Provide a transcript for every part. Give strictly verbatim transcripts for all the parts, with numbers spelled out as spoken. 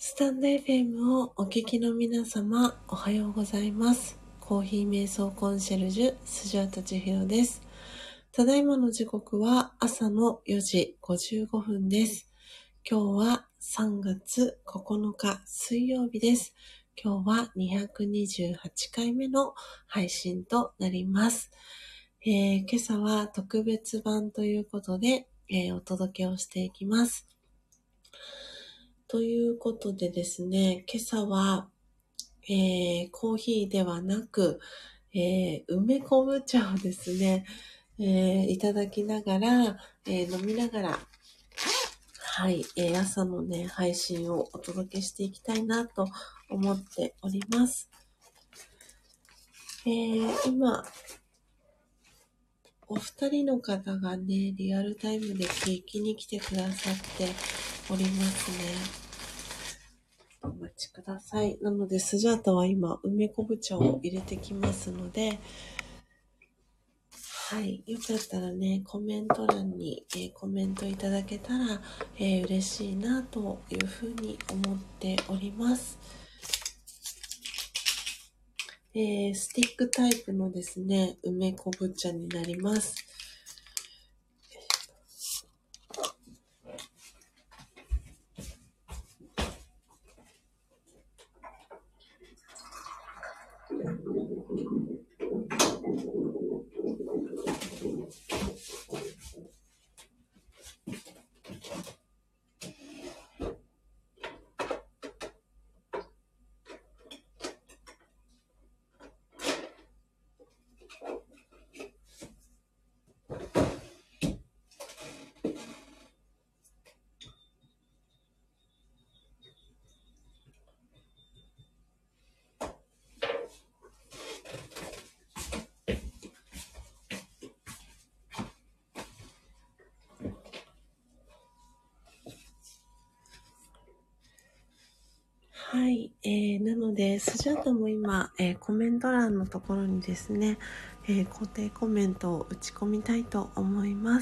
スタンド エフエム をお聞きの皆様、おはようございます。コーヒー瞑想コンシェルジュ、スジャータ千尋です。ただいまの時刻は朝のよじごじゅうごふんです。今日はさんがつここのか水曜日です。今日はにひゃくにじゅうはちかいめの配信となります。えー、今朝は特別版ということで、えー、お届けをしていきます。ということでですね、今朝は、えー、コーヒーではなく、えー、梅昆布茶をですね、えー、いただきながら、えー、飲みながら、はい、えー、朝のね、配信をお届けしていきたいなと思っております。えー、今、お二人の方がね、リアルタイムで聞きに来てくださっておりますね。お待ちください。なので、スジャータは今、梅昆布茶を入れてきますので、はい。よかったらね、コメント欄に、えー、コメントいただけたら、えー、嬉しいなというふうに思っております。えー、スティックタイプのですね、梅昆布茶になります。はい、えー、なので、スジャータも今、えー、コメント欄のところにですね、えー、固定コメントを打ち込みたいと思います。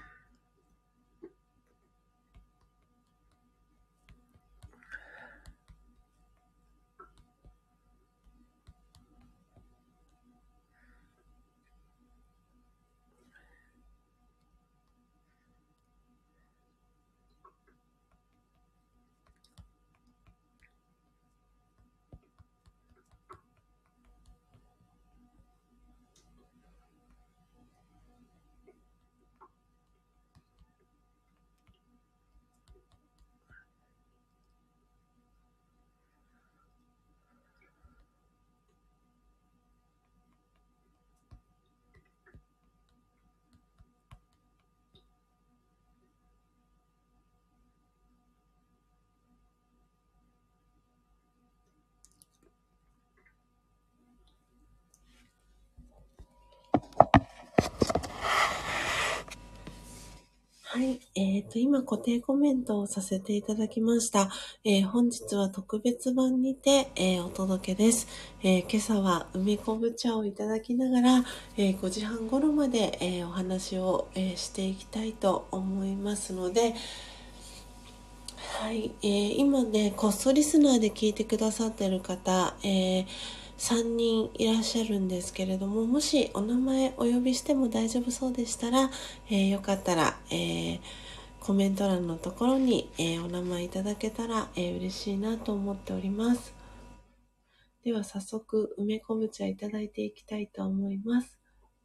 はい。えっと、今固定コメントをさせていただきました。えー、本日は特別版にて、えー、お届けです。えー、今朝は梅昆布茶をいただきながら、えー、ごじはん頃まで、えー、お話を、えー、していきたいと思いますので、はい。えー、今ね、こっそリスナーで聞いてくださっている方、えー、さんにんいらっしゃるんですけれども、もしお名前お呼びしても大丈夫そうでしたら、えー、よかったら、えーコメント欄のところに、えー、お名前いただけたら、えー、嬉しいなと思っております。では早速梅昆布茶いただいていきたいと思います。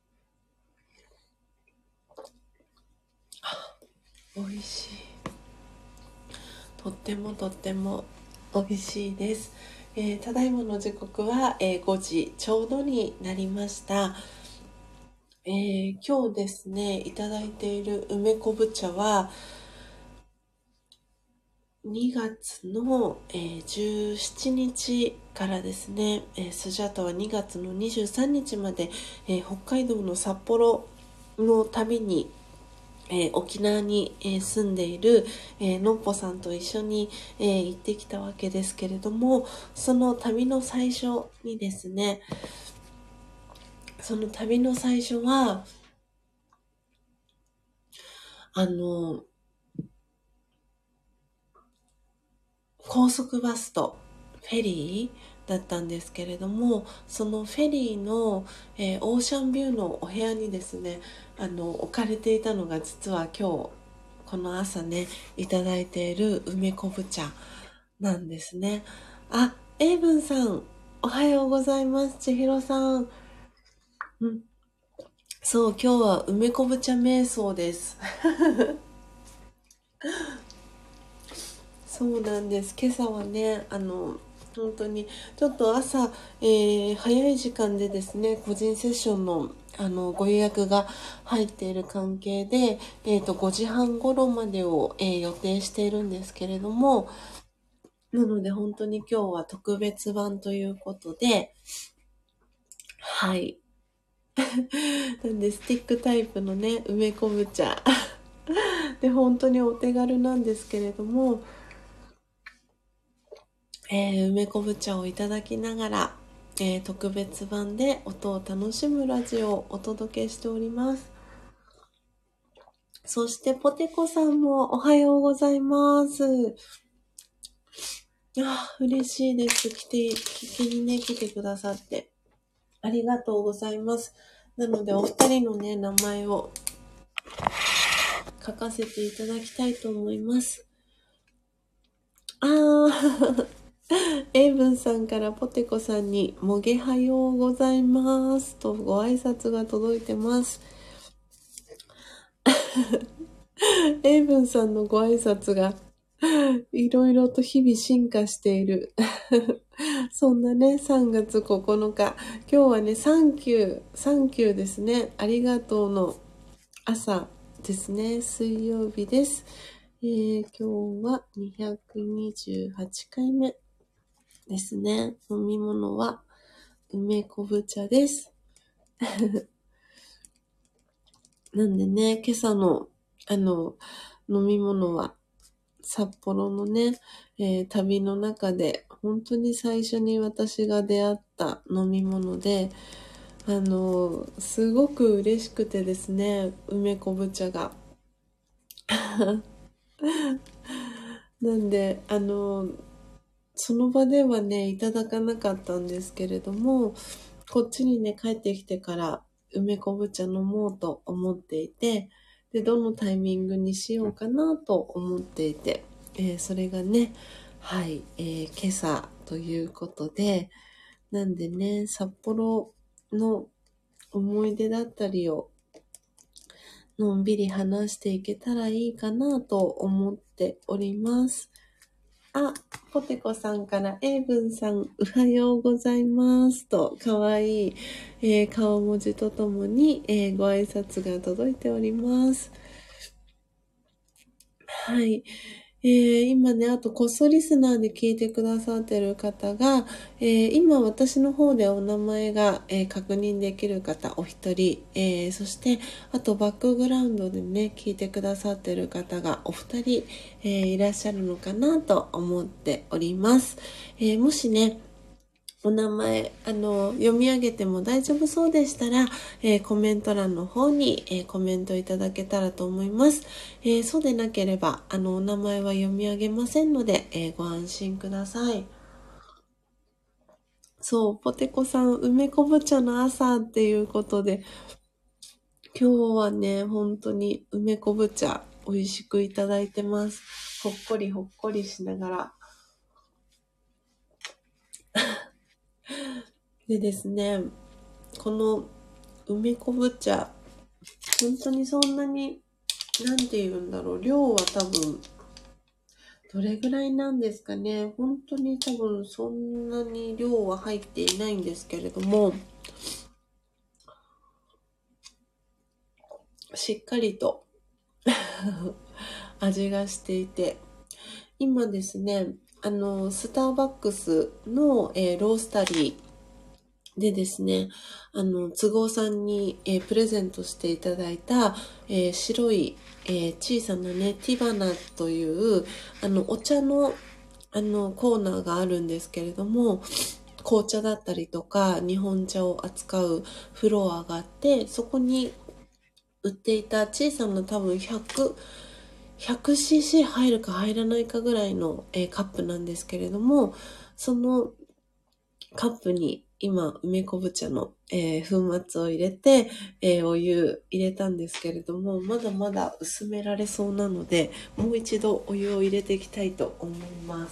美味しい。とってもとっても美味しいです。えー、ただいまの時刻は、えー、ごじちょうどになりました。えー、今日ですね、いただいている梅昆布茶は、にがつの、えー、じゅうしちにちからですね、えー、スジャータはにがつのにじゅうさんにちまで、えー、北海道の札幌の旅に、えー、沖縄に、えー、住んでいる、えー、のっぽさんと一緒に、えー、行ってきたわけですけれども、その旅の最初にですね、その旅の最初は、あの、 高速バスとフェリーだったんですけれども、そのフェリーの、えーオーシャンビューのお部屋にですね、あの置かれていたのが、実は今日この朝ねいただいている梅昆布茶なんですね。あ、エイブンさん、おはようございます。千尋さん。うん、そう、今日は梅昆布茶瞑想です。そうなんです。今朝はね、あの、本当に、ちょっと朝、えー早い時間でですね、個人セッションの、あの、ご予約が入っている関係で、えっと、ごじはん頃までを、えー予定しているんですけれども、なので本当に今日は特別版ということで、はい。なんで、スティックタイプのね、梅昆布茶。で、本当にお手軽なんですけれども、えー梅昆布茶をいただきながら、えー特別版で音を楽しむラジオをお届けしております。そしてポテコさんもおはようございます。あ、嬉しいです。来て、聞きにね、来てくださって。ありがとうございます。なので、お二人のね、名前を書かせていただきたいと思います。あー、エイブンさんからポテコさんに、もげはようございますとご挨拶が届いてます。エイブンさんのご挨拶がいろいろと日々進化している。そんなね、さんがつここのか。今日はね、サンキュー、サンキューですね。ありがとうの朝ですね。水曜日です。えー、今日はにひゃくにじゅうはちかいめですね。飲み物は梅昆布茶です。なんでね、今朝の、あの、飲み物は、札幌のね、えー旅の中で、本当に最初に私が出会った飲み物で、あの、すごく嬉しくてですね、梅昆布茶が。なんで、あの、その場ではね、いただかなかったんですけれども、こっちにね、帰ってきてから梅昆布茶飲もうと思っていて、で、どのタイミングにしようかなと思っていて、えーそれがね、はい、えー今朝ということで、なんでね、札幌の思い出だったりをのんびり話していけたらいいかなと思っております。あ、ポテコさんから、エイブンさん、おはようございますと、かわいい、えー顔文字とともに、えーご挨拶が届いております。はい。えー今ね、あとこっそリスナーで聞いてくださってる方が、えー今私の方でお名前が、えー確認できる方お一人、えーそしてあとバックグラウンドでね、聞いてくださってる方がお二人、えーいらっしゃるのかなと思っております。えーもしね、お名前、あの、読み上げても大丈夫そうでしたら、えーコメント欄の方に、えーコメントいただけたらと思います。えーそうでなければ、あの、お名前は読み上げませんので、えーご安心ください。そう、ポテコさん、梅昆布茶の朝っていうことで、今日はね、本当に梅昆布茶、美味しくいただいてます。ほっこりほっこりしながら。でですね、この梅昆布茶、本当にそんなに、なんて言うんだろう、量は多分、どれぐらいなんですかね。本当に多分そんなに量は入っていないんですけれども、しっかりと味がしていて、今ですね、あの、スターバックスの、えーロースタリーでですね、あの、都合さんに、えープレゼントしていただいた、えー白い、えー小さなね、ティバナという、あの、お茶の、あの、コーナーがあるんですけれども、紅茶だったりとか、日本茶を扱うフロアがあって、そこに売っていた小さな多分ひゃく、 ひゃくシーシー 入るか入らないかぐらいの、えーカップなんですけれども、そのカップに今、梅昆布茶の、えー粉末を入れて、えーお湯入れたんですけれども、まだまだ薄められそうなので、もう一度お湯を入れていきたいと思います。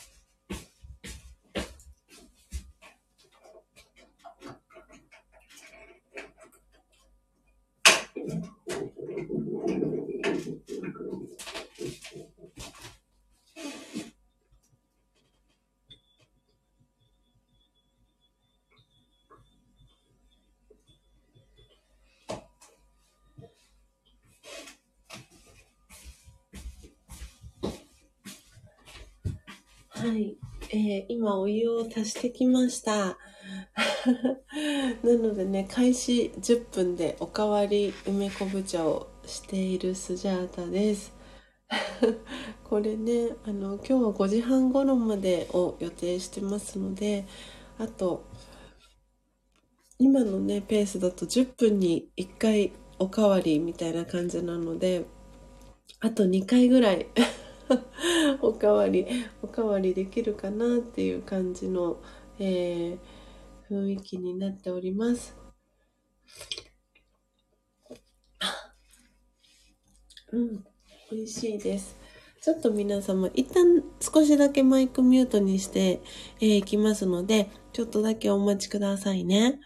はい、えー今お湯を足してきました。なのでね、開始じゅっぷんでおかわり梅昆布茶をしているスジャータです。これね、あの今日はごじはん頃までを予定してますので、あと今のねペースだとじゅっぷんにいっかいおかわりみたいな感じなので、あとにかいぐらいおかわりおかわりできるかなっていう感じの、えー雰囲気になっております。うん、美味しいです。ちょっと皆様、一旦少しだけマイクミュートにしてい、えー、きますので、ちょっとだけお待ちくださいね。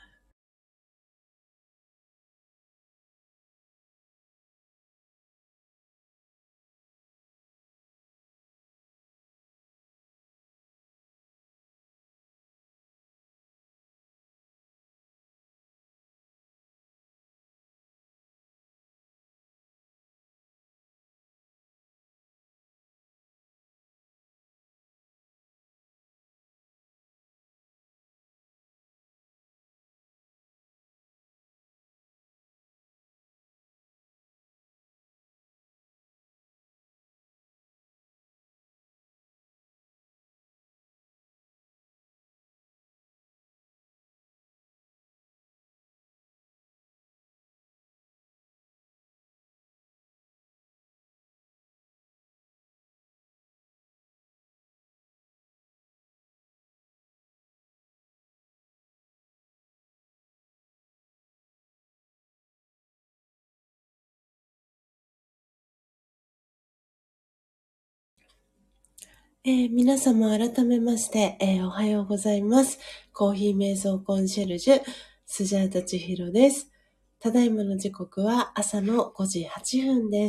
えー皆様改めまして、えーおはようございます。コーヒー瞑想コンシェルジュ、スジャータ千尋です。ただいまの時刻は朝のごじはっぷんです。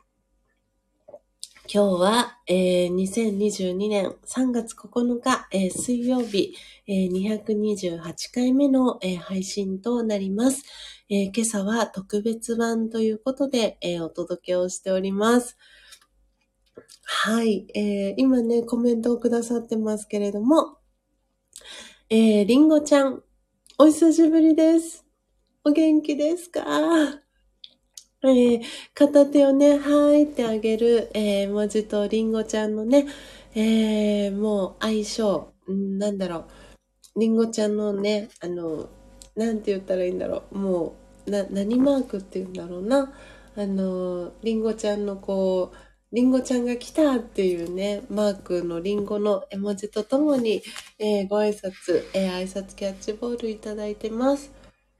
今日は、えーにせんにじゅうにねんさんがつここのか、えー水曜日、えーにひゃくにじゅうはちかいめの、えー配信となります。えー今朝は特別版ということで、えーお届けをしております。はい、えー今ね、コメントをくださってますけれども、えー、りんごちゃん、お久しぶりです。お元気ですか？えー片手をね、はーいってあげる、えー文字とりんごちゃんのね、えーもう相性、んなんだろう、りんごちゃんのね、あの、なんて言ったらいいんだろう、もう、な、何マークって言うんだろうな。あの、りんごちゃんのこう、りんごちゃんが来たっていうね、マークのりんごの絵文字とともに、えーご挨拶、えー挨拶キャッチボールいただいてます。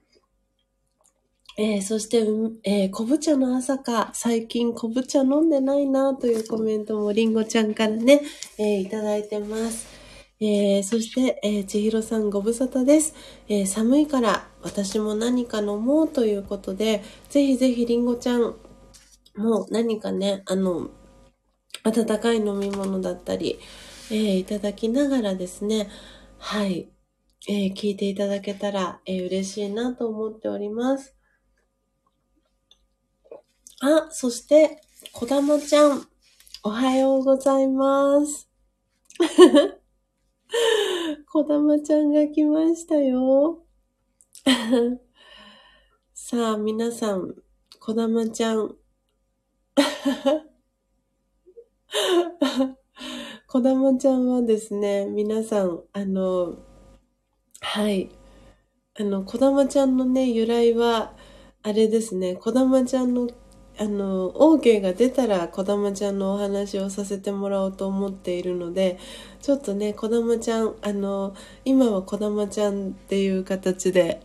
えーそして、うんえー昆布茶の朝か、最近昆布茶飲んでないなというコメントもりんごちゃんからね、えーいただいてます。えーそして、えー、千尋さんご無沙汰です、えー寒いから私も何か飲もうということで、ぜひぜひりんごちゃんも何かね、あの、温かい飲み物だったり、えーいただきながらですね、はい、えー聞いていただけたら、えー嬉しいなと思っております。あ、そして、こだまちゃん、おはようございます。こだまちゃんが来ましたよ。さあ、皆さん、こだまちゃん、こだまちゃんはですね、皆さん、あの、はい、あの、こだまちゃんのね、由来は、あれですね、こだまちゃんのあの、OK が出たら、こだまちゃんのお話をさせてもらおうと思っているので、ちょっとね、こだまちゃん、あの、今はこだまちゃんっていう形で、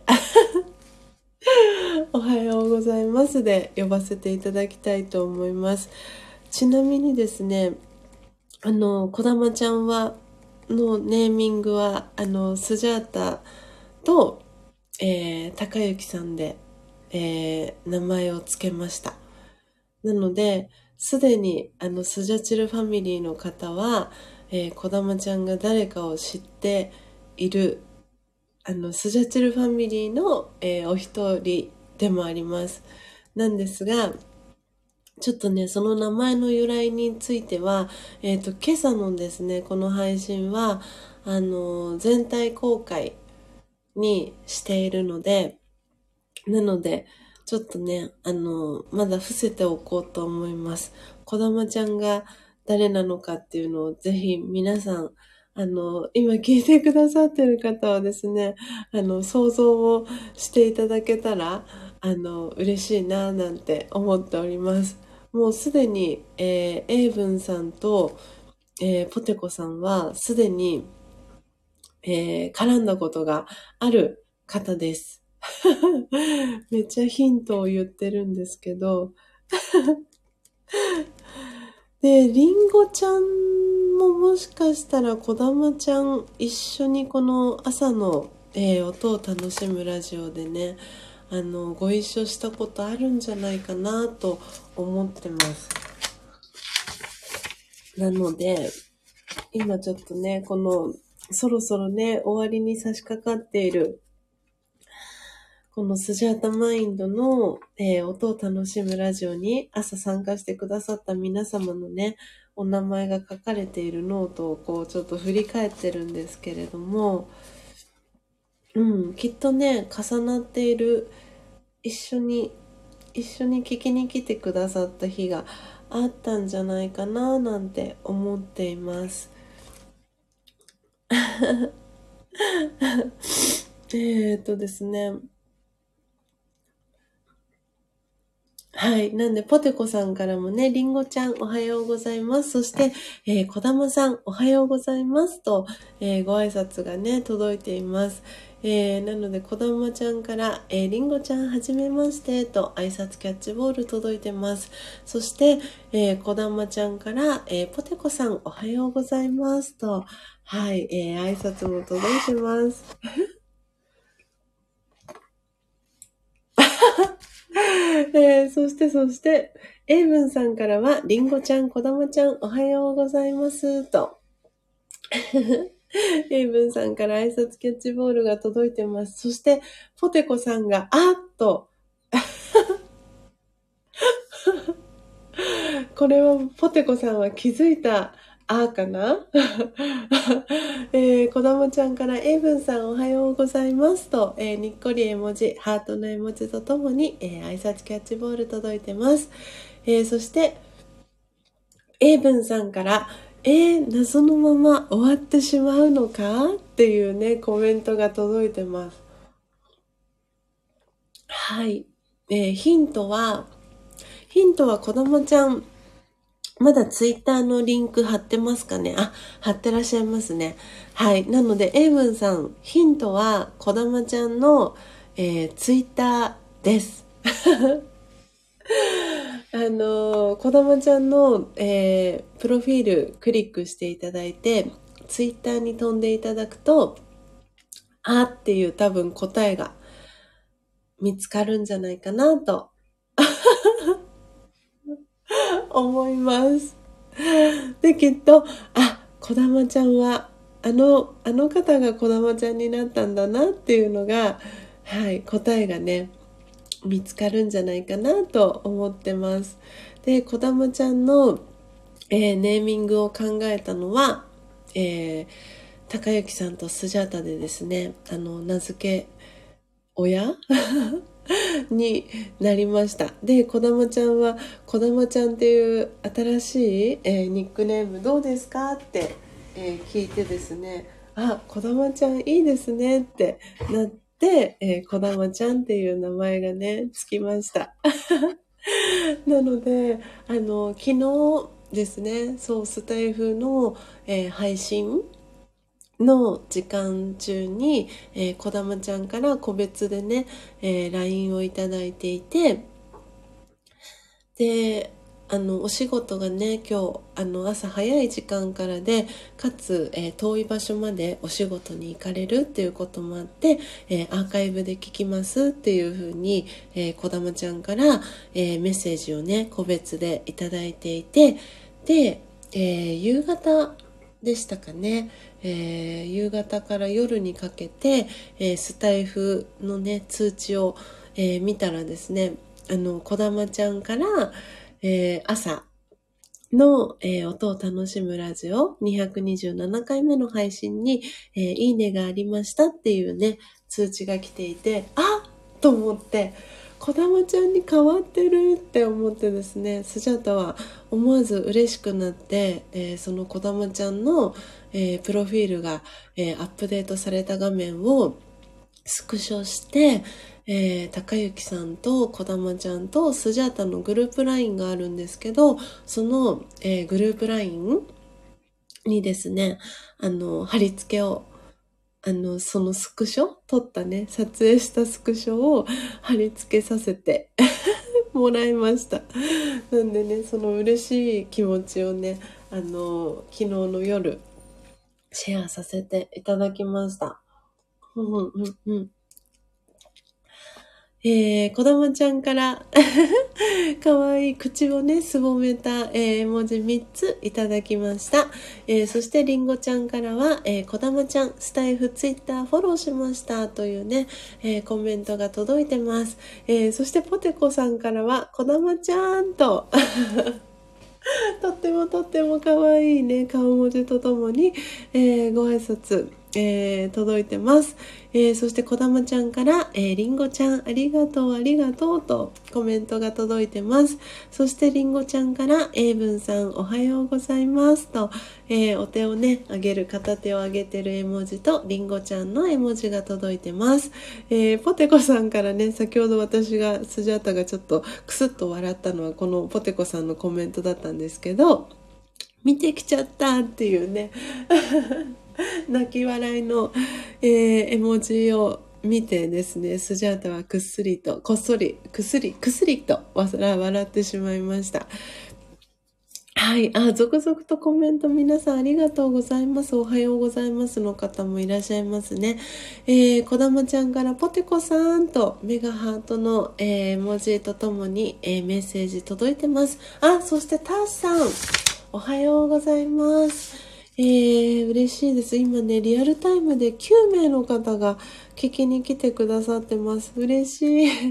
おはようございますで呼ばせていただきたいと思います。ちなみにですね、あの、こだまちゃんは、のネーミングは、あの、スジャータと、えー、高幸さんで、えー、名前を付けました。なので、すでに、あの、スジャチルファミリーの方は、えー、こだまちゃんが誰かを知っている、あの、スジャチルファミリーの、えー、お一人でもあります。なんですが、ちょっとね、その名前の由来については、えっと、今朝のですね、この配信は、あの、全体公開にしているので、なので、ちょっとね、あの、まだ伏せておこうと思います。こだまちゃんが誰なのかっていうのをぜひ皆さん、あの、今聞いてくださってる方はですね、あの、想像をしていただけたら、あの、嬉しいなぁなんて思っております。もうすでに、えー、エイブンさんと、えー、ポテコさんはすでに、えー、絡んだことがある方です。めっちゃヒントを言ってるんですけど。で、りんごちゃんももしかしたらこだまちゃん一緒にこの朝の、えー、音を楽しむラジオでね、あの、ご一緒したことあるんじゃないかなと思ってます。なので、今ちょっとね、この、そろそろね、終わりに差し掛かっているこのスジャータマインドの、えー、音を楽しむラジオに朝参加してくださった皆様のね、お名前が書かれているノートをこうちょっと振り返ってるんですけれども、うん、きっとね、重なっている、一緒に、一緒に聞きに来てくださった日があったんじゃないかななんて思っています。えーっとですね、はい。なんで、ポテコさんからもね、リンゴちゃんおはようございます。そして、えー、こだまさんおはようございますと、えー、ご挨拶がね、届いています。えー、なので、こだまちゃんから、えー、リンゴちゃんはじめましてと挨拶キャッチボール届いてます。そして、えー、こだまちゃんから、えー、ポテコさんおはようございますと、はい、えー、挨拶も届いてます。えー、そして、そして、エイブンさんからは、リンゴちゃん、こだまちゃん、おはようございます、と。エイブンさんから挨拶キャッチボールが届いてます。そして、ポテコさんが、あっと、これは、ポテコさんは気づいた、あーかなえー、こだまちゃんから、エイブンさんおはようございますと、えー、にっこり絵文字、ハートの絵文字とともに、えー、挨拶キャッチボール届いてます。えー、そして、エイブンさんから、えー、謎のまま終わってしまうのかっていうね、コメントが届いてます。はい。えー、ヒントは、ヒントは子供ちゃん、まだツイッターのリンク貼ってますかね。あ、貼ってらっしゃいますね。はい。なので、エイブンさん、ヒントは、こだまちゃんの、えー、ツイッターです。あのー、こだまちゃんの、えー、プロフィールクリックしていただいて、ツイッターに飛んでいただくと、あっていう多分答えが見つかるんじゃないかなと思います。で、きっと、あ、こだまちゃんは、あの、あの方がこだまちゃんになったんだなっていうのが、はい、答えがね、見つかるんじゃないかなと思ってます。で、こだまちゃんの、えー、ネーミングを考えたのは、えー、高幸さんとスジャータでですね、あの、名付け親になりました。で、こだまちゃんは、こだまちゃんっていう新しい、えー、ニックネームどうですかって、えー、聞いてですね、あ、こだまちゃんいいですねってなって、えー、こだまちゃんっていう名前がね、つきました。 なので、あの、昨日ですね、そう、スタイフの、えー配信の時間中に、えー、こだまちゃんから個別でね、えー ライン をいただいていて、で、あの、お仕事がね、今日、あの、朝早い時間からで、かつ、えー遠い場所までお仕事に行かれるっていうこともあって、えーアーカイブで聞きますっていうふうに、えー、こだまちゃんから、えーメッセージをね、個別でいただいていて、で、えー夕方でしたかね、えー夕方から夜にかけて、えースタイフのね、通知を、えー見たらですね、あの、こだまちゃんから、えー朝の、えー音を楽しむラジオにひゃくにじゅうななかいめの配信に、えーいいねがありましたっていうね、通知が来ていて、あっと思って、こだまちゃんに変わってるって思ってですね、スジャータは思わず嬉しくなって、えーそのこだまちゃんの、えープロフィールが、えーアップデートされた画面をスクショして、えー、高幸さんとこだまちゃんとスジャータのグループラインがあるんですけど、その、えーグループラインにですね、あの、貼り付けを、あの、そのスクショ撮ったね、撮影したスクショを貼り付けさせてもらいました。なんでね、その嬉しい気持ちをね、あの、昨日の夜、シェアさせていただきました。うんうんうん。えー、こだまちゃんからかわいい口をね、すぼめた、えー、絵文字みっついただきました。えー、そしてりんごちゃんからは、えー、こだまちゃん、スタイフ、ツイッターフォローしましたというね、えー、コメントが届いてます。えー、そしてポテコさんからは、こだまちゃんと、とってもとっても可愛いね、顔文字とともに、えー、ご挨拶、えー、届いてます。えー、そしてこだまちゃんから、えー、りんごちゃんありがとうありがとうとコメントが届いてます。そしてりんごちゃんから、えいぶんさんおはようございますと、えー、お手をね、あげる、片手を上げてる絵文字とりんごちゃんの絵文字が届いてます。えー、ポテコさんからね、先ほど私が、スジャータがちょっとクスッと笑ったのはこのポテコさんのコメントだったんですけど、見てきちゃったっていうね泣き笑いの、えー絵文字を見てですね、スジャータはくっすりと、こっそり、くすり、くすりと笑笑ってしまいました。はい。あ、続々とコメント皆さんありがとうございます。おはようございますの方もいらっしゃいますね。えー、こだまちゃんからポテコさんとメガハートの、えー、文字とともに、えーメッセージ届いてます。あ、そしてターさん、おはようございます。えー、嬉しいです。今ね、リアルタイムできゅうめいの方が聞きに来てくださってます。嬉しい。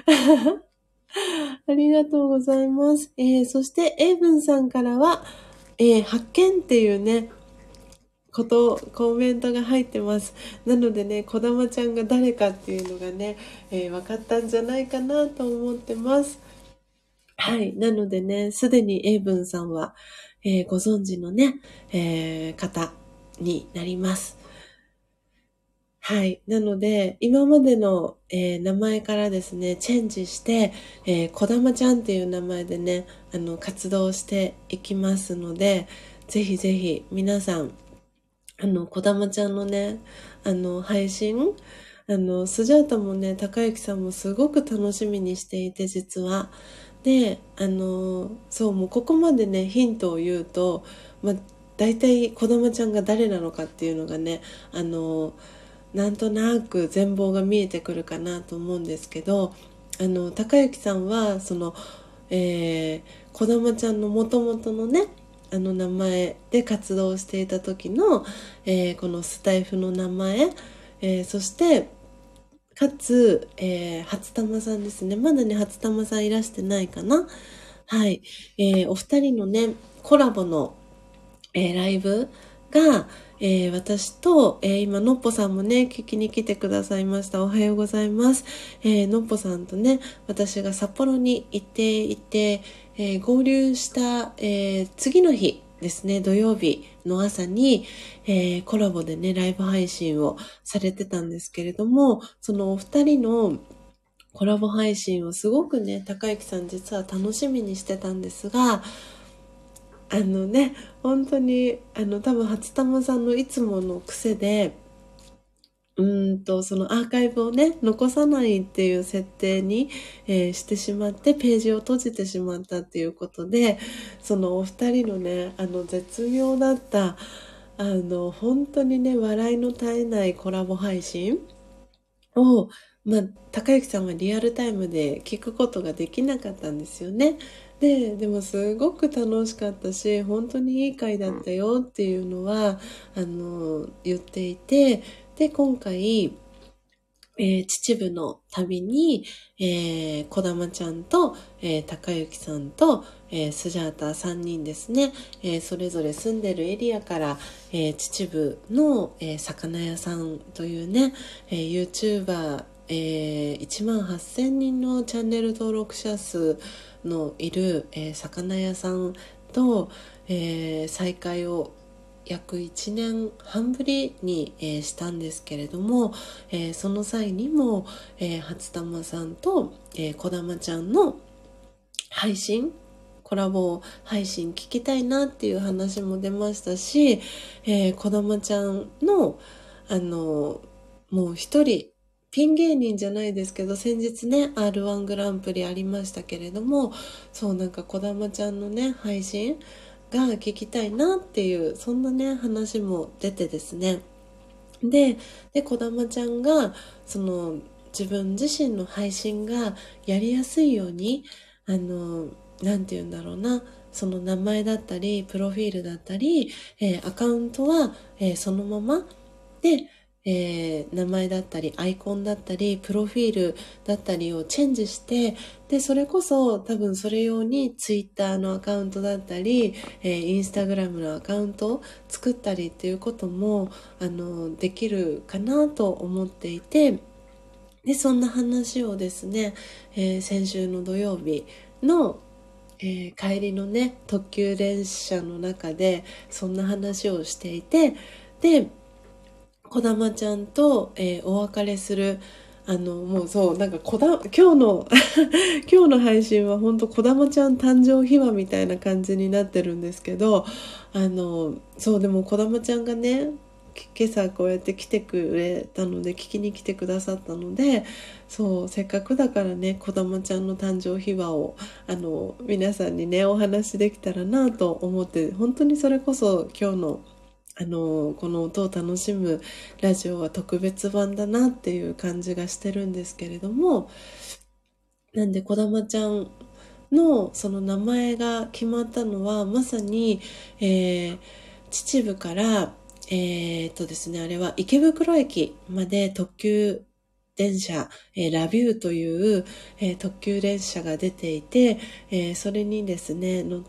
ありがとうございます。えー、そして、エイブンさんからは、えー、発見っていうね、こと、コメントが入ってます。なのでね、こだまちゃんが誰かっていうのがね、えー、分かったんじゃないかなと思ってます。はい。なのでね、すでにエイブンさんは、えーご存知のね、えー方になります。はい。なので、今までの、えー名前からですね、チェンジして、えー、こだまちゃんっていう名前でね、あの、活動していきますので、ぜひぜひ皆さん、あの、こだまちゃんのね、あの、配信、あの、スジャータもね、高幸さんもすごく楽しみにしていて、実は。で、あの、そう、もうここまでね、ヒントを言うと、まあ、大体、こだまちゃんが誰なのかっていうのがね、あの、なんとなく全貌が見えてくるかなと思うんですけど、あの、高幸さんは、その、えー、こだまちゃんの元々のね、あの名前で活動していた時の、えーこのスタイフの名前、えーそして、かつ、えー初玉さんですね。まだね、初玉さんいらしてないかな。はい。えーお二人のね、コラボのえーライブが、えー私と、えー今、のっぽさんもね、聞きに来てくださいました。おはようございます。えーのっぽさんとね、私が札幌に行っていて、えー合流した、えー次の日ですね、土曜日の朝に、えーコラボでね、ライブ配信をされてたんですけれども、そのお二人のコラボ配信をすごくね、高之さん実は楽しみにしてたんですが、あのね、本当に、あの、多分、初玉さんのいつもの癖で、うーんと、そのアーカイブをね、残さないっていう設定に、えーしてしまって、ページを閉じてしまったっていうことで、そのお二人のね、あの、絶妙だった、あの、本当にね、笑いの絶えないコラボ配信を、まあ、高之さんはリアルタイムで聞くことができなかったんですよね。で、でもすごく楽しかったし、本当にいい回だったよっていうのは、あの、言っていて、で、今回、えー秩父の旅に、えー、小玉ちゃんと、えー、高之さんと、えースジャータさんにんですね、えーそれぞれ住んでるエリアから、えー秩父の、えー魚屋さんというね、えー YouTuber、えーいちまんはっせんにんのチャンネル登録者数のいる、えー魚屋さんと、えー再会を約いちねんはんぶりに、えーしたんですけれども、えーその際にも、えー初玉さんと、えー、小玉ちゃんの配信コラボ配信聞きたいなっていう話も出ましたし、えー、小玉ちゃんのあのもう一人ピン芸人じゃないですけど、先日ね アールワン グランプリありましたけれども、そうなんか小玉ちゃんのね配信が聞きたいなっていう、そんなね話も出てですね、で、で、こだまちゃんが、その、自分自身の配信がやりやすいように、あの、なんて言うんだろうな、その名前だったり、プロフィールだったり、えーアカウントは、えーそのまま、で、えー名前だったり、アイコンだったり、プロフィールだったりをチェンジして、で、それこそ多分それ用にツイッターのアカウントだったり、えーインスタグラムのアカウントを作ったりっていうことも、あの、できるかなと思っていて、で、そんな話をですね、えー先週の土曜日の、えー帰りのね、特急列車の中で、そんな話をしていて、で、こだまちゃんと、えーお別れする、あの、もうそう、なんかこだ、今日の今日の配信は本当こだまちゃん誕生秘話みたいな感じになってるんですけど、あの、そう、でもこだまちゃんがね、今朝こうやって来てくれたので、聞きに来てくださったので、そう、せっかくだからね、こだまちゃんの誕生秘話を、あの、皆さんにね、お話できたらなと思って、本当にそれこそ今日のあの、この音を楽しむラジオは特別版だなっていう感じがしてるんですけれども、なんでこだまちゃんのその名前が決まったのはまさに、えー秩父から、えーっとですね、あれは池袋駅まで特急電車、えーラビューという、えー特急列車が出ていて、えーそれにですね、乗って、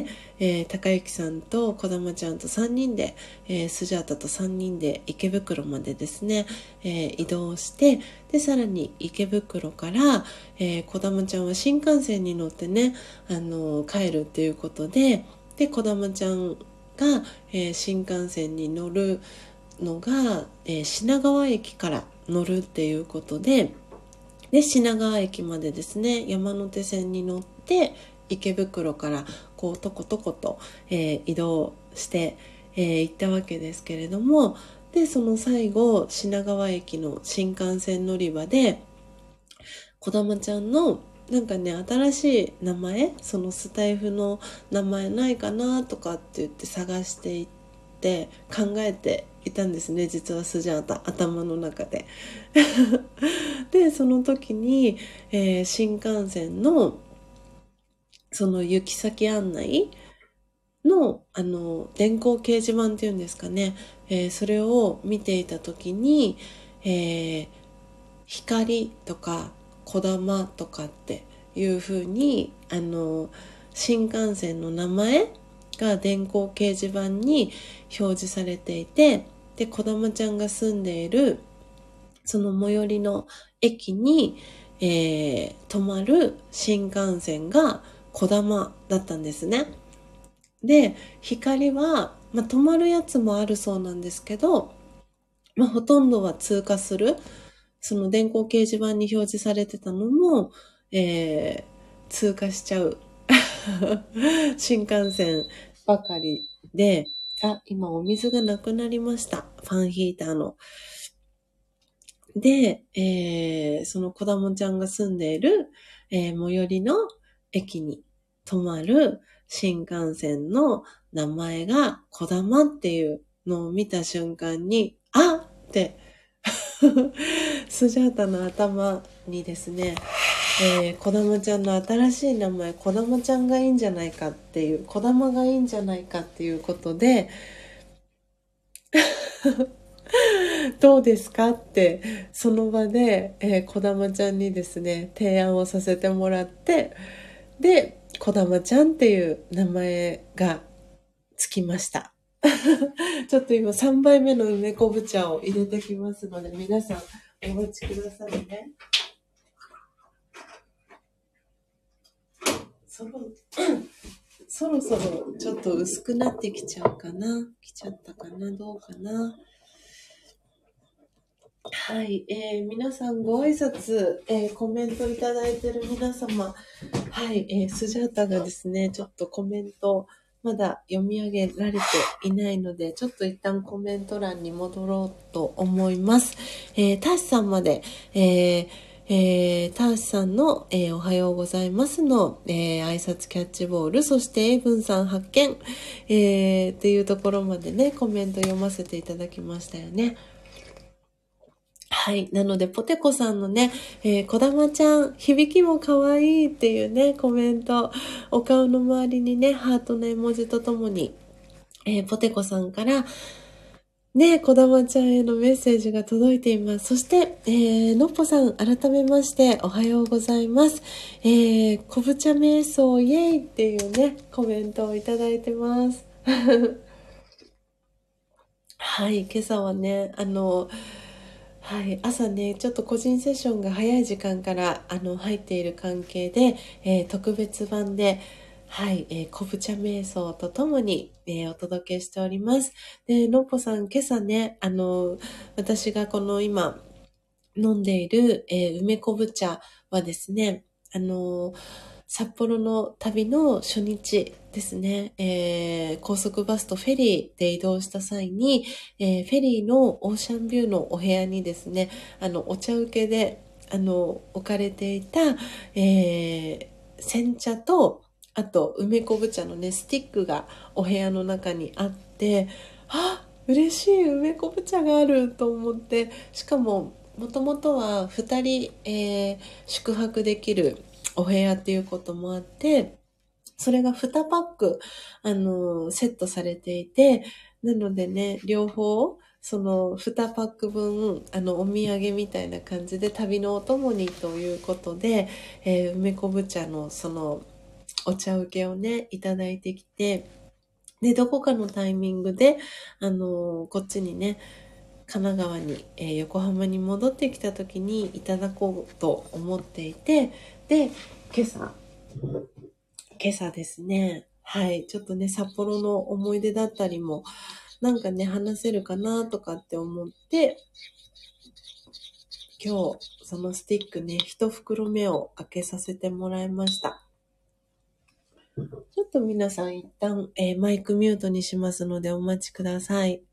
えー高之さんと小玉ちゃんとさんにんで、えースジャータとさんにんで池袋までですね、えー移動して、で、さらに池袋から、えー、小玉ちゃんは新幹線に乗ってね、あのー帰るっていうことで、で、小玉ちゃんが、えー新幹線に乗るのが、えー品川駅から乗るっていうことで、で、品川駅までですね、山手線に乗って、池袋からこう、とことこと、えー移動して、えー行ったわけですけれども、で、その最後、品川駅の新幹線乗り場で、こだまちゃんのなんかね、新しい名前、そのスタイフの名前ないかなとかって言って探していって考えていたんですね、実はスジャータ頭の中で。で、その時に、えー新幹線のその行き先案内のあの電光掲示板っていうんですかね、えーそれを見ていた時に、えー光とかこだまとかっていう風にあの新幹線の名前が電光掲示板に表示されていて、でこだまちゃんが住んでいるその最寄りの駅に、えー止まる新幹線がこだまだったんですね。で光は、まあ、止まるやつもあるそうなんですけど、まあ、ほとんどは通過するその電光掲示板に表示されてたのも、えー、通過しちゃう新幹線ばかりで、あ、今お水がなくなりました。ファンヒーターの。で、えー、そのこだもちゃんが住んでいる、えー、最寄りの駅に止まる新幹線の名前がこだまっていうのを見た瞬間に、あってスジャータの頭にですね、えー、こだまちゃんの新しい名前、こだまちゃんがいいんじゃないかっていう、こだまがいいんじゃないかっていうことで、どうですかって、その場で、えー、こだまちゃんにですね、提案をさせてもらって、で、こだまちゃんっていう名前がつきました。ちょっと今さんばいめの梅昆布茶を入れてきますので、皆さんお待ちくださいね。そろ、そろそろちょっと薄くなってきちゃうかな。来ちゃったかな、どうかな。はい、えー、皆さんご挨拶、えー、コメントいただいている皆様、はい、えー、スジャータがですね、ちょっとコメントまだ読み上げられていないので、ちょっと一旦コメント欄に戻ろうと思います。えー、ターシさんまで、えーえー、ターシさんの、えー、おはようございますの、えー、挨拶キャッチボール、そしてエイブンさん発見、えー、っていうところまでね、コメント読ませていただきましたよね。はい。なので、ポテコさんのね、えー、こだまちゃん、響きも可愛いっていうね、コメント、お顔の周りにね、ハートの絵文字とともに、えー、ポテコさんから、ね、こだまちゃんへのメッセージが届いています。そして、えー、のっぽさん、改めまして、おはようございます。えー、こぶ茶瞑想、イエイっていうね、コメントをいただいてます。はい、今朝はね、あの、はい、朝ね、ちょっと個人セッションが早い時間からあの入っている関係で、えー、特別版で、はい、えー、昆布茶瞑想とともに、えー、お届けしております。で、のっぽさん、今朝ね、あの、私がこの今飲んでいる、えー、梅昆布茶はですね、あの、札幌の旅の初日ですね、えー、高速バスとフェリーで移動した際に、えー、フェリーのオーシャンビューのお部屋にですね、あの、お茶受けで、あの、置かれていた、えー、煎茶と、あと、梅昆布茶のね、スティックがお部屋の中にあって、あ、嬉しい、梅昆布茶があると思って、しかも、もともとはふたり、えー宿泊できるお部屋っていうこともあって、それがにパック、あの、セットされていて、なのでね、両方、そのにパック分、あの、お土産みたいな感じで旅のお供にということで、えー梅昆布茶のその、お茶受けをね、いただいてきて、で、どこかのタイミングで、あの、こっちにね、神奈川に、えー横浜に戻ってきた時にいただこうと思っていて、で、今朝、今朝ですね、はい、ちょっとね、札幌の思い出だったりも、なんかね、話せるかなとかって思って、今日、そのスティックね、一袋目を開けさせてもらいました。ちょっと皆さん一旦、えーマイクミュートにしますのでお待ちください。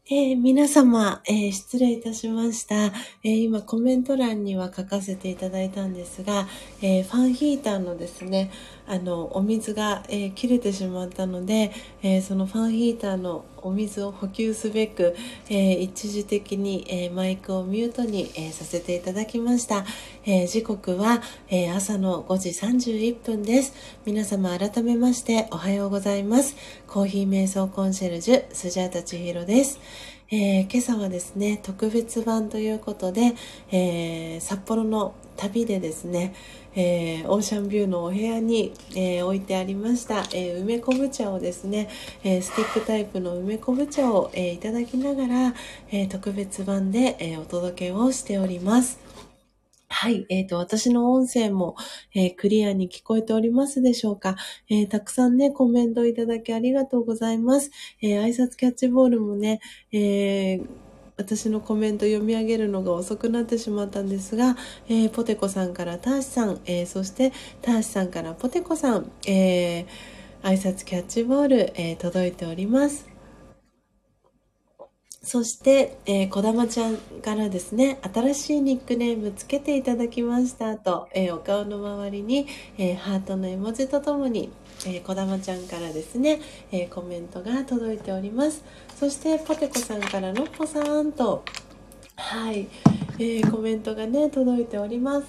えー皆様、えー失礼いたしました、えー今コメント欄には書かせていただいたんですが、えーファンヒーターのですね、あのお水が、えー切れてしまったので、えーそのファンヒーターのお水を補給すべく、えー一時的に、えーマイクをミュートに、えーさせていただきました。えー時刻は、えー朝のごじさんじゅういっぷんです。皆様改めましておはようございます。コーヒー瞑想コンシェルジュスジャータ千尋です。えー今朝はですね、特別版ということで、えー札幌の旅でですね、えーオーシャンビューのお部屋に、えー置いてありました、えー梅昆布茶をですね、えースティックタイプの梅昆布茶を、えーいただきながら、えー特別版で、えーお届けをしております。はい。えっ、と、私の音声も、えークリアに聞こえておりますでしょうか。えーたくさんね、コメントいただきありがとうございます。えー挨拶キャッチボールもね、えー私のコメント読み上げるのが遅くなってしまったんですが、えーポテコさんからターシさん、えーそしてターシさんからポテコさん、えー挨拶キャッチボール、えー届いております。そして、えー、こだまちゃんからですね、新しいニックネームつけていただきましたと、えーお顔の周りに、えーハートの絵文字とともに、えー、こだまちゃんからですね、えーコメントが届いております。そして、ポテコさんからのっぽさんと、はい、えーコメントがね、届いております。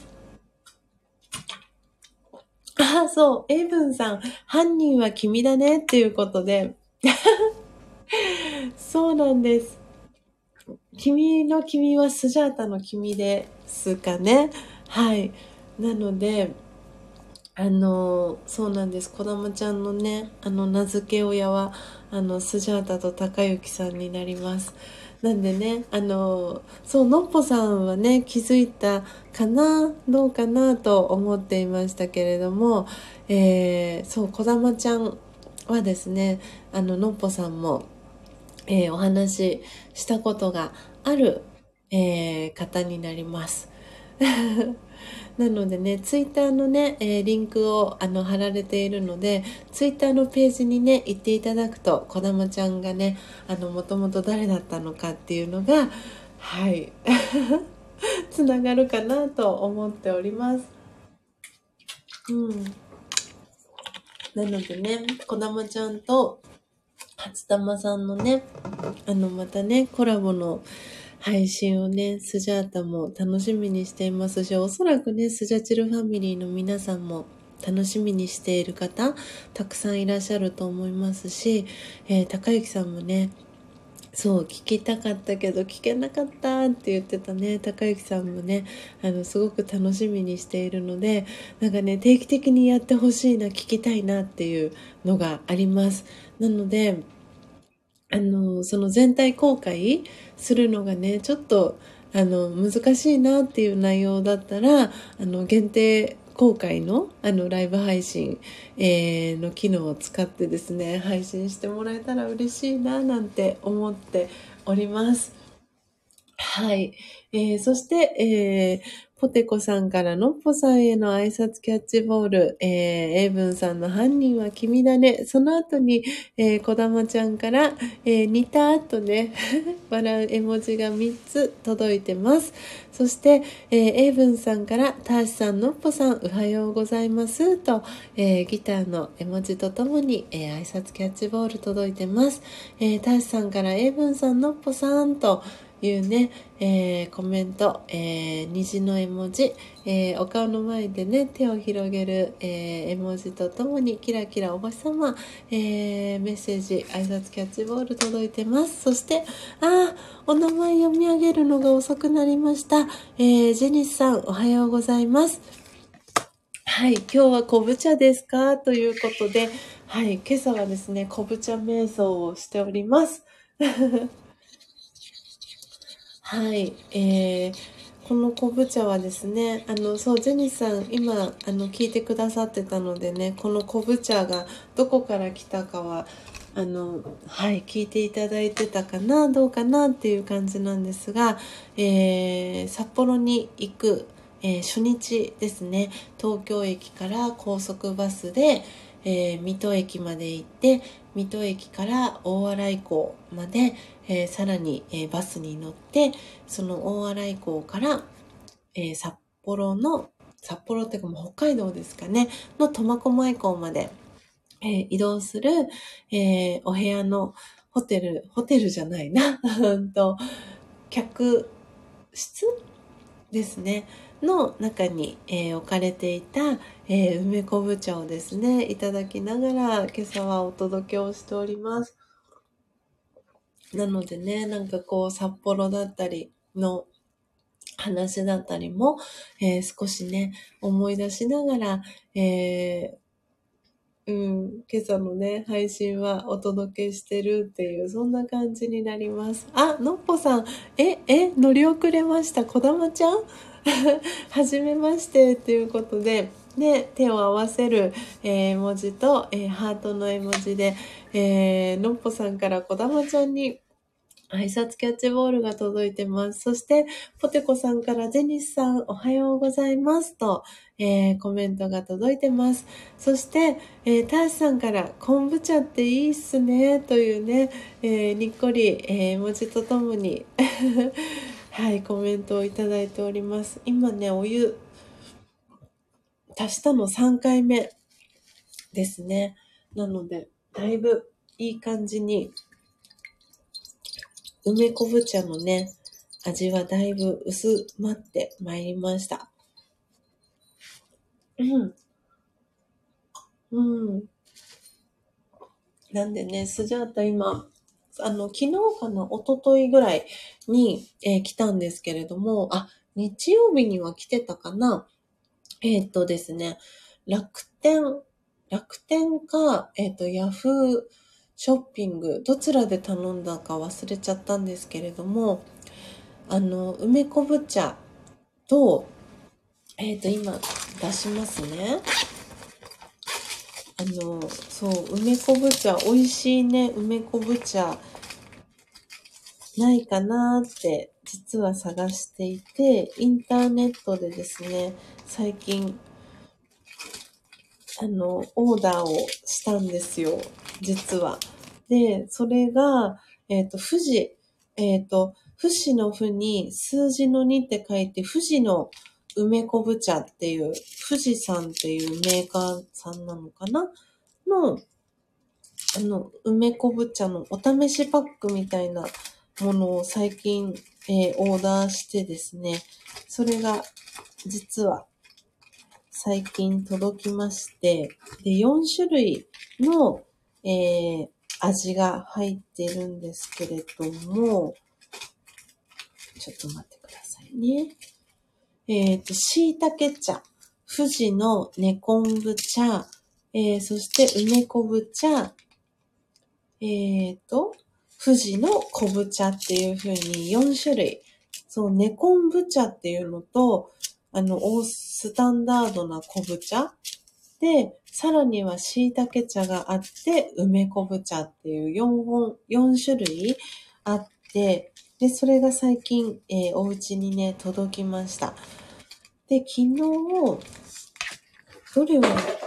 あ、そう、エイブンさん、犯人は君だねっていうことで、そうなんです。君の君はスジャータの君ですかね。はい。なので、あの、そうなんです。こだまちゃんのね、あの、名付け親は、あの、スジャータと高之さんになります。なんでね、あの、そう、のっぽさんはね、気づいたかな、どうかなと思っていましたけれども、えー、そう、こだまちゃんはですね、あの、のっぽさんも、えーお話ししたことがある、えー方になります。なのでね、ツイッターのね、えーリンクをあの貼られているので、ツイッターのページにね、行っていただくと、こだまちゃんがね、あの、もともと誰だったのかっていうのが、はい、つながるかなと思っております。うん。なのでね、こだまちゃんと初玉さんのね、あの、またね、コラボの配信をね、スジャータも楽しみにしていますし、おそらくね、スジャチルファミリーの皆さんも楽しみにしている方、たくさんいらっしゃると思いますし、えー、高之さんもね、そう、聞きたかったけど聞けなかったって言ってたね、高之さんもね、あの、すごく楽しみにしているので、なんかね、定期的にやってほしいな、聞きたいなっていうのがあります。なので、あの、その全体公開するのがね、ちょっと、あの、難しいなっていう内容だったら、あの、限定公開の、あの、ライブ配信、えーの機能を使ってですね、配信してもらえたら嬉しいな、なんて思っております。はい。えー、そして、えー、ポテコさんからのっぽさんへの挨拶キャッチボール、えー、エイブンさんの犯人は君だね。その後に、えー、こだまちゃんから、えー、似た後ね、笑う絵文字がみっつ届いてます。そして、えー、エイブンさんから、ターシさん、のっぽさん、おはようございますと、えー、ギターの絵文字とともに、えー、挨拶キャッチボール届いてます。えー、ターシさんから、エイブンさん、のっぽさんと、いうね、えーコメント、えー虹の絵文字、えーお顔の前でね、手を広げる、えー絵文字とともに、キラキラお星様、えーメッセージ、挨拶キャッチボール届いてます。そして、あー、お名前読み上げるのが遅くなりました。えージェニスさん、おはようございます。はい、今日は昆布茶ですかということで、はい、今朝はですね、昆布茶瞑想をしております。はい、えー、この昆布茶はですね、あの、そう、ジェニスさん、今、あの、聞いてくださってたのでね、この昆布茶がどこから来たかは、あの、はい、聞いていただいてたかな、どうかなっていう感じなんですが、えー、札幌に行く、えー初日ですね、東京駅から高速バスで、えー水戸駅まで行って、水戸駅から大洗港まで、 えーさらに、えーバスに乗って、その大洗港から、えー札幌の、札幌っていうかもう北海道ですかね、の苫小牧港まで、えー移動する、えーお部屋のホテル、ホテルじゃないな、うんと、客室ですね、の中に、えー置かれていた、えー梅昆布茶をですね、いただきながら今朝はお届けをしております。なのでね、なんかこう札幌だったりの話だったりも、えー少しね、思い出しながら、えーうん、今朝のね、配信はお届けしてるっていう、そんな感じになります。あ、のっぽさん、え、え、乗り遅れました。こだまちゃんはじめましてということで、ね、手を合わせる、えー文字と、えーハートの絵文字で、えーのっぽさんからこだまちゃんに挨拶キャッチボールが届いてます。そして、ポテコさんからゼニスさんおはようございますと、えーコメントが届いてます。そして、えーターシさんから昆布茶っていいっすねというね、えーにっこり、えー文字とともにはい、コメントをいただいております。今ね、お湯足したのさんかいめですね。なので、だいぶいい感じに梅昆布茶のね、味はだいぶ薄まってまいりました。うん。うん。なんでね、スジャータ今、あの、昨日かな、一昨日ぐらいに、えー来たんですけれども、あ、日曜日には来てたかな。えーっとですね、楽天、楽天か、えーっと、ヤフーショッピング、どちらで頼んだか忘れちゃったんですけれども、あの、梅昆布茶と、えっと、今出しますね。あの、そう、梅昆布茶、美味しいね、梅昆布茶、ないかなーって、実は探していて、インターネットでですね、最近、あの、オーダーをしたんですよ、実は。で、それが、えっと、富士、えっと、富士の富に数字のにって書いて、富士の梅昆布茶っていう、富士山っていうメーカーさんなのかなの、あの、梅昆布茶のお試しパックみたいなものを最近、えーオーダーしてですね、それが実は最近届きまして、で、よん種類の、えー味が入ってるんですけれども、ちょっと待ってくださいね。えっと、椎茸茶、富士の根昆布茶、えーそして梅昆布茶、えっと、富士の昆布茶っていう風によん種類。そう、根昆布茶っていうのと、あの、オースタンダードな昆布茶で、さらには椎茸茶があって、梅昆布茶っていうよんほん、よん種類あって、で、それが最近、えーお家にね、届きました。で、昨日、どれを、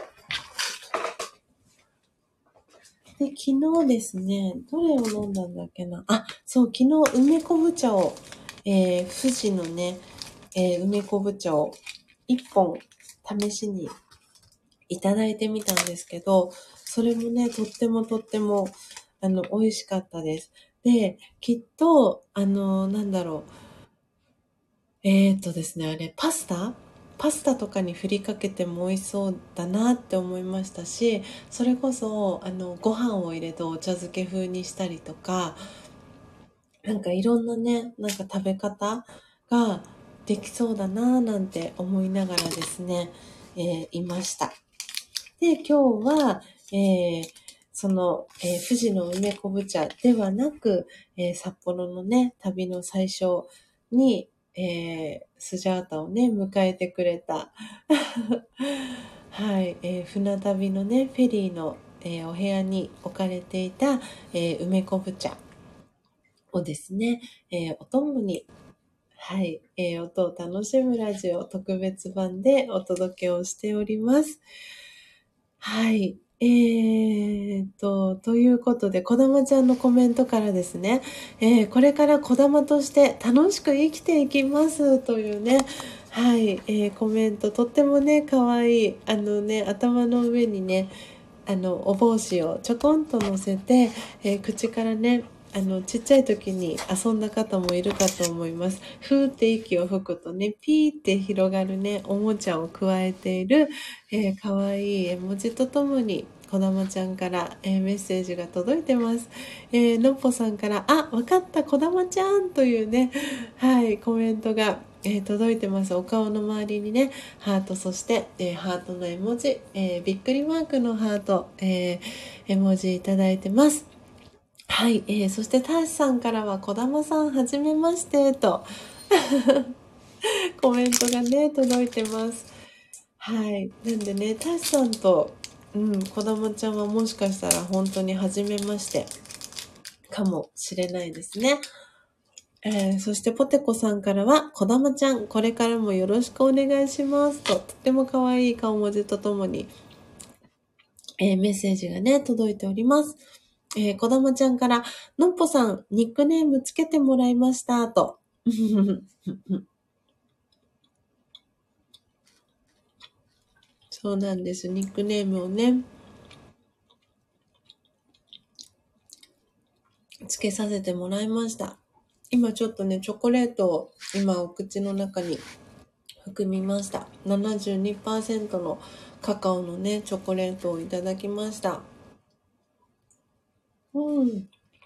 で、昨日ですね、どれを飲んだんだっけな。あ、そう、昨日、梅昆布茶を、えー、富士のね、えー梅昆布茶をいっぽん試しにいただいてみたんですけど、それもね、とってもとっても、あの、美味しかったです。で、きっと、あの、なんだろう、えーとですね、あれ、パスタパスタとかに振りかけても美味しそうだなって思いましたし、それこそ、あの、ご飯を入れてお茶漬け風にしたりとか、なんかいろんなね、なんか食べ方ができそうだなぁなんて思いながらですね、えーいました。で、今日は、えーその、えー富士の梅昆布茶ではなく、えー札幌のね、旅の最初に、えースジャータをね、迎えてくれた、はい、えー船旅のね、フェリーの、えーお部屋に置かれていた、えー梅昆布茶をですね、えーお供に、はい、えー音を楽しむラジオ特別版でお届けをしております。はい。 えーっと、ということで、こだまちゃんのコメントからですね、えーこれからこだまとして楽しく生きていきますというね、はい、えーコメント、とってもね、かわいい。あのね、頭の上にね、あの、お帽子をちょこんと乗せて、えー口からね、あの、ちっちゃい時に遊んだ方もいるかと思います。ふーって息を吹くとね、ピーって広がるね、おもちゃを加えている、えー、かわいい絵文字とともに、こだまちゃんから、えーメッセージが届いてます。えーのっぽさんから、あ、わかった、こだまちゃんというね、はい、コメントが、えー届いてます。お顔の周りにね、ハート、そして、えーハートの絵文字、えーびっくりマークのハート、えー絵文字いただいてます。はい、えーそしてターシさんからは、こだまさんはじめましてとコメントがね届いてます。はい、なんでね、ターシさんと、うん、こだまちゃんはもしかしたら本当にはじめましてかもしれないですね。えーそしてポテコさんからは、こだまちゃんこれからもよろしくお願いしますと、とっても可愛い顔文字とともに、えーメッセージがね届いております。えー、こだまちゃんから、のっぽさん、ニックネームつけてもらいました、と。そうなんです。ニックネームをね、つけさせてもらいました。今ちょっとね、チョコレートを今お口の中に含みました。ななじゅうにパーセント のカカオのね、チョコレートをいただきました。うん。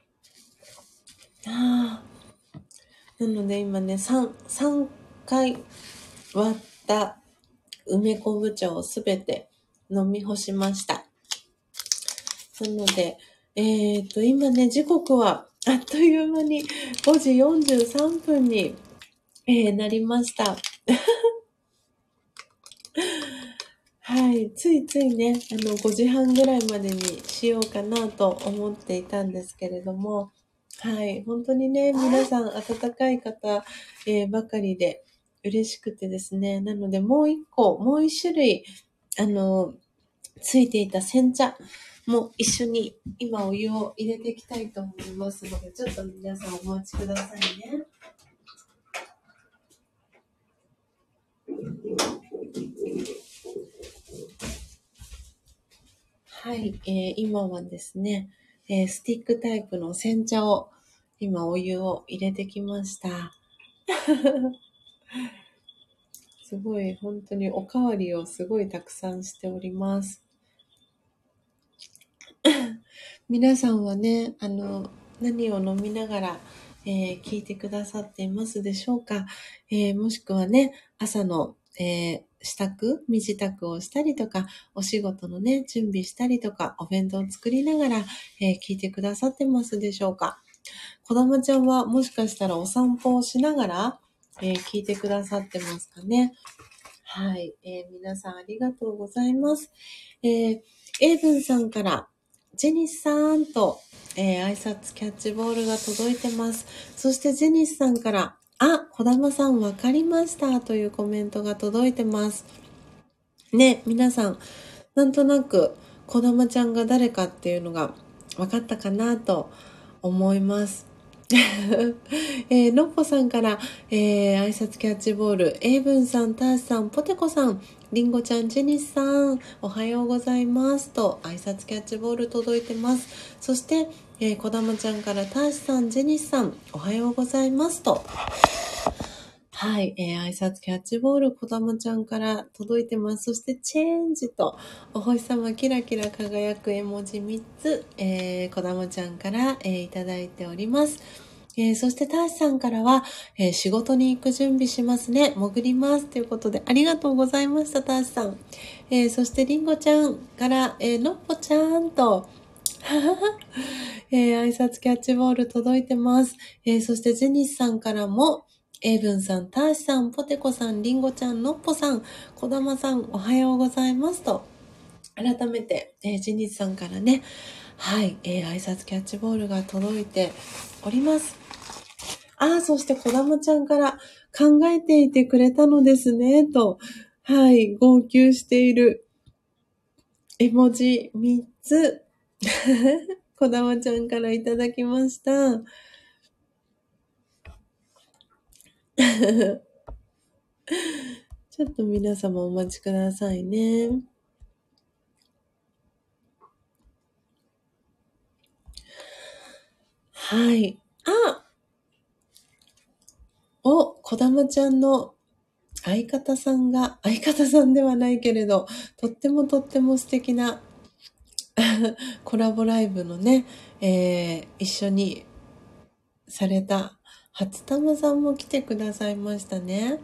ああ。なので今ね、さん、さんかい割った梅昆布茶をすべて飲み干しました。なので、えっと、今ね、時刻はあっという間にごじよんじゅうさんぷんに、えーなりました。はい。ついついね、あの、ごじはんぐらいまでにしようかなと思っていたんですけれども、はい。本当にね、皆さん温かい方、えーばかりで嬉しくてですね。なので、もう一個、もう一種類、あの、ついていた煎茶も一緒に今お湯を入れていきたいと思いますので、ちょっと皆さんお待ちくださいね。はい、えー今はですね、えースティックタイプの煎茶を、今お湯を入れてきました。すごい、本当におかわりをすごいたくさんしております。皆さんはね、あの、何を飲みながら、えー聞いてくださっていますでしょうか。えーもしくはね、朝の、えー支度、身支度をしたりとか、お仕事のね、準備したりとか、お弁当を作りながら、えー聞いてくださってますでしょうか。こだまちゃんはもしかしたらお散歩をしながら、えー聞いてくださってますかね。はい、えー皆さんありがとうございます。えー、エイブンさんから、ジェニスさんと、えー挨拶キャッチボールが届いてます。そしてジェニスさんから、あ、こだまさんわかりましたというコメントが届いてます。ね、皆さん、なんとなく、こだまちゃんが誰かっていうのが分かったかなと思います。えー、のっぽさんから、えー、挨拶キャッチボール、エイブンさん、ターシさん、ポテコさん、リンゴちゃん、ジェニスさん、おはようございますと、挨拶キャッチボール届いてます。そして、えー、こだまちゃんからターシさん、ジェニスさん、おはようございますと、はい、えー、挨拶キャッチボール、こだまちゃんから届いてます。そして、チェンジと、お星様キラキラ輝く絵文字みっつ、えー、こだまちゃんから、えー、いただいております。えー、そして、ターシさんからは、えー、仕事に行く準備しますね。潜ります。ということで、ありがとうございました、ターシさん。えー、そして、りんごちゃんから、えー、のっぽちゃんと、えー、挨拶キャッチボール届いてます。えー、そして、ジェニスさんからも、エイブンさん、ターシさん、ポテコさん、リンゴちゃん、のっぽさん、こだまさん、おはようございますと、改めて、えー、ジェニスさんからね、はい、えー、挨拶キャッチボールが届いております。ああ、そしてこだまちゃんから考えていてくれたのですね、と、はい、号泣している、 絵文字みっつ、こだまちゃんからいただきました。ちょっと皆様お待ちくださいね。はい。あお、こだまちゃんの相方さんが、相方さんではないけれど、とってもとっても素敵なコラボライブのね、えー、一緒にされた初玉さんも来てくださいましたね。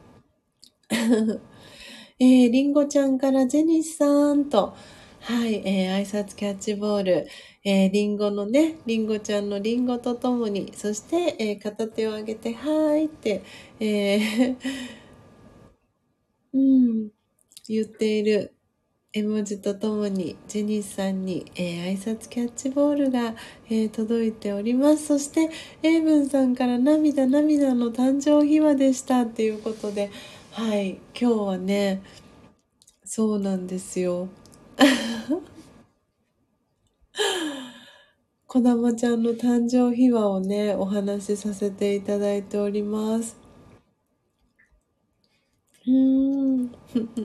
えー、りんごちゃんからジェニスさんと、はい、えー、挨拶キャッチボール、えー、りんごのね、りんごちゃんのりんごとともに、そして、えー、片手を上げて、はーいって、えーうん、言っている絵文字とともに、ジェニスさんに、えー、挨拶キャッチボールが、えー、届いております。そして、エイブンさんから涙涙の誕生秘話でしたっていうことで、はい、今日はね、そうなんですよ。こだまちゃんの誕生秘話をね、お話しさせていただいております。うーん。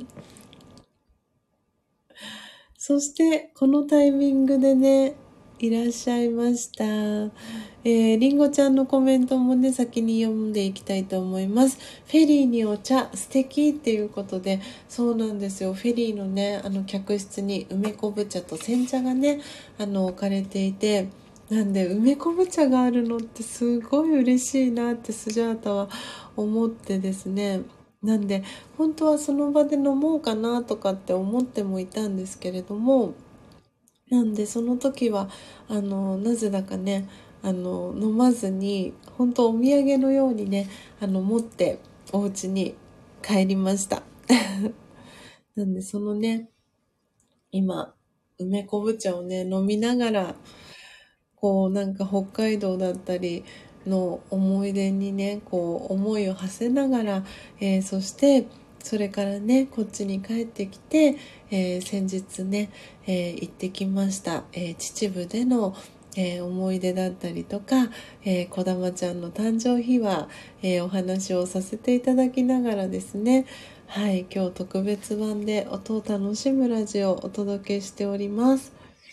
そして、このタイミングでね、いらっしゃいました。えー、りんごちゃんのコメントもね、先に読んでいきたいと思います。フェリーにお茶、素敵っていうことで、そうなんですよ。フェリーのね、あの客室に梅昆布茶と煎茶がね、あの置かれていて、なんで梅昆布茶があるのってすごい嬉しいなってスジャータは思ってですね。なんで本当はその場で飲もうかなとかって思ってもいたんですけれども、なんでその時はあのなぜだかね、あの飲まずに本当お土産のようにね、あの持ってお家に帰りました。なんでそのね、今梅昆布茶をね飲みながら、こうなんか北海道だったりの思い出にね、こう思いを馳せながら、えーそしてそれからねこっちに帰ってきて、えー先日ね、えー行ってきました、えー秩父での、えー思い出だったりとか、えー、こだまちゃんの誕生日は、えーお話をさせていただきながらですね、はい、今日特別版で音を楽しむラジオをお届けしております。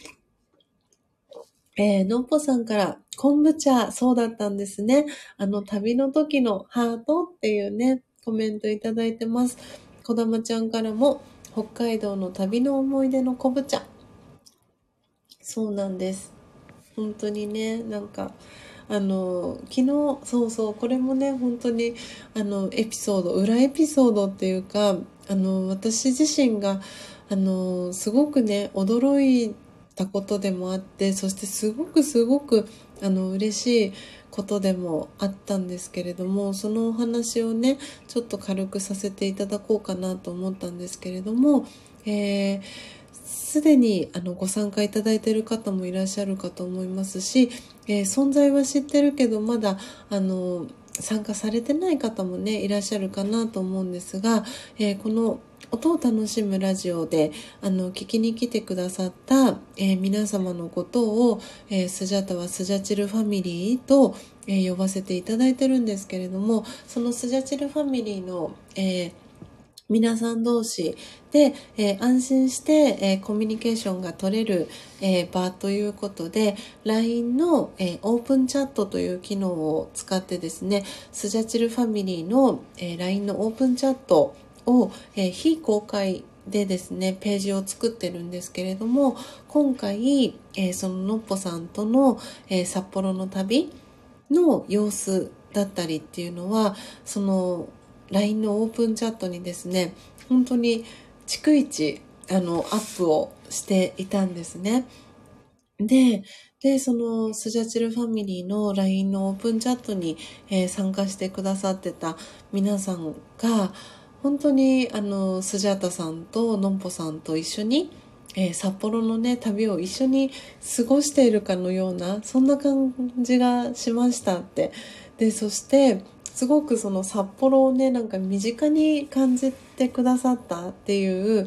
えー、のっぽさんから、昆布茶、そうだったんですね。あの、旅の時のハートっていうね、コメントいただいてます。こだまちゃんからも、北海道の旅の思い出の昆布茶。そうなんです。本当にね、なんか、あの、昨日、そうそう、これもね、本当に、あの、エピソード、裏エピソードっていうか、あの、私自身が、あの、すごくね、驚いたことでもあって、そしてすごくすごく、あの、嬉しいことでもあったんですけれども、そのお話をね、ちょっと軽くさせていただこうかなと思ったんですけれども、えーすでにあのご参加いただいている方もいらっしゃるかと思いますし、えー存在は知ってるけどまだあの参加されてない方もねいらっしゃるかなと思うんですが、えーこの音を楽しむラジオであの聞きに来てくださった、えー皆様のことを、えースジャタはスジャチルファミリーと、えー呼ばせていただいてるんですけれども、そのスジャチルファミリーの、えー皆さん同士で、えー安心して、えーコミュニケーションが取れる、えー場ということで ライン の、えーオープンチャットという機能を使ってですね、スジャチルファミリーの、えー ライン のオープンチャットを、えー非公開でですねページを作ってるんですけれども、今回、えーそののっぽさんとの、えー札幌の旅の様子だったりっていうのは、その ライン のオープンチャットにですね、本当に逐一あのアップをしていたんですね。で、で、そのスジャチルファミリーの ライン のオープンチャットに、えー参加してくださってた皆さんが、本当にあのスジャータさんとのんぽさんと一緒に、えー札幌のね旅を一緒に過ごしているかのような、そんな感じがしましたって。で、そしてすごくその札幌をねなんか身近に感じてくださったっていう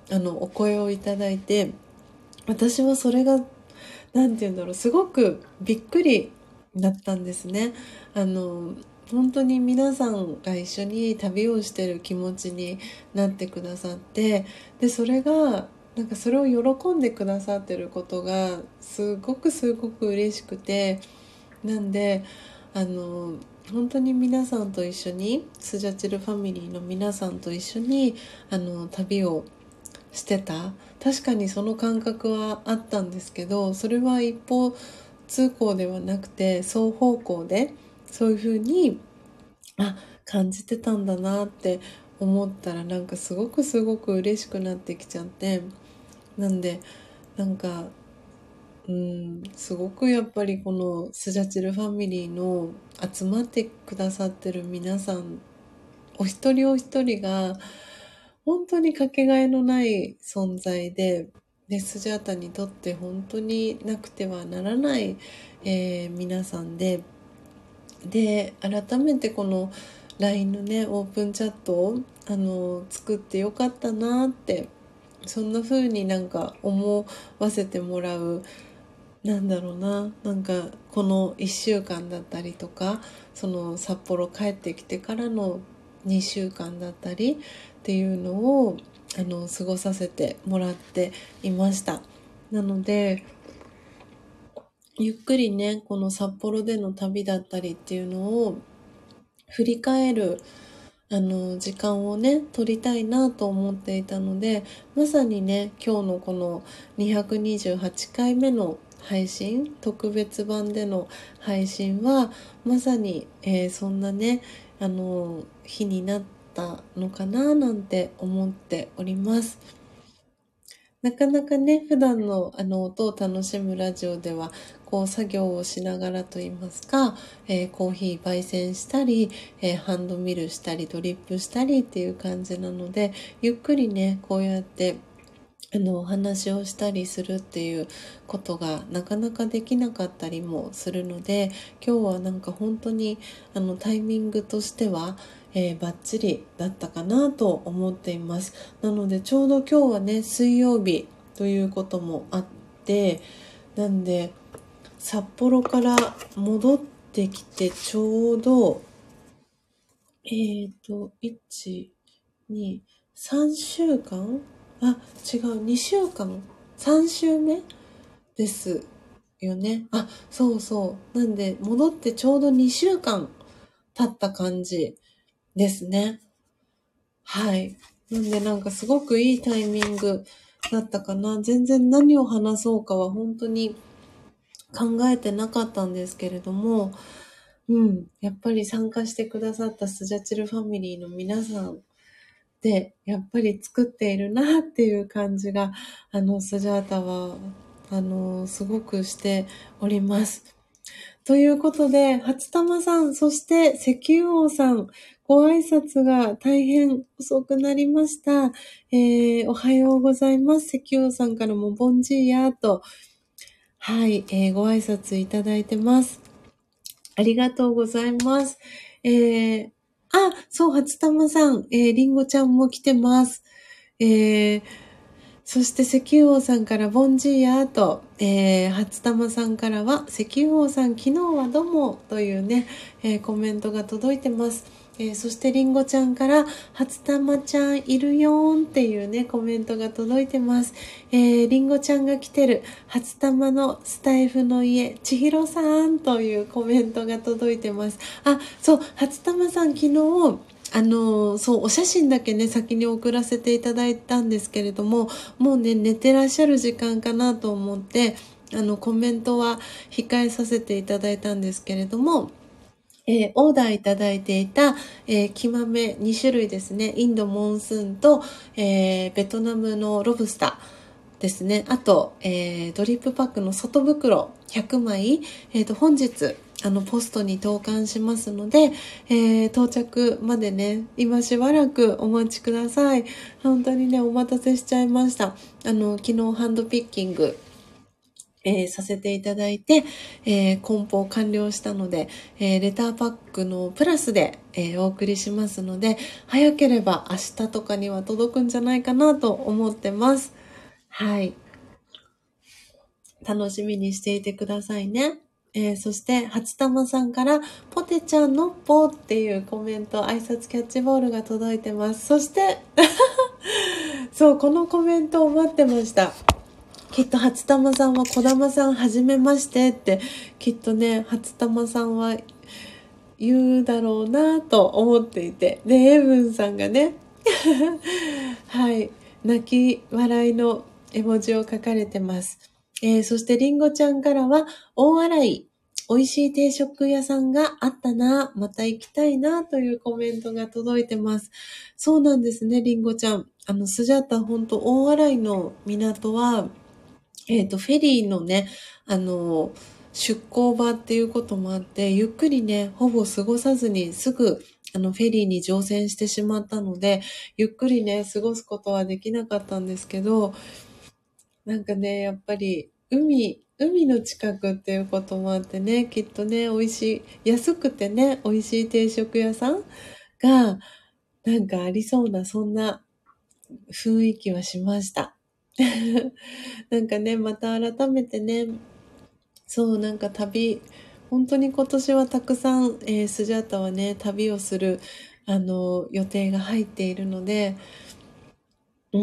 あのお声をいただいて、私はそれがなんて言うんだろう、すごくびっくりだったんですね。あの本当に皆さんが一緒に旅をしてる気持ちになってくださって、でそれがなんかそれを喜んでくださってることがすごくすごく嬉しくて、なんであの本当に皆さんと一緒に、スジャチルファミリーの皆さんと一緒にあの旅をしてた。確かにその感覚はあったんですけど、それは一方通行ではなくて双方向でそういう風にあ感じてたんだなって思ったら、なんかすごくすごく嬉しくなってきちゃって、なんでなんかうんすごくやっぱりこのスジャチルファミリーの集まってくださってる皆さんお一人お一人が本当にかけがえのない存在で、でスジャータにとって本当になくてはならない、えー皆さんで、で改めてこの ライン のねオープンチャットをあの作ってよかったなって、そんな風になんか思わせてもらう、なんだろうな、なんかこのいっしゅうかんだったりとか、その札幌帰ってきてからのにしゅうかんだったりっていうのをあの過ごさせてもらっていました。なのでゆっくりねこの札幌での旅だったりっていうのを振り返るあの時間をね取りたいなと思っていたので、まさにね今日のこのにひゃくにじゅうはちかいめの配信、特別版での配信はまさに、えーそんなねあの日になったのかななんて思っております。なかなかね、普段のあの音を楽しむラジオでは、こう作業をしながらといいますか、えーコーヒー焙煎したり、えーハンドミルしたり、ドリップしたりっていう感じなので、ゆっくりね、こうやってあのお話をしたりするっていうことがなかなかできなかったりもするので、今日はなんか本当にあのタイミングとしては、えー、バッチリだったかなと思っています。なのでちょうど今日はね水曜日ということもあって、なんで札幌から戻ってきてちょうどえーといち、に、さんしゅうかんあ、違う、にしゅうかん ?さん 週目ですよね。あ、そうそう。なんで、戻ってちょうどにしゅうかん経った感じですね。はい。なんで、なんかすごくいいタイミングだったかな。全然何を話そうかは本当に考えてなかったんですけれども、うん。やっぱり参加してくださったスジャチルファミリーの皆さんで、やっぱり作っているなっていう感じが、あの、スジャータは、あの、すごくしております。ということで、初玉さん、そして石油王さん、ご挨拶が大変遅くなりました。えー、おはようございます。石油王さんからもボンジーヤーと、はい、えー、ご挨拶いただいてます。ありがとうございます。えー、あ、そう、初玉さん、えー、りんごちゃんも来てます。えー、そして石油王さんからボンジーヤーと、えー、初玉さんからは石油王さん昨日はどうもというね、えー、コメントが届いてます。えー、そしてりんごちゃんから初玉ちゃんいるよーんっていうねコメントが届いてます。えー、りんごちゃんが来てる初玉のスタイフの家ちひろさんというコメントが届いてます。あ、そう、初玉さん昨日あのそうお写真だけね先に送らせていただいたんですけれども、もうね寝てらっしゃる時間かなと思ってあのコメントは控えさせていただいたんですけれども、えーオーダーいただいていた、えー、木豆に種類ですね、インドモンスーンと、えーベトナムのロブスターですね。あと、えードリップパックの外袋ひゃくまい、えーと本日あのポストに投函しますので、えー到着までね今しばらくお待ちください。本当にねお待たせしちゃいました。あの昨日ハンドピッキングえーさせていただいて、えー梱包完了したので、えーレターパックのプラスで、えーお送りしますので、早ければ明日とかには届くんじゃないかなと思ってます。はい。楽しみにしていてくださいね。えーそして、初玉さんから、ポテちゃんのっぽっていうコメント、挨拶キャッチボールが届いてます。そして、そう、このコメントを待ってました。きっと初玉さんは小玉さんはじめましてって、きっとね、初玉さんは言うだろうなと思っていて。で、エイブンさんがね、はい、泣き笑いの絵文字を書かれてます。えー、そしてりんごちゃんからは、大洗、美味しい定食屋さんがあったな、また行きたいなというコメントが届いてます。そうなんですね、りんごちゃん。あの、スジャータ、本当大洗の港は、えっと、フェリーのね、あの、出港場っていうこともあって、ゆっくりね、ほぼ過ごさずにすぐ、あの、フェリーに乗船してしまったので、ゆっくりね、過ごすことはできなかったんですけど、なんかね、やっぱり、海、海の近くっていうこともあってね、きっとね、美味しい、安くてね、美味しい定食屋さんが、なんかありそうな、そんな雰囲気はしました。なんかね、また改めてね、そう、なんか旅、本当に今年はたくさん、えースジャータはね、旅をする、あの、予定が入っているので、うん、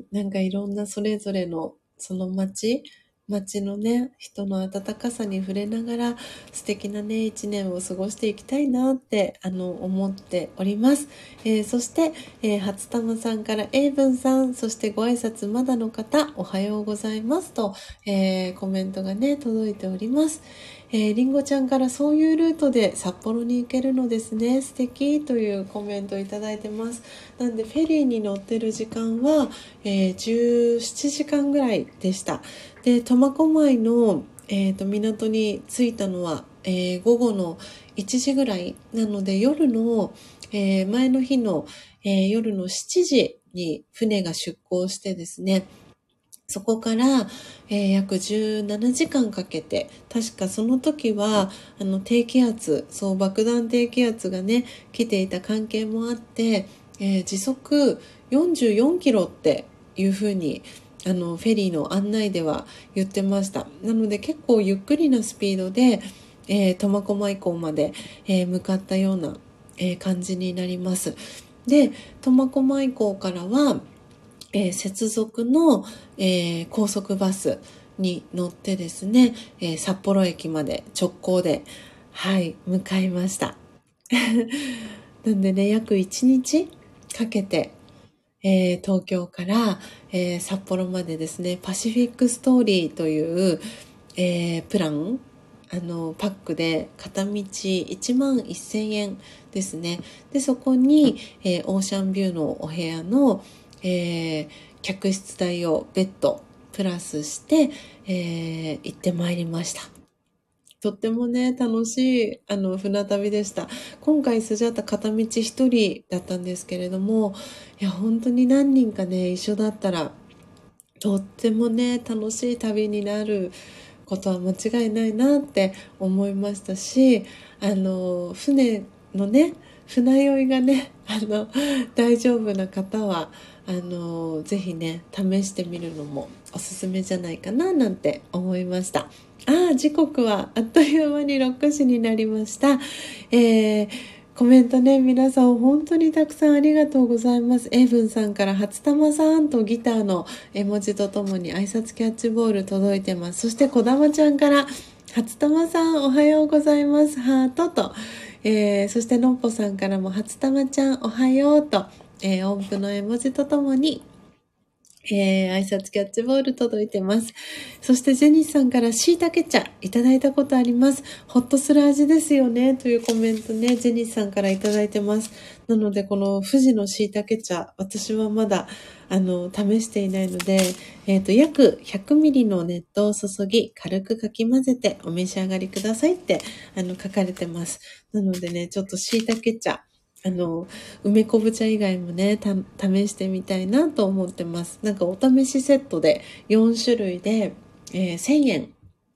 なんかいろんなそれぞれの、その街、街のね、人の温かさに触れながら、素敵なね、一年を過ごしていきたいなって、あの、思っております。えーそして、えー初玉さんから、エイブンさん、そしてご挨拶まだの方、おはようございますと、えーコメントがね、届いております。えー、りんごちゃんからそういうルートで札幌に行けるのですね。素敵というコメントをいただいてます。なんでフェリーに乗ってる時間は、えー、じゅうななじかんぐらいでした。で、苫小牧の、えー、と港に着いたのは、えー午後のいちじぐらいなので、夜の、えー前の日の、えー夜のしちじに船が出港してですね、そこから、えー約じゅうななじかんかけて、確かその時は、あの、低気圧、そう、爆弾低気圧がね、来ていた関係もあって、えー時速よんじゅうよんキロっていう風に、あの、フェリーの案内では言ってました。なので結構ゆっくりなスピードで、えー苫小牧港まで、えー向かったような、えー感じになります。で、苫小牧港からは、えー接続の、えー高速バスに乗ってですね、えー札幌駅まで直行で、はい、向かいました。なんでね、約いちにちかけて、えー東京から、えー札幌までですね、パシフィックストーリーという、えープラン、あの、パックで片道いちまんせんえんですね。で、そこに、えーオーシャンビューのお部屋の、えー客室代を別途プラスして、えー行ってまいりました。とってもね、楽しい、あの、船旅でした。今回、スジャータ片道一人だったんですけれども、いや、本当に何人かね、一緒だったら、とってもね、楽しい旅になることは間違いないなって思いましたし、あの、船のね、船酔いがね、あの、大丈夫な方は、あの、ぜひね、試してみるのもおすすめじゃないかななんて思いました。ああ、時刻はあっという間にろくじになりました。えーコメントね、皆さん本当にたくさんありがとうございます。エイブンさんから初玉さんとギターの絵文字とともに挨拶キャッチボール届いてます。そして小玉ちゃんから初玉さんおはようございます。ハートと、えー、そしてのっぽさんからも初玉ちゃんおはようと、えー、音符の絵文字とともにえー、挨拶キャッチボール届いてます。そしてジェニスさんから椎茸茶いただいたことあります。ホッとする味ですよねというコメントね、ジェニスさんからいただいてます。なのでこの富士の椎茸茶、私はまだあの試していないので、えっと約 ひゃくミリ の熱湯を注ぎ軽くかき混ぜてお召し上がりくださいってあの書かれてます。なのでね、ちょっと椎茸茶あの、梅昆布茶以外もね、た試してみたいなと思ってます。なんかお試しセットでよんしゅるいで、えーせんえん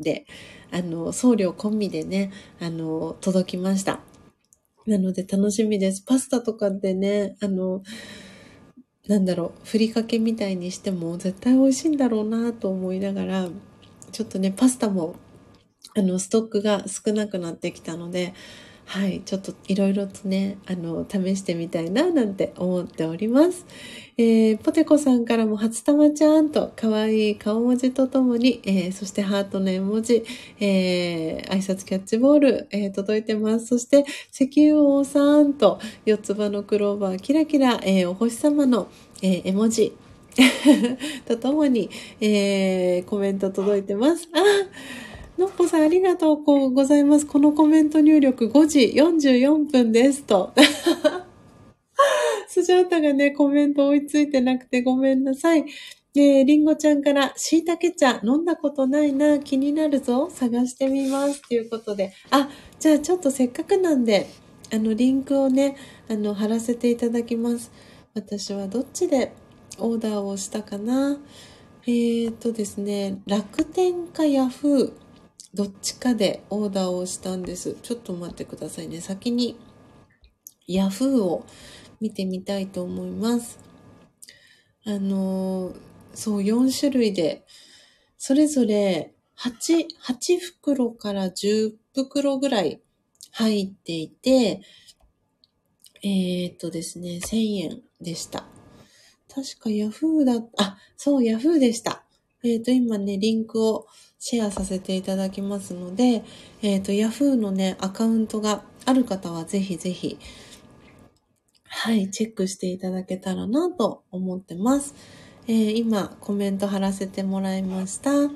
で、あの、送料込みでね、あの、届きました。なので楽しみです。パスタとかでね、あの、なんだろう、ふりかけみたいにしても絶対美味しいんだろうなと思いながら、ちょっとね、パスタも、あの、ストックが少なくなってきたので、はい、ちょっといろいろとね、あの、試してみたいな、なんて思っております。えー、ポテコさんからも、初玉ちゃんと、可愛い顔文字とともに、えー、そしてハートの絵文字、えー、挨拶キャッチボール、えー、届いてます。そして、石油王さんと、四つ葉のクローバー、キラキラ、えー、お星様の、えー、絵文字、とともに、えー、コメント届いてます。あのっぽさんありがとうございます。このコメント入力ごじよんじゅうよんぷんですと。スジャータがね、コメント追いついてなくてごめんなさい。えー、りんごちゃんから、しいたけ茶飲んだことないな、気になるぞ、探してみます。ということで。あ、じゃあちょっとせっかくなんで、あの、リンクをね、あの、貼らせていただきます。私はどっちでオーダーをしたかな。えーとですね、楽天かヤフー、どっちかでオーダーをしたんです。ちょっと待ってくださいね。先にヤフーを見てみたいと思います。あのー、そう、よん種類で、それぞれ8、はち袋からじゅっ袋ぐらい入っていて、えーっとですね、せんえんでした。確かヤフーだ、あ、そう、ヤフーでした。えーっと、今ね、リンクをシェアさせていただきますので、えーっと、ヤフーのね、アカウントがある方はぜひぜひ、はい、チェックしていただけたらなと思ってます。えー、今、コメント貼らせてもらいました。はい。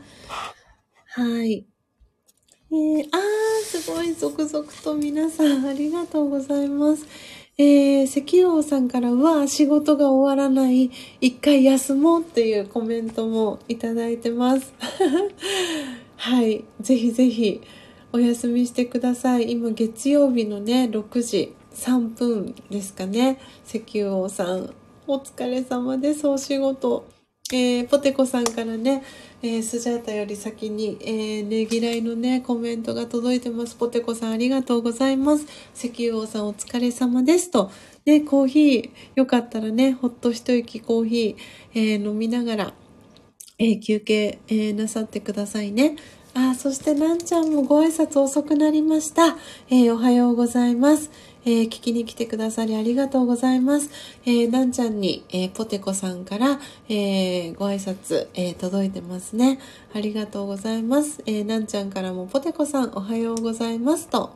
えー、あー、すごい、続々と皆さんありがとうございます。えー、石油王さんからは仕事が終わらない、一回休もうっていうコメントもいただいてます。はい、ぜひぜひお休みしてください。今月曜日のね、ろくじさんぷんですかね。石油王さん、お疲れ様です、お仕事。えー、ポテコさんからね、えー、スジャータより先に、えー、ねぎらいのね、コメントが届いてます。ポテコさんありがとうございます。石油王さんお疲れ様ですと。ね、コーヒー、よかったらね、ほっと一息コーヒー、えー、飲みながら、えー、休憩、えー、なさってくださいね。あ、そしてなんちゃんもご挨拶遅くなりました。えー、おはようございます。えー、聞きに来てくださりありがとうございます。えー、なんちゃんに、えー、ポテコさんから、えー、ご挨拶、えー、届いてますね。ありがとうございます。えー、なんちゃんからもポテコさんおはようございますと。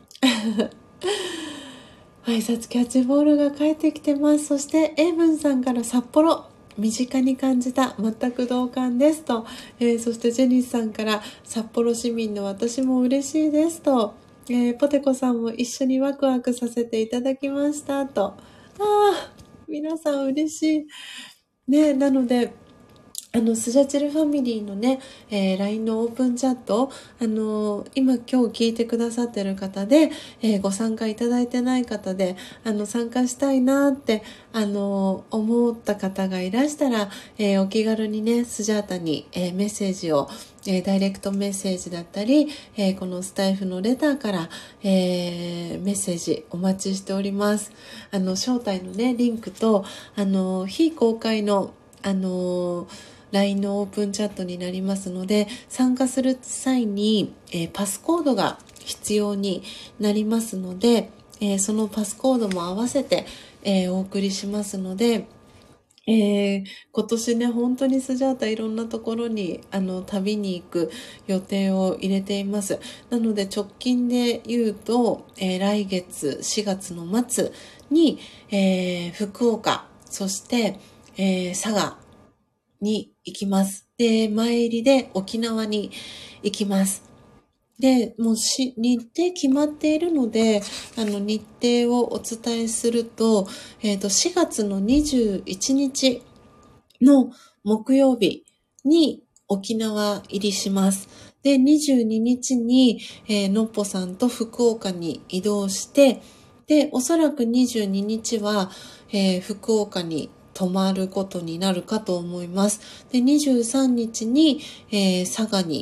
挨拶キャッチボールが返ってきてます。そして、エイブンさんから札幌。身近に感じた、全く同感ですと、えー、そしてジェニスさんから札幌市民の私も嬉しいですと、えー、ポテコさんも一緒にワクワクさせていただきましたと。ああ、皆さん嬉しいね。なのであの、スジャチルファミリーのね、えー、ライン のオープンチャット、あのー、今今日聞いてくださってる方で、えー、ご参加いただいてない方で、あの、参加したいなって、あのー、思った方がいらしたら、えー、お気軽にね、スジャータに、えー、メッセージを、えー、ダイレクトメッセージだったり、えー、このスタイフのレターから、えー、メッセージお待ちしております。あの、招待のね、リンクと、あの、非公開の、あの、ライン のオープンチャットになりますので、参加する際に、えー、パスコードが必要になりますので、えー、そのパスコードも合わせて、えー、お送りしますので、えー、今年ね、本当にスジャータいろんなところに、あの、旅に行く予定を入れています。なので、直近で言うと、えー、来月しがつの末に、えー、福岡、そして、えー、佐賀に行きます。で、前入りで沖縄に行きます。で、もうし、日程決まっているので、あの、日程をお伝えすると、えっと、しがつのにじゅういちにちの木曜日に沖縄入りします。で、にじゅうににちに、えー、のっぽさんと福岡に移動して、で、おそらくにじゅうににちは、えー、福岡に泊まることになるかと思います。で、にじゅうさんにちに、えー、佐賀に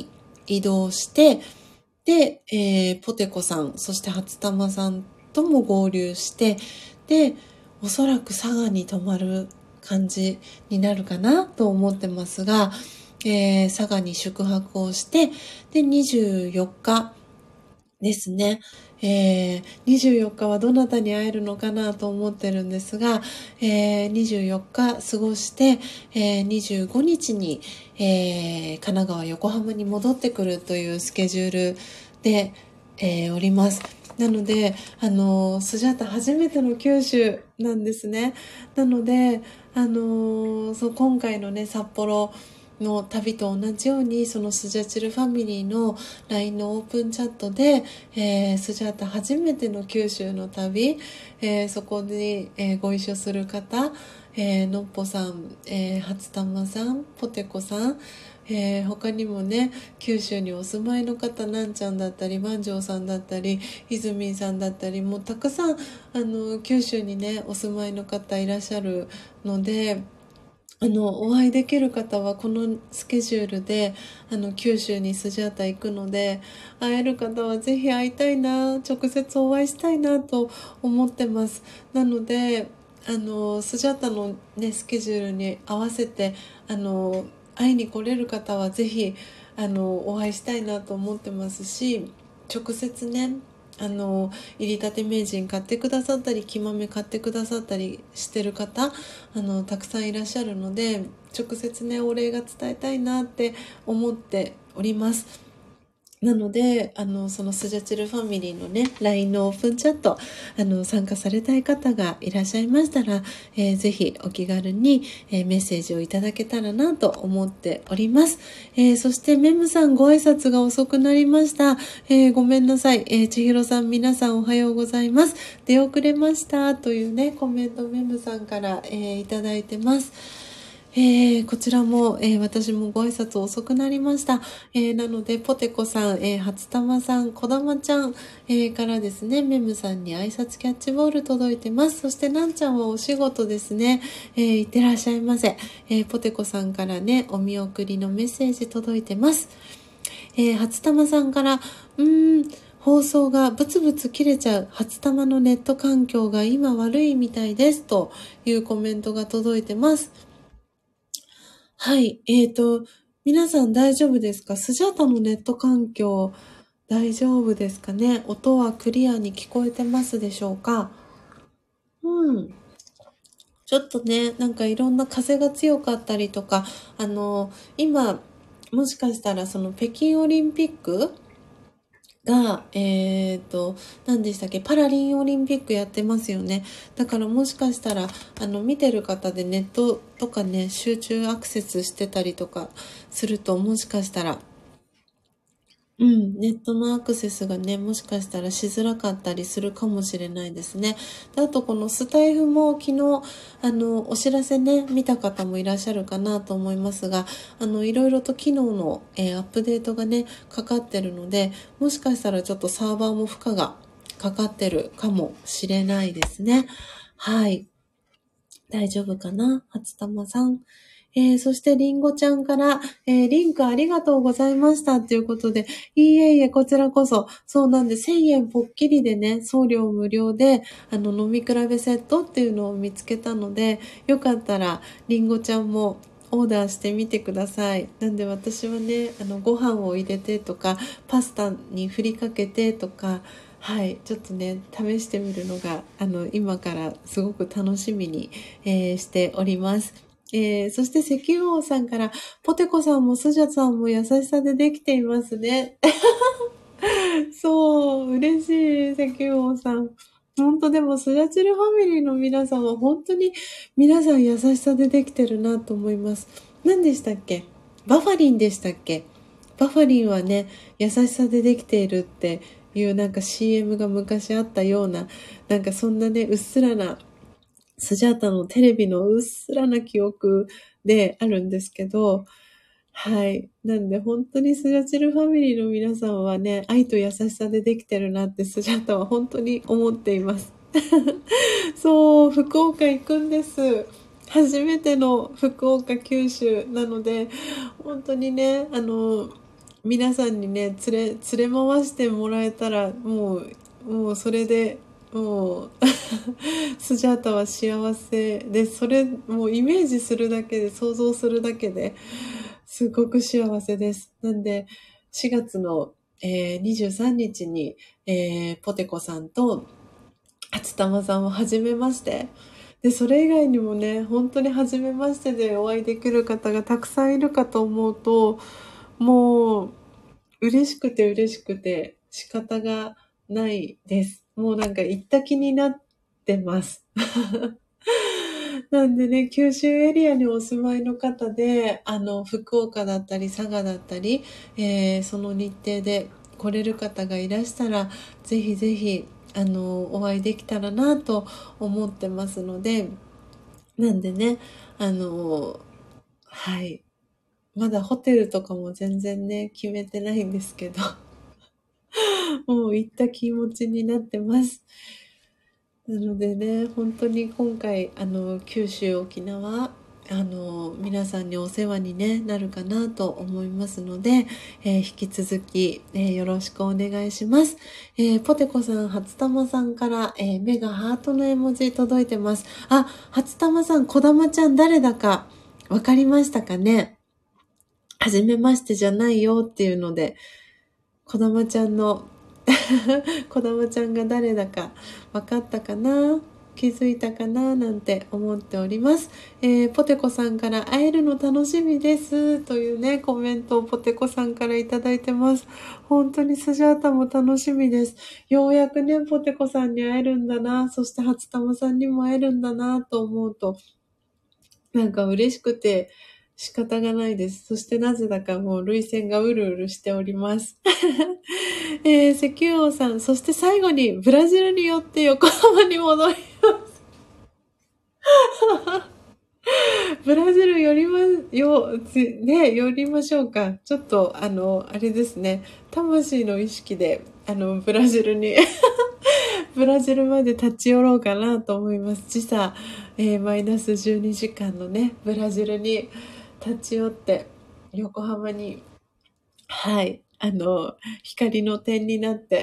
移動して、で、えー、ポテコさん、そして初玉さんとも合流して、で、おそらく佐賀に泊まる感じになるかなと思ってますが、えー、佐賀に宿泊をして、で、にじゅうよっかですね。えー、にじゅうよっかはどなたに会えるのかなと思ってるんですが、えー、にじゅうよっか過ごして、えー、にじゅうごにちに、えー、神奈川横浜に戻ってくるというスケジュールで、えー、おります。なので、あの、スジャータ初めての九州なんですね。なので、あの、そう、今回のね、札幌の旅と同じように、そのスジャチルファミリーの ライン のオープンチャットで、えー、スジャータ初めての九州の旅、えー、そこに、えー、ご一緒する方、えー、のっぽさん、えー、初玉さん、ポテコさん、えー、他にもね、九州にお住まいの方、なんちゃんだったり、万丈さんだったり、いずみんさんだったり、もうたくさん、あの、九州にね、お住まいの方いらっしゃるので、あの、お会いできる方はこのスケジュールで、あの、九州にスジャータ行くので、会える方はぜひ会いたいな、直接お会いしたいなと思ってます。なので、あの、スジャータのね、スケジュールに合わせて、あの、会いに来れる方はぜひ、あの、お会いしたいなと思ってますし、直接ね、あの入りたて名人買ってくださったり、木豆買ってくださったりしてる方、あのたくさんいらっしゃるので、直接ねお礼が伝えたいなって思っております。なので、あの、そのスジャチルファミリーのね、ライン のオープンチャット、あの、参加されたい方がいらっしゃいましたら、えー、ぜひお気軽に、えー、メッセージをいただけたらなと思っております。えー、そして、メムさんご挨拶が遅くなりました。えー、ごめんなさい。えー、千尋さん、皆さんおはようございます。出遅れました。というね、コメントメムさんから、えー、いただいてます。えー、こちらも、えー、私もご挨拶遅くなりました。えー、なので、ポテコさん、えー、初玉さん、こだまちゃん、えー、からですね、メムさんに挨拶キャッチボール届いてます。そして、なんちゃんはお仕事ですね。えー、いってらっしゃいませ。えー、ポテコさんからね、お見送りのメッセージ届いてます。えー、初玉さんから、うーん、放送がブツブツ切れちゃう初玉のネット環境が今悪いみたいですというコメントが届いてます。はい。えーと、皆さん大丈夫ですか？スジャータのネット環境大丈夫ですかね？音はクリアに聞こえてますでしょうか？うん。ちょっとね、なんかいろんな風が強かったりとか、あの、今、もしかしたらその北京オリンピックが、えっと、何でしたっけ、パラリンオリンピックやってますよね。だからもしかしたら、あの、見てる方でネットとかね、集中アクセスしてたりとかすると、もしかしたら、うん、ネットのアクセスがね、もしかしたらしづらかったりするかもしれないですね。であと、このスタイフも昨日、あの、お知らせね、見た方もいらっしゃるかなと思いますが、あの、いろいろと機能の、えーアップデートがね、かかってるので、もしかしたらちょっとサーバーも負荷がかかってるかもしれないですね。はい。大丈夫かな初玉さん。えー、そしてりんごちゃんから、えー、リンクありがとうございましたということで、いいえいえ、こちらこそ、そうなんでせんえんぽっきりでね、送料無料で、あの、飲み比べセットっていうのを見つけたので、よかったら、りんごちゃんもオーダーしてみてください。なんで私はね、あの、ご飯を入れてとか、パスタに振りかけてとか、はい、ちょっとね、試してみるのが、あの、今からすごく楽しみに、えーしております。えー、そして石油王さんから、ポテコさんもスジャさんも優しさでできていますね。そう、嬉しい、石油王さん。本当でも、スジャチルファミリーの皆さんは本当に皆さん優しさでできてるなと思います。何でしたっけ？バファリンでしたっけ？バファリンはね、優しさでできているっていうなんか シーエム が昔あったような、なんかそんなね、うっすらなスジャータのテレビのうっすらな記憶であるんですけど、はい。なんで本当にスジャチルファミリーの皆さんはね、愛と優しさでできてるなってスジャータは本当に思っています。そう、福岡行くんです。初めての福岡九州なので、本当にね、あの、 皆さんにね、連れ、連れ回してもらえたら、もう、もうそれで、もう、スジャータは幸せで、それ、もうイメージするだけで、想像するだけで、すごく幸せです。なんで、しがつの、えーにじゅうさんにちに、えーポテコさんと、初玉さんをはじめまして。で、それ以外にもね、本当にはじめましてでお会いできる方がたくさんいるかと思うと、もう、嬉しくて嬉しくて仕方がないです。もうなんか行った気になってます。なんでね、九州エリアにお住まいの方で、あの、福岡だったり佐賀だったり、えーその日程で来れる方がいらしたら、ぜひぜひ、あの、お会いできたらなと思ってますので、なんでね、あの、はい。まだホテルとかも全然ね、決めてないんですけど、もう行った気持ちになってます。なのでね、本当に今回、あの、九州、沖縄、あの、皆さんにお世話に、ね、なるかなと思いますので、えー引き続き、えーよろしくお願いします。えーポテコさん、初玉さんから、えー目がハートの絵文字届いてます。あ、初玉さん、こだまちゃん誰だかわかりましたかね？はじめましてじゃないよっていうので、こだまちゃんのこだまちゃんが誰だか分かったかな、気づいたかななんて思っております。えーポテコさんから会えるの楽しみですというね、コメントをポテコさんからいただいてます。本当にスジャータも楽しみです。ようやくね、ポテコさんに会えるんだな、そして初玉さんにも会えるんだなと思うと、なんか嬉しくて仕方がないです。そしてなぜだかもう涙腺がうるうるしております。えー、石油王さん、そして最後にブラジルによって横浜に戻り、ブラジル寄りま、よ、つね、寄りましょうか。ちょっと、あの、あれですね、魂の意識で、あの、ブラジルにブラジルまで立ち寄ろうかなと思います。時差、えーマイナスじゅうにじかんのね、ブラジルに立ち寄って、横浜に、はい、あの、光の点になって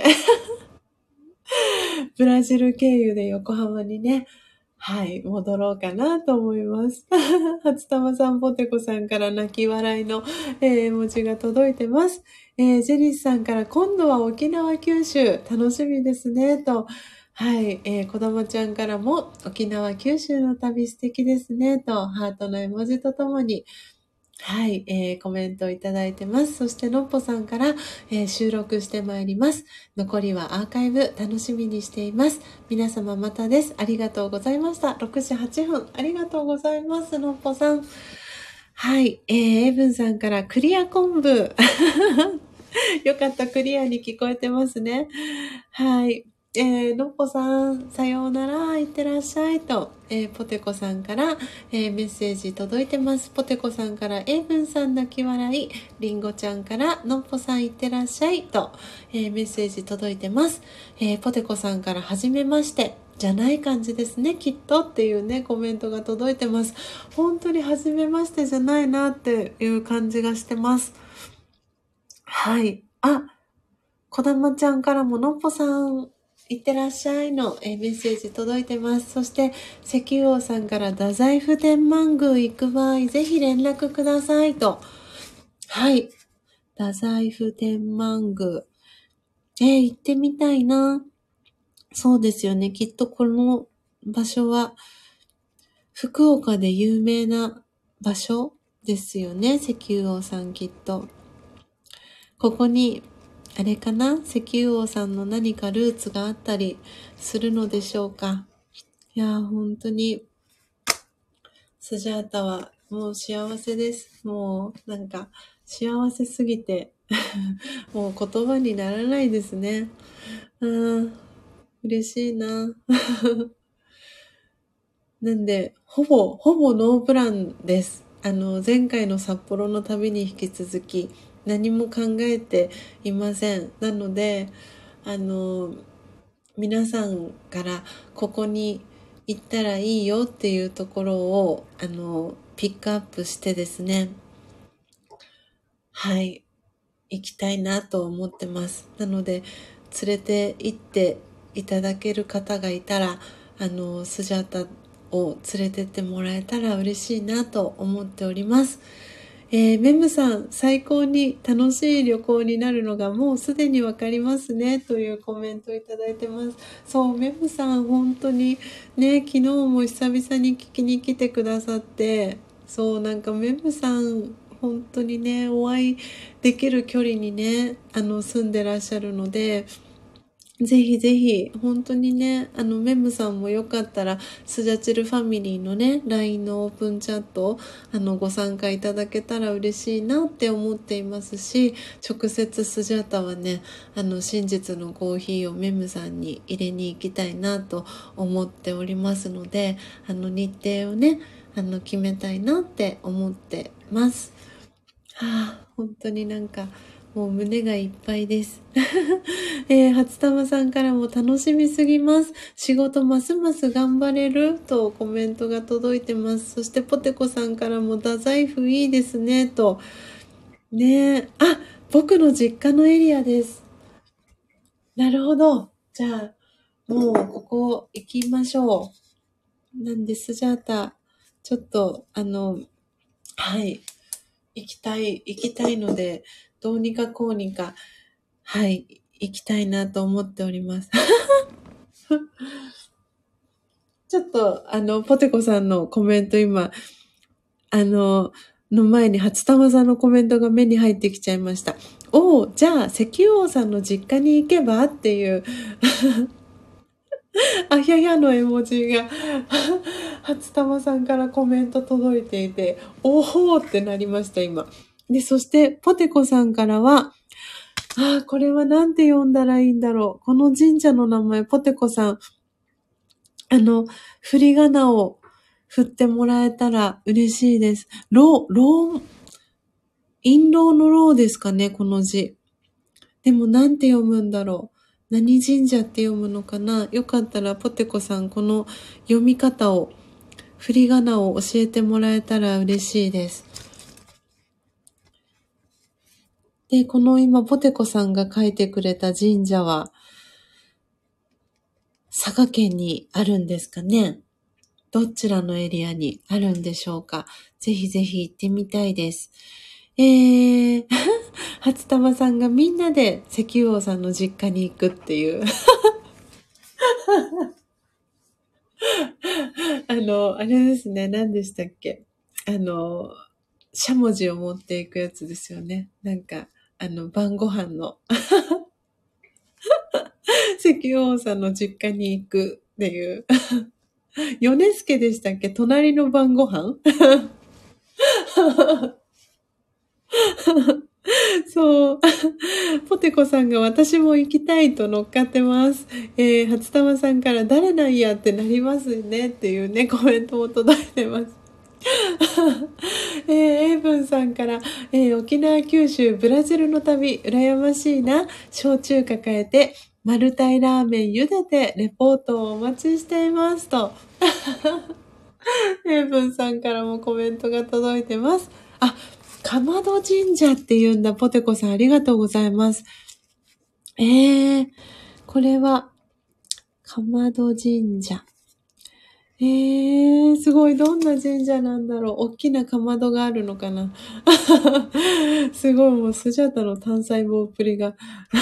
ブラジル経由で横浜にね、はい、戻ろうかなと思います。初玉さん、ポテコさんから泣き笑いの、えー文字が届いてます。えージェニスさんから今度は沖縄九州楽しみですね、と。はい、えー、子供ちゃんからも沖縄九州の旅素敵ですね、と、ハートの絵文字とともに、はい、えーコメントをいただいてます。そして、のっぽさんから、えー収録してまいります。残りはアーカイブ楽しみにしています。皆様またです。ありがとうございました。ろくじはっぷん、ありがとうございます、のっぽさん。はい、えー、エイブンさんからクリア昆布。よかった、クリアに聞こえてますね。はい。えー、のっぽさん、さようなら、いってらっしゃいと、えー、ポテコさんから、えー、メッセージ届いてます。ポテコさんから、エイブンさん泣き笑い、リンゴちゃんから、のっぽさんいってらっしゃいと、えー、メッセージ届いてます。えー、ポテコさんから、はじめまして。じゃない感じですね、きっとっていうね、コメントが届いてます。本当に初めましてじゃないなっていう感じがしてます。はい。あ、こだまちゃんからものっぽさん、いってらっしゃいの、えーメッセージ届いてます。そして、石油王さんから、太宰府天満宮行く場合、ぜひ連絡くださいと。はい。太宰府天満宮。えー行ってみたいな。そうですよね。きっとこの場所は、福岡で有名な場所ですよね。石油王さんきっと。ここに、あれかな、石油王さんの何かルーツがあったりするのでしょうか。いやー、本当に、スジャータはもう幸せです。もう、なんか、幸せすぎて、もう言葉にならないですね。うん、嬉しいな。なんで、ほぼ、ほぼノープランです。あの、前回の札幌の旅に引き続き、何も考えていません。なので、あの、皆さんからここに行ったらいいよっていうところを、あの、ピックアップしてですね。はい。 行きたいなと思ってます。なので、連れて行っていただける方がいたら、あの、スジャータを連れてってもらえたら嬉しいなと思っております。えー、メムさん、最高に楽しい旅行になるのがもうすでにわかりますね、というコメントをいただいてます。そう、メムさん、本当にね、昨日も久々に聞きに来てくださって、そう、なんかメムさん、本当にね、お会いできる距離にね、あの、住んでらっしゃるので、ぜひぜひ、本当にね、あの、メムさんもよかったら、スジャチルファミリーのね、ライン のオープンチャット、あの、ご参加いただけたら嬉しいなって思っていますし、直接スジャタはね、あの、真実のコーヒーをメムさんに入れに行きたいなと思っておりますので、あの、日程をね、あの、決めたいなって思ってます。はあ、本当になんか、もう胸がいっぱいです。えー、初玉さんからも楽しみすぎます。仕事ますます頑張れるとコメントが届いてます。そしてポテコさんからも太宰府いいですねと。ねえ。あ、僕の実家のエリアです。なるほど。じゃあ、もうここ行きましょう。なんでスジャータ、ちょっと、あの、はい。行きたい、行きたいので、どうにかこうにか、はい、行きたいなと思っております。ちょっと、あの、ポテコさんのコメント今、あの、の前に初玉さんのコメントが目に入ってきちゃいました。おお、じゃあ、石油王さんの実家に行けばっていう、あひゃひゃの絵文字が、初玉さんからコメント届いていて、おおってなりました、今。で、そして、ポテコさんからは、ああ、これはなんて読んだらいいんだろう。この神社の名前、ポテコさん、あの、振り仮名を振ってもらえたら嬉しいです。ろう、ろう、陰謀のろうですかね、この字。でもなんて読むんだろう。何神社って読むのかな。よかったらポテコさん、この読み方を、振り仮名を教えてもらえたら嬉しいです。で、この今、ポテコさんが書いてくれた神社は、佐賀県にあるんですかね。どちらのエリアにあるんでしょうか。ぜひぜひ行ってみたいです。えー、初玉さんがみんなで石油王さんの実家に行くっていう。あの、あれですね。何でしたっけ。あの、しゃもじを持っていくやつですよね。なんか、あの、晩ご飯の。石油王さんの実家に行くっていう。米助でしたっけ。隣の晩ご飯そう。ポテコさんが私も行きたいと乗っかってます。えー、初玉さんから誰なんやってなりますねっていうね、コメントも届いてます。えー、エイブンさんから、えー、沖縄、九州、ブラジルの旅、羨ましいな。焼酎抱えて、マルタイラーメン茹でて、レポートをお待ちしていますと。エイブンさんからもコメントが届いてます。あ、かまど神社って言うんだ。ポテコさんありがとうございます。えー、これは、かまど神社。えー、すごい。どんな神社なんだろう。大きなかまどがあるのかな。すごい。もうスジャタの単細胞っぷりが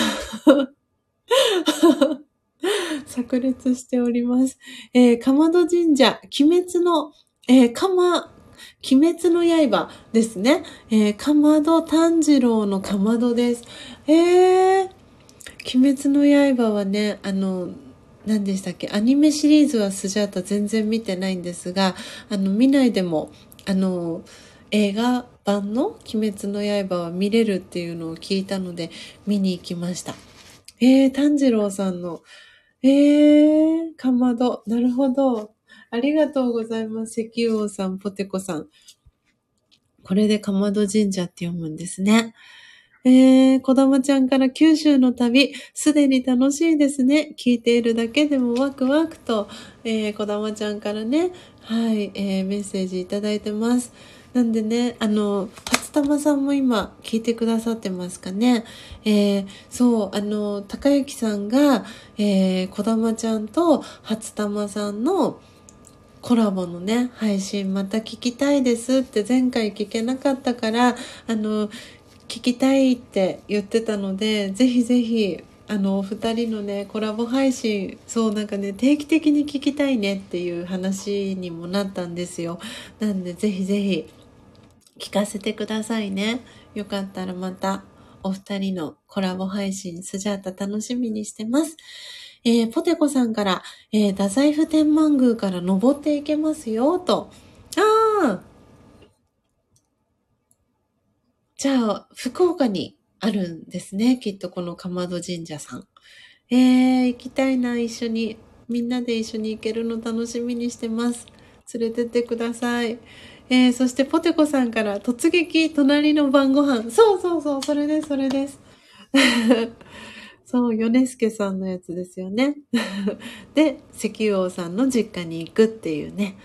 炸裂しております。えー、かまど神社、鬼滅の、えー、かま、鬼滅の刃ですね。えー、かまど炭治郎のかまどです。えー、鬼滅の刃はね、あの、何でしたっけ、アニメシリーズはスジャータ全然見てないんですが、あの、見ないでも、あの、映画版の鬼滅の刃は見れるっていうのを聞いたので、見に行きました。えー、炭治郎さんの、えー、かまど。なるほど。ありがとうございます。石油王さん、ポテコさん。これでかまど神社って読むんですね。えー、こだまちゃんから九州の旅、すでに楽しいですね。聞いているだけでもワクワクと、えー、こだまちゃんからね、はい、えー、メッセージいただいてます。なんでね、あの、初玉さんも今聞いてくださってますかね。えー、そう、あの、高幸さんが、えー、こだまちゃんと初玉さんのコラボのね、配信また聞きたいですって前回聞けなかったから、あの、聞きたいって言ってたので、ぜひぜひ、あの、お二人のね、コラボ配信、そうなんかね、定期的に聞きたいねっていう話にもなったんですよ。なんで、ぜひぜひ、聞かせてくださいね。よかったらまた、お二人のコラボ配信、スジャータ楽しみにしてます。えー、ポテコさんから、えー、太宰府天満宮から登っていけますよ、と。ああ、じゃあ、福岡にあるんですね。きっとこのかまど神社さん。えー、行きたいな、一緒に。みんなで一緒に行けるの楽しみにしてます。連れてってください。えー、そしてポテコさんから、突撃隣の晩ご飯。そうそうそう、それです、それです。そう、米助さんのやつですよね。で、石油王さんの実家に行くっていうね。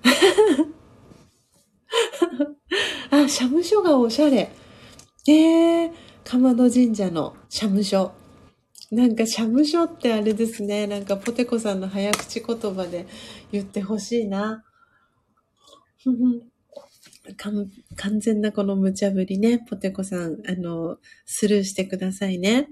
あ、社務所がおしゃれ。えー、かまど神社の社務所。なんか社務所ってあれですね。なんかポテコさんの早口言葉で言ってほしいな。ふふかん完全なこの無茶ぶりね。ポテコさん、あの、スルーしてくださいね。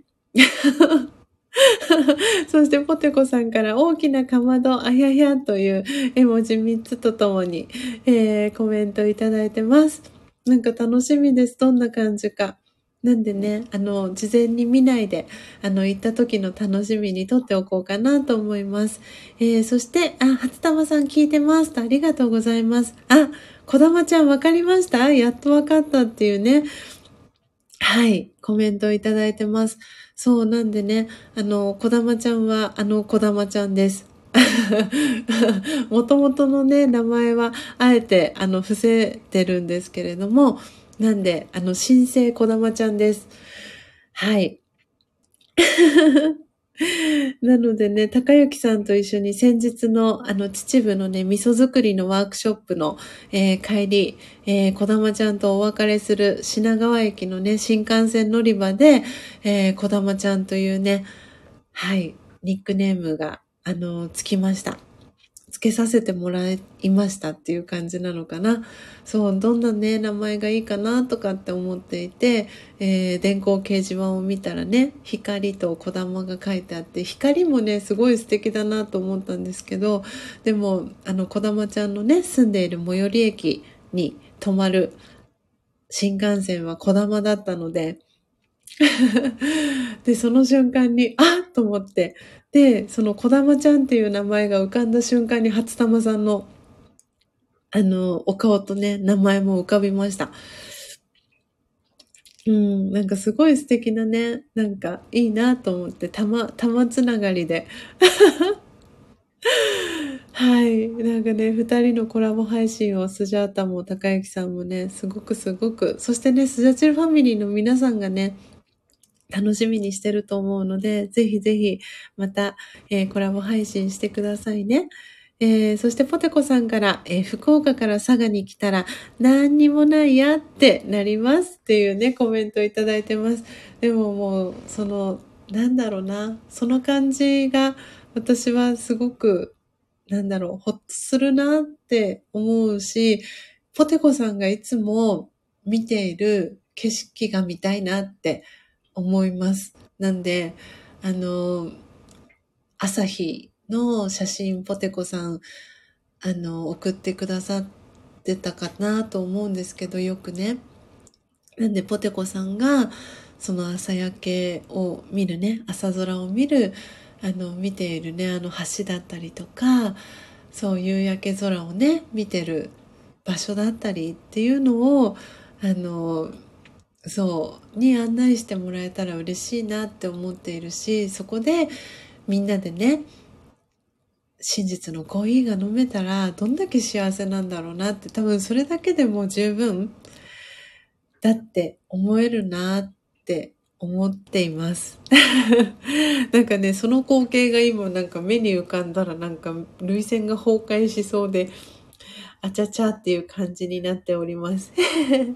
そしてポテコさんから大きなかまどあややという絵文字みっつとともに、えーコメントいただいてます。なんか楽しみです。どんな感じか。なんでね、あの、事前に見ないで、あの、行った時の楽しみにとっておこうかなと思います。えーそして、あ、初玉さん聞いてますとありがとうございます。あ、こだまちゃんわかりました？やっとわかったっていうね。はい、コメントをいただいてます。そうなんでね、あの、こだまちゃんは、あの、こだまちゃんです。もともとのね、名前は、あえて、あの、伏せてるんですけれども、なんで、あの、新生こだまちゃんです。はい。なのでね、高幸さんと一緒に先日のあの秩父のね、味噌作りのワークショップの、えー帰り、えー、こだまちゃんとお別れする品川駅のね、新幹線乗り場で、えー、こだまちゃんというね、はい、ニックネームが、あの、つきました。つけさせてもらいましたっていう感じなのかな。そう、どんなね、名前がいいかなとかって思っていて、えー、電光掲示板を見たらね、光と小玉が書いてあって、光もね、すごい素敵だなと思ったんですけど、でも、あの、小玉ちゃんのね、住んでいる最寄り駅に止まる新幹線は小玉だったので、で、その瞬間に、あっと思って、で、そのこだまちゃんっていう名前が浮かんだ瞬間に初玉さんの、あの、お顔とね、名前も浮かびました。うん、なんかすごい素敵なね、なんかいいなと思って、たま、たまつながりで。はい。なんかね、二人のコラボ配信をスジャータも高幸さんもね、すごくすごく、そしてね、スジャチルファミリーの皆さんがね、楽しみにしてると思うので、ぜひぜひまた、えーコラボ配信してくださいね。えーそしてポテコさんから、えー福岡から佐賀に来たら何にもないやってなりますっていうね、コメントいただいてます。でももう、その、なんだろうな、その感じが私はすごく、なんだろう、ほっとするなって思うし、ポテコさんがいつも見ている景色が見たいなって思います。なんで、あの、朝日の写真ポテコさん、あの、送ってくださってたかなと思うんですけど、よくね。なんでポテコさんが、その朝焼けを見るね、朝空を見る、あの、見ているね、あの橋だったりとか、そう夕焼け空をね、見てる場所だったりっていうのを、あの、そう、に案内してもらえたら嬉しいなって思っているし、そこでみんなでね、真実のコーヒーが飲めたらどんだけ幸せなんだろうなって、多分それだけでも十分だって思えるなって思っています。なんかね、その光景が今なんか目に浮かんだらなんか涙腺が崩壊しそうで、あちゃちゃっていう感じになっております。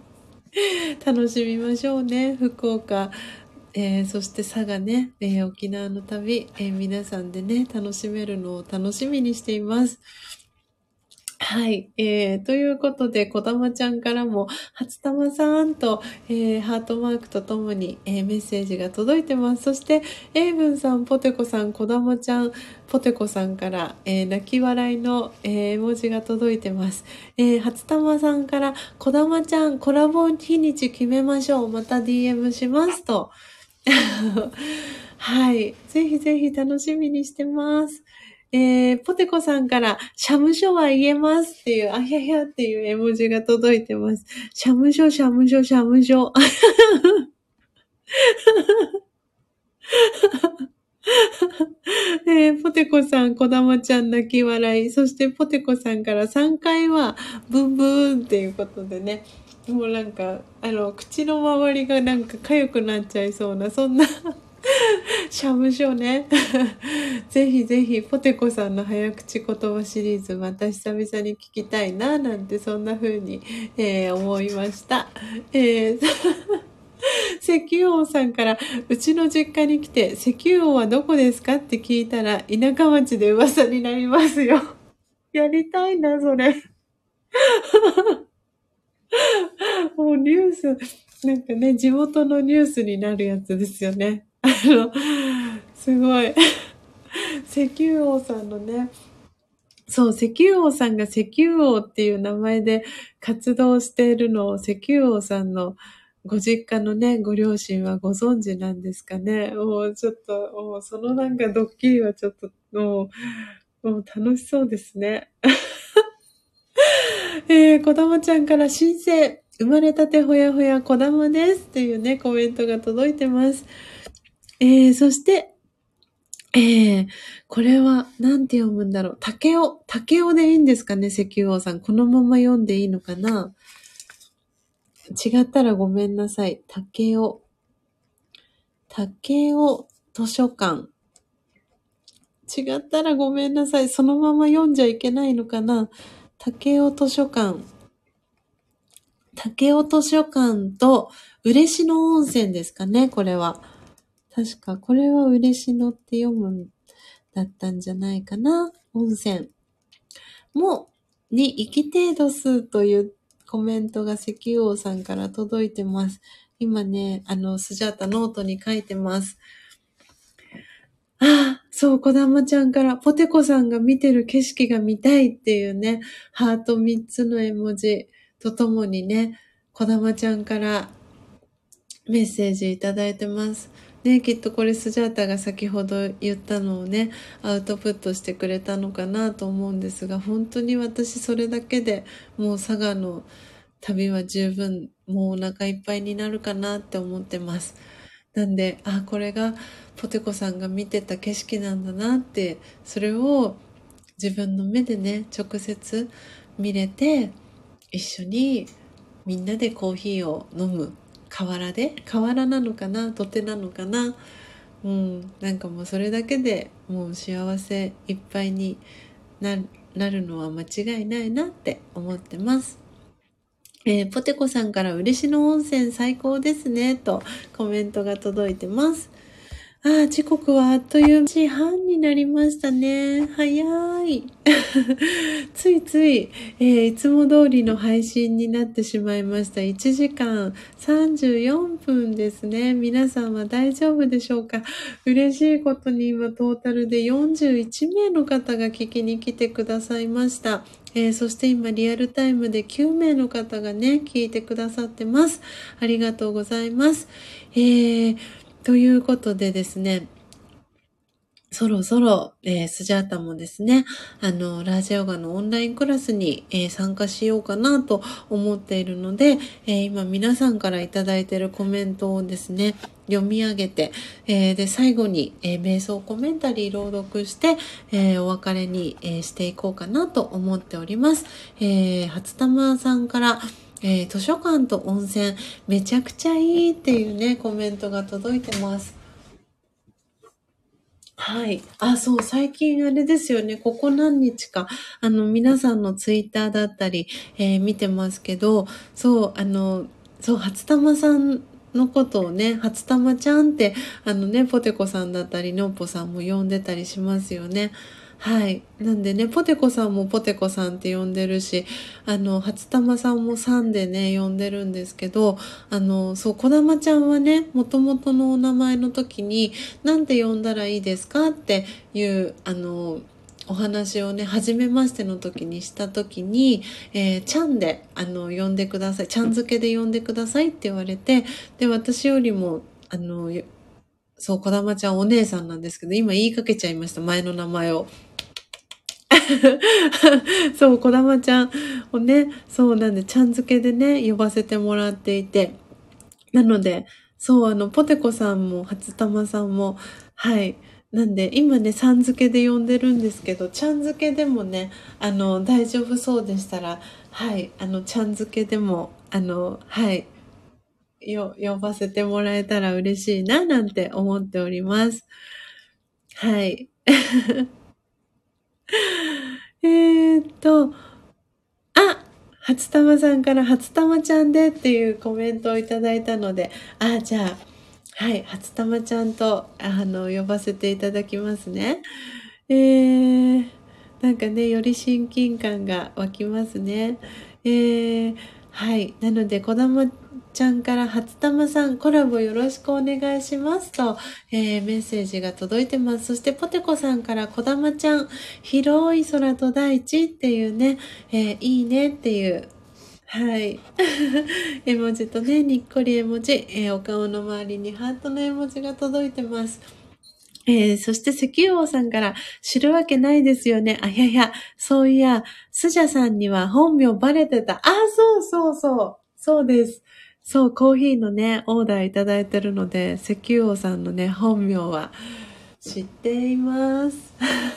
楽しみましょうね。福岡、えー、そして佐賀ね、えー、沖縄の旅、えー、皆さんでね、楽しめるのを楽しみにしています。はい。えー、ということで、こだまちゃんからも、初玉さんと、えー、ハートマークとともに、えー、メッセージが届いてます。そして、エイブンさん、ポテコさん、こだまちゃん、ポテコさんから、えー、泣き笑いの、えー、絵文字が届いてます。えー、初玉さんから、こだまちゃん、コラボ日にち決めましょう。また ディーエム しますと。はい。ぜひぜひ楽しみにしてます。えー、ポテコさんから、シャムショは言えますっていう、あひゃひゃっていう絵文字が届いてます。シャムショ、シャムショ、シャムショ。えー、ポテコさん、こだまちゃん泣き笑い。そしてポテコさんからさんかいは、ブンブーンっていうことでね。もうなんか、あの、口の周りがなんか痒くなっちゃいそうな、そんなしゃぶしょね。ぜひぜひ、ポテコさんの早口言葉シリーズ、また久々に聞きたいな、なんてそんな風に、えー、思いました。えー、石油王さんから、うちの実家に来て、石油王はどこですかって聞いたら、田舎町で噂になりますよ。やりたいな、それ。もうニュース、なんかね、地元のニュースになるやつですよね。あの、すごい。石油王さんのね、そう、石油王さんが石油王っていう名前で活動しているのを石油王さんのご実家のね、ご両親はご存知なんですかね。もうちょっと、もうそのなんかドッキリはちょっと、もう、もう楽しそうですね。えー、こだまちゃんから新生、生まれたてほやほやこだまですっていうね、コメントが届いてます。えー、そして、ええー、これは、なんて読むんだろう。竹雄。竹雄でいいんですかね、石油王さん。このまま読んでいいのかな。違ったらごめんなさい。竹雄。竹雄図書館。違ったらごめんなさい。そのまま読んじゃいけないのかな。竹雄図書館。竹雄図書館と、嬉野温泉ですかね、これは。確か、これは嬉野って読むんだったんじゃないかな。温泉。も、に行き程度数というコメントが石油王さんから届いてます。今ね、あの、スジャータノートに書いてます。ああ、そう、こだまちゃんから、ポテコさんが見てる景色が見たいっていうね、ハートみっつの絵文字とともにね、こだまちゃんからメッセージいただいてます。ね、きっとこれスジャータが先ほど言ったのをね、アウトプットしてくれたのかなと思うんですが、本当に私それだけでもう佐賀の旅は十分もうお腹いっぱいになるかなって思ってます。なんで、あ、これがポテコさんが見てた景色なんだなって、それを自分の目でね、直接見れて、一緒にみんなでコーヒーを飲む。河原で河原なのかな土手なのかな。うん、なんかもうそれだけでもう幸せいっぱいにななるのは間違いないなって思ってます。えー、ポテコさんから嬉野温泉最高ですねとコメントが届いてます。ああ、時刻はあっという間じはんになりましたね。早い。ついつい、えーいつも通りの配信になってしまいました。いちじかんさんじゅうよんぷんですね。皆さんは大丈夫でしょうか。嬉しいことに今トータルでよんじゅういちめいの方が聞きに来てくださいました。えーそして今リアルタイムできゅうめいの方がね、聞いてくださってます。ありがとうございます。えーということでですね、そろそろ、えースジャータもですね、あの、ラージャヨガのオンラインクラスに、えー参加しようかなと思っているので、えー今皆さんからいただいているコメントをですね、読み上げて、えーで、最後に、えー瞑想コメンタリー朗読して、えーお別れに、えーしていこうかなと思っております。えー初玉さんから、えー図書館と温泉めちゃくちゃいいっていうね、コメントが届いてます。はい。あ、そう、最近あれですよね。ここ何日か、あの、皆さんのツイッターだったり、えー見てますけど、そう、あの、 そう、初玉さんのことをね、初玉ちゃんって、あのね、ポテコさんだったり、のっぽさんも呼んでたりしますよね。はい。なんでね、ポテコさんもポテコさんって呼んでるし、あの、初玉さんもさんでね、呼んでるんですけど、あの、そう、こだまちゃんはね、元々のお名前の時に、なんて呼んだらいいですかっていう、あの、お話をね、初めましての時にした時に、えー、ちゃんで、あの、呼んでください。ちゃん付けで呼んでくださいって言われて、で、私よりも、あの、そう、こだまちゃんお姉さんなんですけど、今言いかけちゃいました、前の名前を。そう、こだまちゃんをね、そうなんで、ちゃん付けでね、呼ばせてもらっていて。なので、そう、あの、ポテコさんも、初玉さんも、はい。なんで、今ね、さん付けで呼んでるんですけど、ちゃん付けでもね、あの、大丈夫そうでしたら、はい、あの、ちゃん付けでも、あの、はい、よ、呼ばせてもらえたら嬉しいな、なんて思っております。はい。えーっと、あ、初玉さんから初玉ちゃんでっていうコメントをいただいたので、あ、じゃあ、はい、初玉ちゃんと、あの、呼ばせていただきますね。えー、なんかね、より親近感が湧きますね。えー、はい。なので、こだまちゃんから初玉さんコラボよろしくお願いしますと、えー、メッセージが届いてます。そしてポテコさんからこだまちゃん、広い空と大地っていうね、えー、いいねっていう、はい。絵文字とね、にっこり絵文字、えー、お顔の周りにハートの絵文字が届いてます。えー、そして石油王さんから知るわけないですよね。あ、いやいや、そういや、スジャさんには本名バレてた。あ、そうそうそう。そうです。そう、コーヒーのね、オーダーいただいてるので、石油王さんのね、本名は知っています。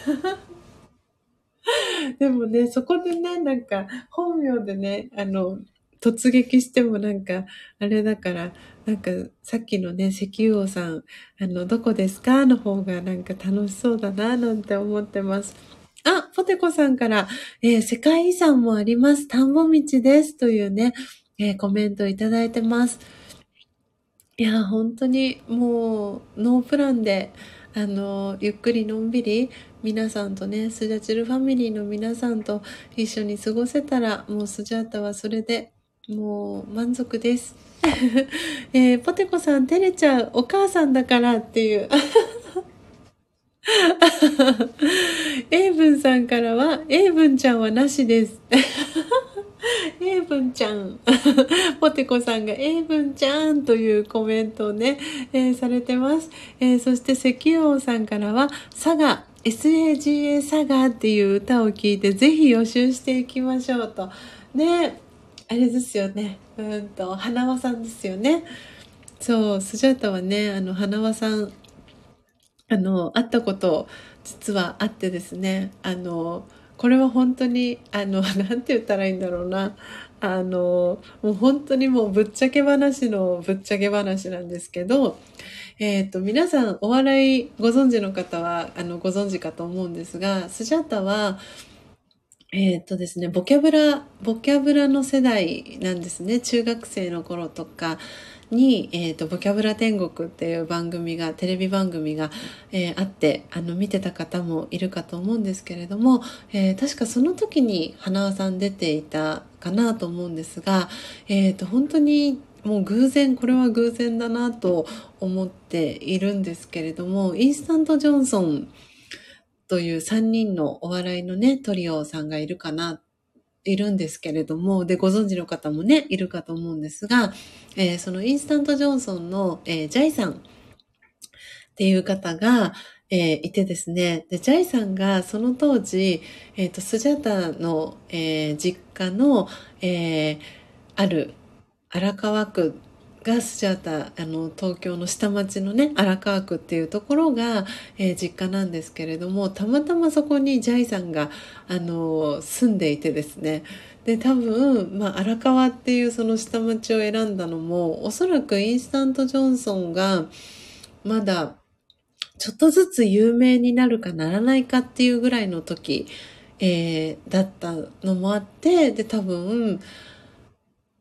でもね、そこでね、なんか、本名でね、あの、突撃してもなんか、あれだから、なんか、さっきのね、石油王さん、あの、どこですかの方がなんか楽しそうだな、なんて思ってます。あ、ポテコさんから、えー世界遺産もあります。田んぼ道です。というね、えーコメントいただいてます。いや、本当にもう、ノープランで、あの、ゆっくりのんびり、皆さんとね、スジャチルファミリーの皆さんと一緒に過ごせたら、もうスジャータはそれでもう満足です。えーポテコさん照れちゃう。お母さんだからっていう。エイブンさんからは、エイブンちゃんはなしです。エイブンちゃん。ポテコさんがエイブンちゃんというコメントをね、えーされてます。えーそして石油王さんからは、サガ、サガ サガっていう歌を聴いてぜひ予習していきましょうと。ね、あれですよね。うんと、花輪さんですよね。そう、スジャータはね、あの、花輪さん、あの、会ったこと実はあってですね、あの、これは本当に、あの、なんて言ったらいいんだろうな。あの、もう本当にもうぶっちゃけ話のぶっちゃけ話なんですけど、えっと、皆さんお笑いご存知の方は、あの、ご存知かと思うんですが、スジャータは、えっとですね、ボキャブラ、ボキャブラの世代なんですね。中学生の頃とかに、えっと、ボキャブラ天国っていう番組が、テレビ番組が、えーあって、あの、見てた方もいるかと思うんですけれども、えー確かその時に花輪さん出ていたかなと思うんですが、えっと、本当にもう偶然、これは偶然だなと思っているんですけれども、インスタントジョンソンというさんにんのお笑いのね、トリオさんがいるかな、いるんですけれども、で、ご存知の方もね、いるかと思うんですが、えーそのインスタントジョンソンの、えージャイさんっていう方が、えーいてですね、で、ジャイさんがその当時、えっと、スジャタの、えー実家の、えーある荒川区がスジャータ、あの、東京の下町のね、荒川区っていうところが、えー実家なんですけれども、たまたまそこにジャイさんが、あの、住んでいてですね、で、多分、まあ、荒川っていうその下町を選んだのも、おそらくインスタントジョンソンが、まだ、ちょっとずつ有名になるかならないかっていうぐらいの時、えーだったのもあって、で、多分、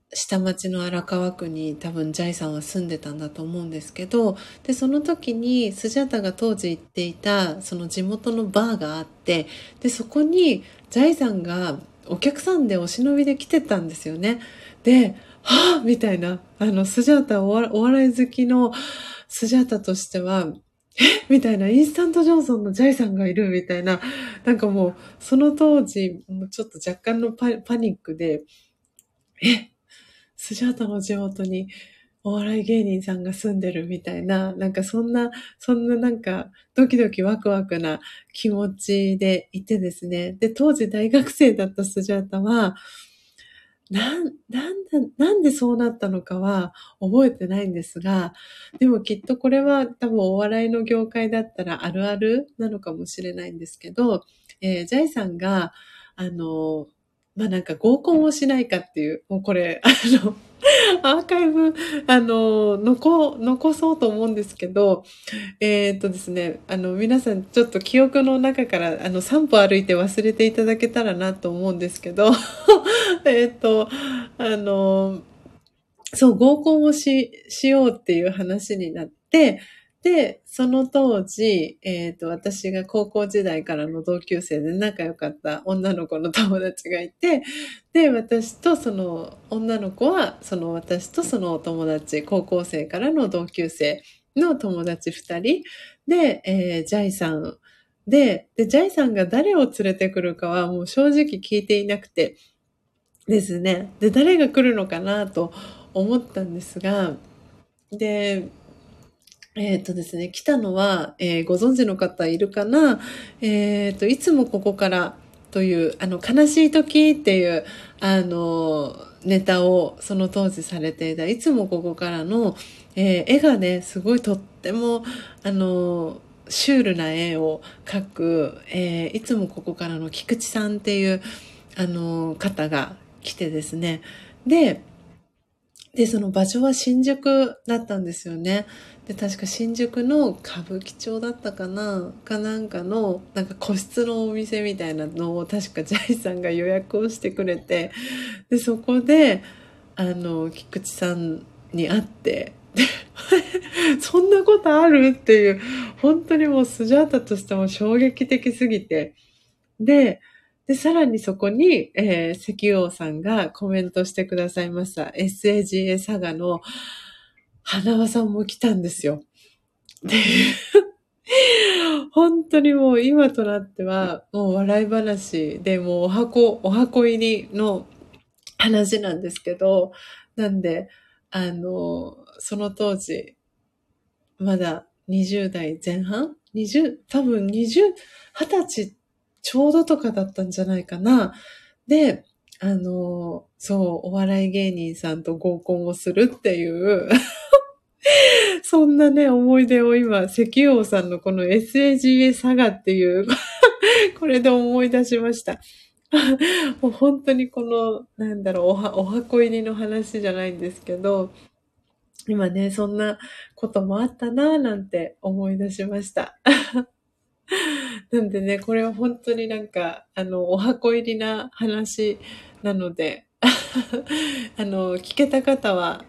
下町の荒川区に多分ジャイさんは住んでたんだと思うんですけど、で、その時にスジャータが当時行っていたその地元のバーがあって、で、そこにジャイさんがお客さんでお忍びで来てたんですよね。で、はぁみたいな、あの、スジャータお笑お笑い好きのスジャータとしては、えみたいな、インスタントジョンソンのジャイさんがいるみたいな、なんかもう、その当時、もうちょっと若干のパパニックで、えスジャータの地元にお笑い芸人さんが住んでるみたいな、なんかそんな、そんななんかドキドキワクワクな気持ちでいてですね。で、当時大学生だったスジャータは、なん、なんだ、なんでそうなったのかは覚えてないんですが、でもきっとこれは多分お笑いの業界だったらあるあるなのかもしれないんですけど、えージャイさんが、あの、まあ、なんか合コンをしないかっていう、もうこれ、あの、アーカイブ、あの、残、残そうと思うんですけど、えーっとですね、あの、皆さんちょっと記憶の中から、あの、散歩歩いて忘れていただけたらなと思うんですけど、えーっと、あの、そう、合コンをし、しようっていう話になって、で、その当時、えっと、私が高校時代からの同級生で仲良かった女の子の友達がいて、で、私とその女の子は、その私とそのお友達、高校生からの同級生の友達二人で、えージャイさんで、で、ジャイさんが誰を連れてくるかはもう正直聞いていなくてですね。で、誰が来るのかなと思ったんですが、で、えっとですね、来たのは、えーご存知の方いるかな。えっと、いつもここからという、あの、悲しい時っていう、あの、ネタをその当時されていた、いつもここからの、えー絵がね、すごいとっても、あの、シュールな絵を描く、えーいつもここからの菊池さんっていう、あの、方が来てですね。で、で、その場所は新宿だったんですよね。で、確か新宿の歌舞伎町だったかなかなんかの、なんか個室のお店みたいなのを確かジャイさんが予約をしてくれて、で、そこで、あの、菊池さんに会って、でそんなことあるっていう、本当にもうスジャータとしても衝撃的すぎて、で、で、さらにそこに、えー、石王さんがコメントしてくださいました。エスエージーエー サガの花輪さんも来たんですよ。で、本当にもう今となっては、もう笑い話で、もうお箱、お箱入りの話なんですけど、なんで、あの、その当時、まだにじゅう代前半 ?にじゅう、多分にじゅう、はたちちょうどとかだったんじゃないかな。で、あの、そう、お笑い芸人さんと合コンをするっていうそんなね、思い出を今、石王さんのこの エスエージーエー サガっていうこれで思い出しました。もう本当にこの、なんだろう、おは、お箱入りの話じゃないんですけど、今ね、そんなこともあったなぁなんて思い出しました。なんでね、これは本当になんか、あの、お箱入りな話なので、あの、聞けた方は、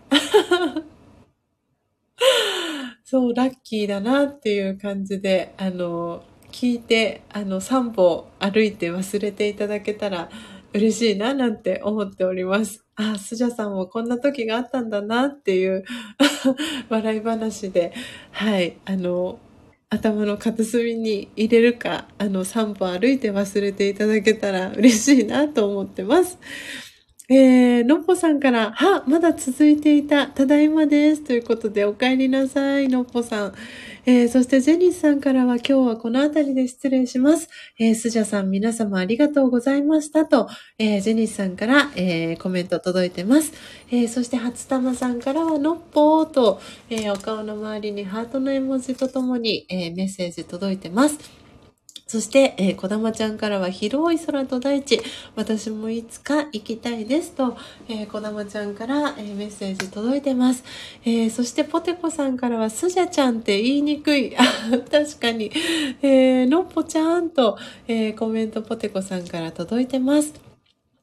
そう、ラッキーだなっていう感じで、あの、聞いて、あの、散歩歩いて忘れていただけたら嬉しいななんて思っております。あ、スジャさんもこんな時があったんだなっていう笑い話で、はい、あの、頭の片隅に入れるか、あの、散歩歩いて忘れていただけたら嬉しいなと思ってます。えー、のっぽさんから、は、まだ続いていた、ただいまです。ということで、お帰りなさい、のっぽさん。えー、そしてジェニスさんからは、今日はこの辺りで失礼します。えー、スジャさん、皆様ありがとうございましたと、えー、ジェニスさんから、えー、コメント届いてます。えー、そして初玉さんからは、のっぽーと、えー、お顔の周りにハートの絵文字とともに、えー、メッセージ届いてます。そして、えー、こだまちゃんからは広い空と大地、私もいつか行きたいですと、えー、こだまちゃんから、えー、メッセージ届いてます。えー、そしてポテコさんからはスジャちゃんって言いにくい。あ、確かに。えー、のっぽちゃんと、えー、コメントポテコさんから届いてます。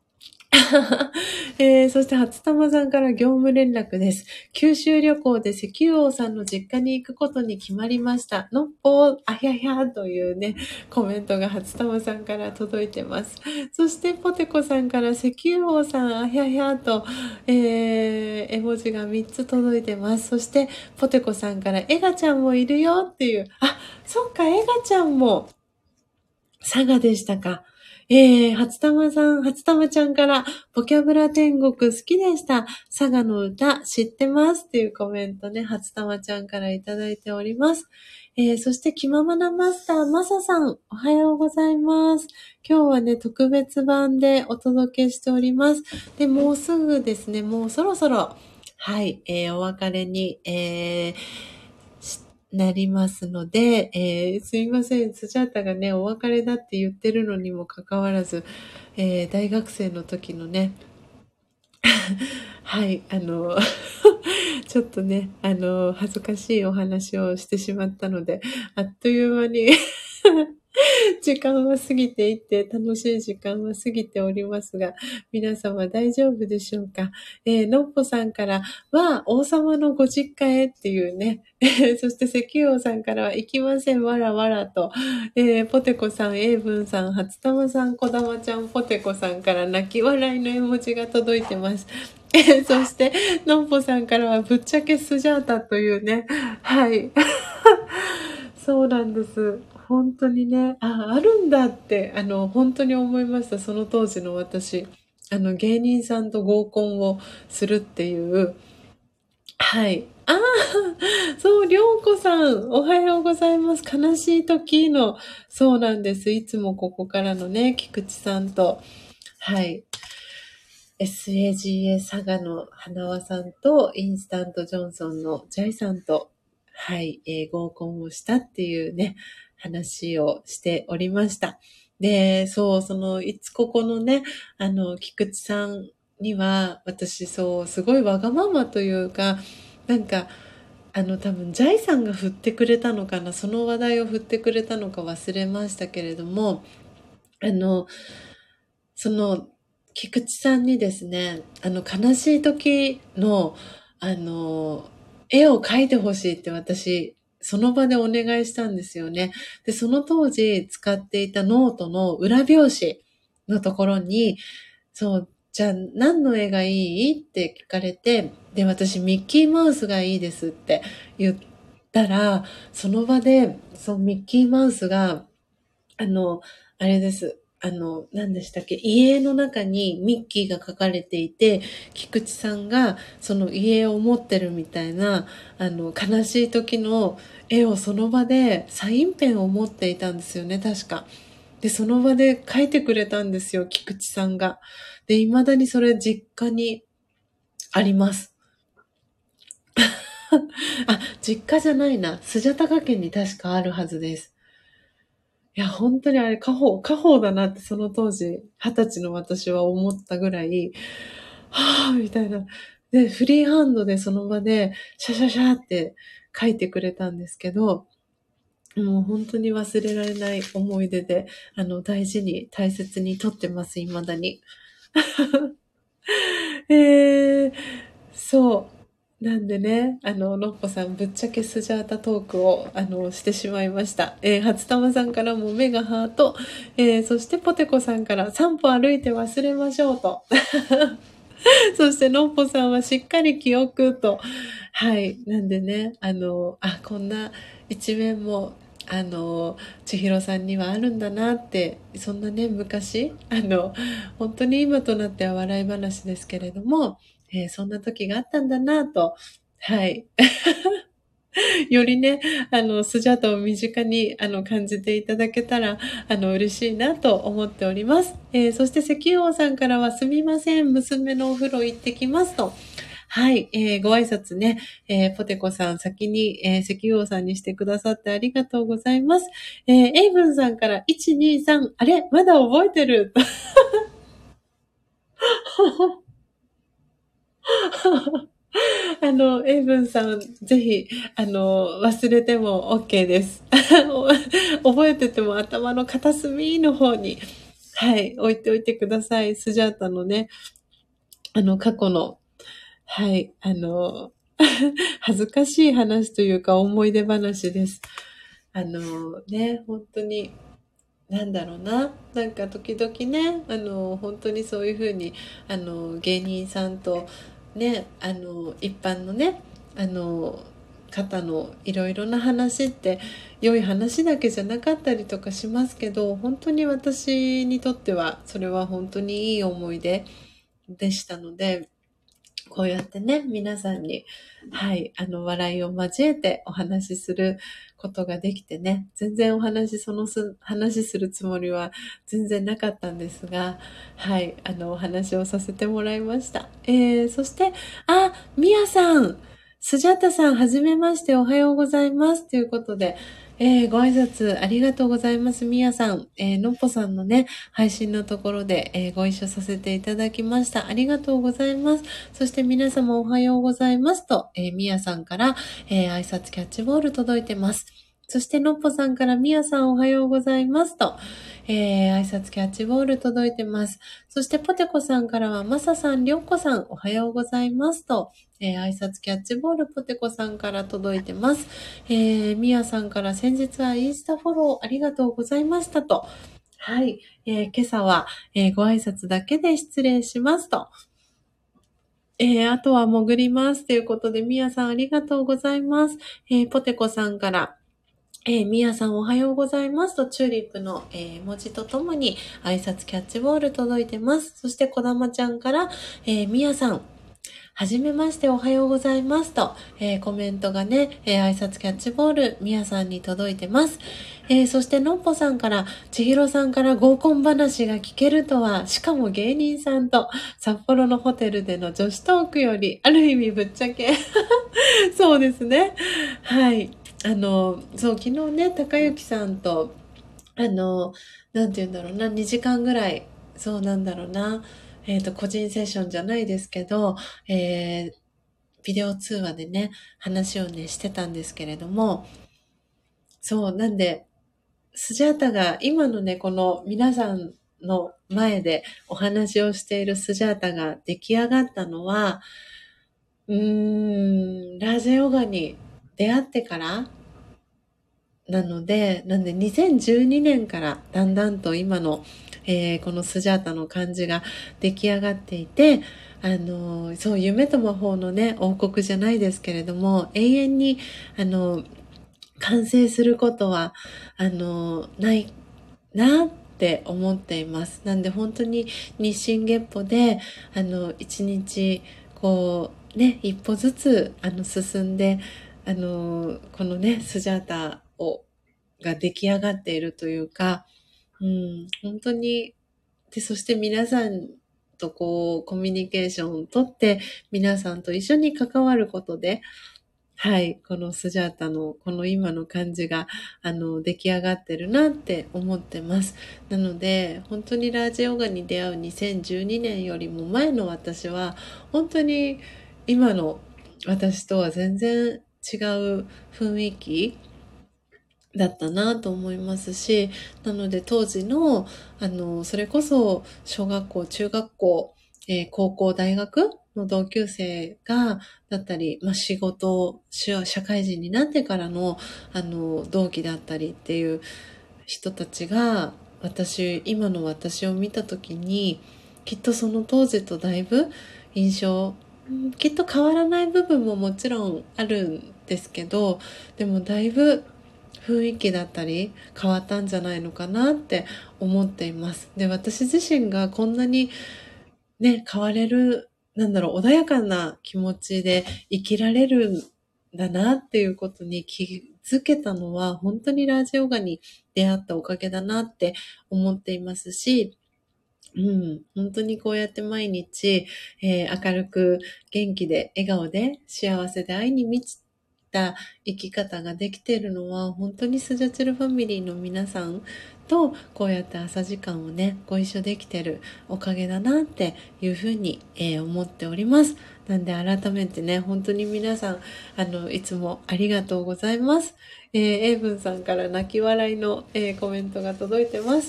えー、そして初玉さんから業務連絡です。九州旅行で石油王さんの実家に行くことに決まりました。のっぽー、あひゃひゃというね、コメントが初玉さんから届いてます。そしてポテコさんから石油王さん、あひゃひゃと、えー、絵文字がみっつ届いてます。そしてポテコさんからエガちゃんもいるよっていう、あ、そっか、エガちゃんも佐賀でしたか。えー、初玉さん、初玉ちゃんから、ボキャブラ天国好きでした。佐賀の歌知ってますっていうコメントね、初玉ちゃんからいただいております。えー、そして、気ままなマスター、マサさん、おはようございます。今日はね、特別版でお届けしております。で、もうすぐですね、もうそろそろ、はい、えー、お別れに、えー、なりますので、えー、すいません。スジャータがね、お別れだって言ってるのにもかかわらず、えー、大学生の時のね、はい、あの、ちょっとね、あの、恥ずかしいお話をしてしまったので、あっという間に時間は過ぎていって楽しい時間は過ぎておりますが、皆様大丈夫でしょうか。えー、のっぽさんからは、王様のご実家へっていうね、そして石油王さんからは、行きません、わらわらと、えー、ポテコさん、エイブンさん、初玉さん、こだまちゃん、ポテコさんから泣き笑いの絵文字が届いてます。えー、そして、のっぽさんからは、ぶっちゃけスジャータというね、はい。そうなんです。本当にね、あ、あるんだって、あの、本当に思いました。その当時の私。あの、芸人さんと合コンをするっていう。はい。ああ、そう、りょうこさん、おはようございます。悲しい時の、そうなんです。いつもここからのね、菊池さんと、はい。エスエージーエー 佐賀の花輪さんと、インスタントジョンソンのジャイさんと、はい、えー合コンをしたっていうね、話をしておりました。で、そう、その、いつここのね、あの、菊池さんには、私、そう、すごいわがままというか、なんか、あの、多分、ジャイさんが振ってくれたのかな、その話題を振ってくれたのか忘れましたけれども、あの、その、菊池さんにですね、あの、悲しい時の、あの、絵を描いてほしいって私、その場でお願いしたんですよね。で、その当時使っていたノートの裏表紙のところに、そう、じゃあ何の絵がいいって聞かれて、で、私ミッキーマウスがいいですって言ったら、その場で、そう、ミッキーマウスが、あの、あれです。あの、何でしたっけ、家の中にミッキーが描かれていて、菊池さんがその家を持ってるみたいな、あの、悲しい時の絵をその場でサインペンを持っていたんですよね、確か。で、その場で描いてくれたんですよ、菊池さんが。で、未だにそれ実家にあります。あ、実家じゃないな。スジャタカ家に確かあるはずです。いや、本当にあれ、家宝、家宝だなってその当時、二十歳の私は思ったぐらい、はぁ、みたいな。で、フリーハンドでその場で、シャシャシャって書いてくれたんですけど、もう本当に忘れられない思い出で、あの、大事に、大切に撮ってます、未だに。えー、そう。なんでね、あの、のっぽさん、ぶっちゃけスジャータトークを、あの、してしまいました。えー、初玉さんからも目がハート、えー、そしてポテコさんから散歩歩いて忘れましょうと。そしてのっぽさんはしっかり記憶と。はい。なんでね、あの、あ、こんな一面も、あの、千尋さんにはあるんだなって、そんなね、昔、あの、本当に今となっては笑い話ですけれども、えーそんな時があったんだなと、はい。よりね、あの、スジャータを身近に、あの、感じていただけたら、あの、嬉しいなと思っております。えーそして石油王さんからは、すみません、娘のお風呂行ってきますと。はい、えーご挨拶ね、えーポテコさん先に、えー石油王さんにしてくださってありがとうございます。えーエイブンさんからいち、に、さん、あれまだ覚えてるあの、エイブンさん、ぜひ、あの、忘れても OK です。覚えてても頭の片隅の方に、 はい、置いておいてください。スジャータのね、あの、過去の、はい、あの、恥ずかしい話というか思い出話です。あのね、本当に、なんだろうな。なんか時々ね、あの、本当にそういうふうに、あの、芸人さんと、ね、あの、一般のね、あの、方のいろいろな話って、良い話だけじゃなかったりとかしますけど、本当に私にとっては、それは本当にいい思い出でしたので、こうやってね、皆さんに、はい、あの、笑いを交えてお話しすることができてね、全然お話、そのす、話するつもりは全然なかったんですが、はい、あの、お話をさせてもらいました。えー、そして、あ、みやさん、スジャタさん、はじめまして、おはようございます。ということで、えー、ご挨拶ありがとうございます。みやさん、えー、のっぽさんのね、配信のところで、えー、ご一緒させていただきました。ありがとうございます。そして皆様おはようございますと、えー、みやさんから、えー、挨拶キャッチボール届いてます。そしてのっぽさんからみやさんおはようございますと、えー、挨拶キャッチボール届いてます。そしてポテコさんからはまささん、りょうこさんおはようございますと、えー、挨拶キャッチボールポテコさんから届いてます。えー、みやさんから先日はインスタフォローありがとうございましたと。はい、えー、今朝は、えー、ご挨拶だけで失礼しますと。えー、あとは潜りますということで、みやさんありがとうございます。えー、ポテコさんから、えー、みやさんおはようございますと、チューリップの、えー、文字とともに挨拶キャッチボール届いてます。そして、こだまちゃんから、えー、みやさん、はじめましておはようございますと、えー、コメントがね、えー、挨拶キャッチボール、みやさんに届いてます。えー、そしてのっぽさんから、ちひろさんから合コン話が聞けるとは、しかも芸人さんと札幌のホテルでの女子トークより、ある意味ぶっちゃけそうですね。はい。あの、そう、昨日ね、高幸さんと、あの、なんて言うんだろうな、にじかんぐらい、そうなんだろうな、えっと、個人セッションじゃないですけど、えー、ビデオ通話でね、話をね、してたんですけれども、そう、なんで、スジャータが、今のね、この皆さんの前でお話をしているスジャータが出来上がったのは、うーん、ラージェヨガに出会ってからなので、なんでにせんじゅうにねんからだんだんと今の、えーこのスジャータの漢字が出来上がっていて、あの、そう、夢と魔法のね、王国じゃないですけれども、永遠に、あの、完成することは、あの、ないなって思っています。なんで本当に日進月歩で、あの、一日、こう、ね、一歩ずつ、あの、進んで、あの、このね、スジャータを、が出来上がっているというか、うん、本当に、で、そして皆さんとこう、コミュニケーションをとって、皆さんと一緒に関わることで、はい、このスジャータのこの今の感じが、あの、出来上がってるなって思ってます。なので、本当にラージヨガに出会うにせんじゅうにねんよりも前の私は、本当に今の私とは全然違う雰囲気だったなと思いますし、なので当時の、あの、それこそ小学校、中学校、えー高校、大学の同級生が、だったり、まあ、仕事、社社会人になってからの、あの、同期だったりっていう人たちが、私、今の私を見たときに、きっとその当時とだいぶ印象、うんきっと変わらない部分ももちろんあるんですけど、でもだいぶ雰囲気だったり変わったんじゃないのかなって思っています。で、私自身がこんなにね、変われる、なんだろう、穏やかな気持ちで生きられるんだなっていうことに気づけたのは、本当にラージヨガに出会ったおかげだなって思っていますし、うん、本当にこうやって毎日、えー明るく元気で笑顔で幸せで愛に満ちた生き方ができているのは本当にスジャチルファミリーの皆さんとこうやって朝時間をねご一緒できてるおかげだなっていうふうに、えー思っております。なんで改めてね本当に皆さんあのいつもありがとうございます。えー、エイブンさんから泣き笑いの、えーコメントが届いてます。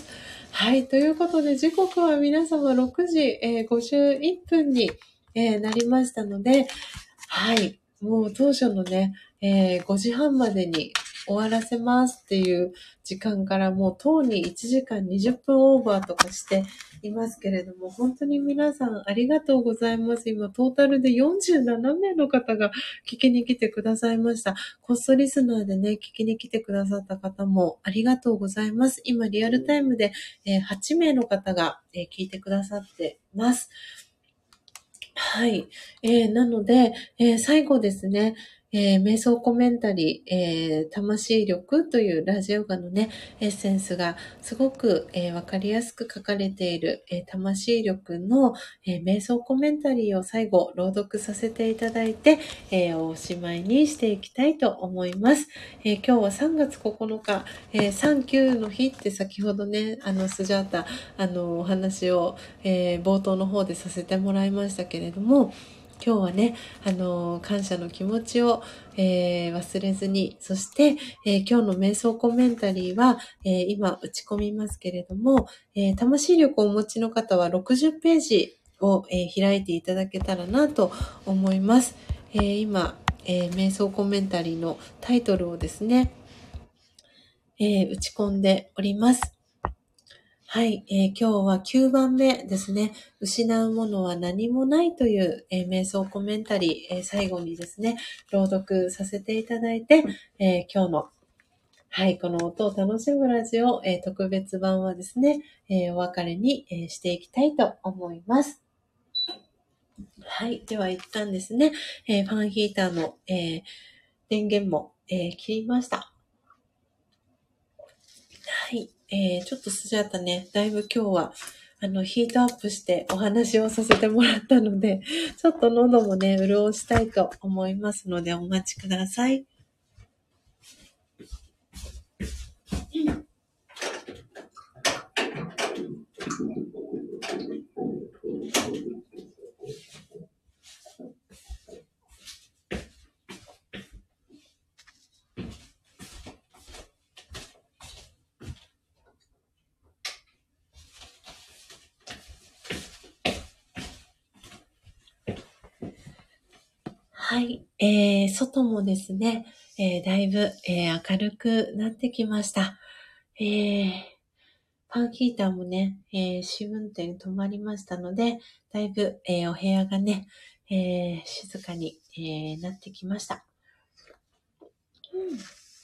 はい。ということで、時刻は皆様ろくじ、えー、ごじゅういっぷんに、えー、なりましたので、はい。もう当初のね、えー、ごじはんまでに終わらせますっていう時間からもうとうにいちじかんにじゅっぷんオーバーとかしていますけれども、本当に皆さんありがとうございます。今トータルでよんじゅうななめいの方が聞きに来てくださいました。コストリスナーでね、聞きに来てくださった方もありがとうございます。今リアルタイムで、えー、はちめいの方が、えー、聞いてくださってます。はい。えー、なので、えー、最後ですね、えー、瞑想コメンタリー、えー、魂力というラジオガのね、エッセンスがすごく、えー、わかりやすく書かれている、えー、魂力の、えー、瞑想コメンタリーを最後朗読させていただいて、えー、おしまいにしていきたいと思います。えー、今日はさんがつここのか、えー、さんきゅうの日って先ほどね、あの、スジャータ、あの、お話を、えー、冒頭の方でさせてもらいましたけれども、今日はね、あの、感謝の気持ちを、えー、忘れずに、そして、えー、今日の瞑想コメンタリーは、えー、今打ち込みますけれども、えー、魂力をお持ちの方はろくじゅっページを、えー、開いていただけたらなと思います。えー、今、えー、瞑想コメンタリーのタイトルをですね、えー、打ち込んでおります。はい、えー、今日はきゅうばんめですね。失うものは何もないという、えー、瞑想コメンタリー、えー、最後にですね、朗読させていただいて、えー、今日の、はい、この音を楽しむラジオ、えー、特別版はですね、えー、お別れに、えー、していきたいと思います。はい、では一旦ですね、えー、ファンヒーターの、えー、電源も、えー、切りました。はい。えー、ちょっとスジャータね、だいぶ今日は、あの、ヒートアップしてお話をさせてもらったので、ちょっと喉もね、潤したいと思いますので、お待ちください。はい。えー、外もですね、えー、だいぶ、えー、明るくなってきました。えー、ファンヒーターもね、えー、試運転止まりましたので、だいぶ、えー、お部屋がね、えー、静かに、えー、なってきました。うん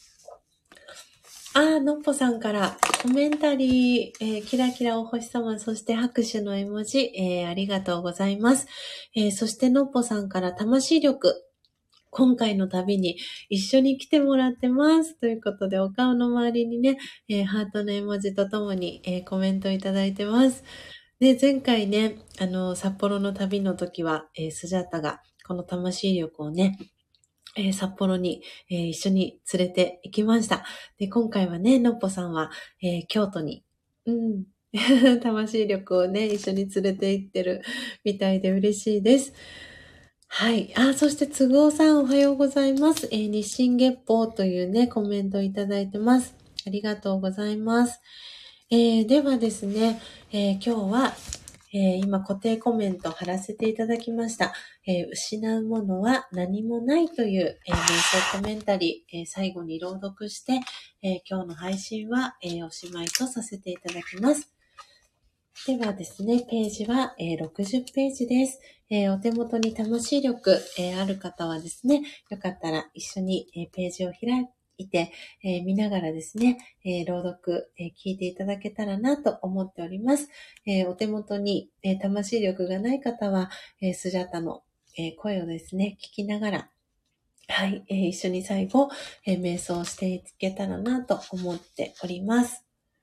あー、のっぽさんからコメンタリー、えー、キラキラお星様、そして拍手の絵文字、えー、ありがとうございます。えー、そしてのっぽさんから魂力、今回の旅に一緒に来てもらってます。ということで、お顔の周りにね、えー、ハートの絵文字とともに、えー、コメントいただいてます。で、前回ね、あの、札幌の旅の時は、えー、スジャータがこの魂力をね、えー、札幌に、えー、一緒に連れて行きました。で、今回はね、のっぽさんは、えー、京都に、うん、魂力をね、一緒に連れて行ってるみたいで嬉しいです。はい。あ、そして、つぐおさんおはようございます。えー、日進月報というね、コメントをいただいてます。ありがとうございます。えー、ではですね、えー、今日は、えー、今固定コメント貼らせていただきました。えー、失うものは何もないという、えー、瞑想コメンタリー、えー、最後に朗読して、えー、今日の配信は、えー、おしまいとさせていただきます。ではですね、ページは、えー、ろくじゅっページです。えー、お手元に魂力、えー、ある方はですね、よかったら一緒に、えー、ページを開いて、えー、見ながらですね、えー、朗読、えー、聞いていただけたらなと思っております。えー、お手元に、えー、魂力がない方は、えー、スジャタの、えー、声をですね、聞きながら、はい、えー、一緒に最後、えー、瞑想していけたらなと思っております。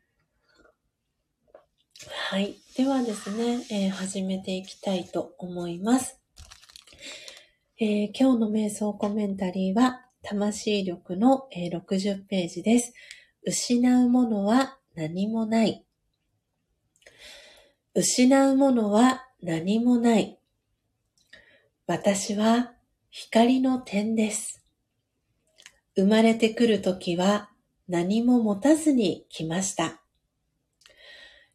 はい。ではですね、えー、始めていきたいと思います。えー、今日の瞑想コメンタリーは、魂力の、えー、ろくじゅっページです。失うものは何もない。失うものは何もない。私は光の点です。生まれてくるときは何も持たずに来ました。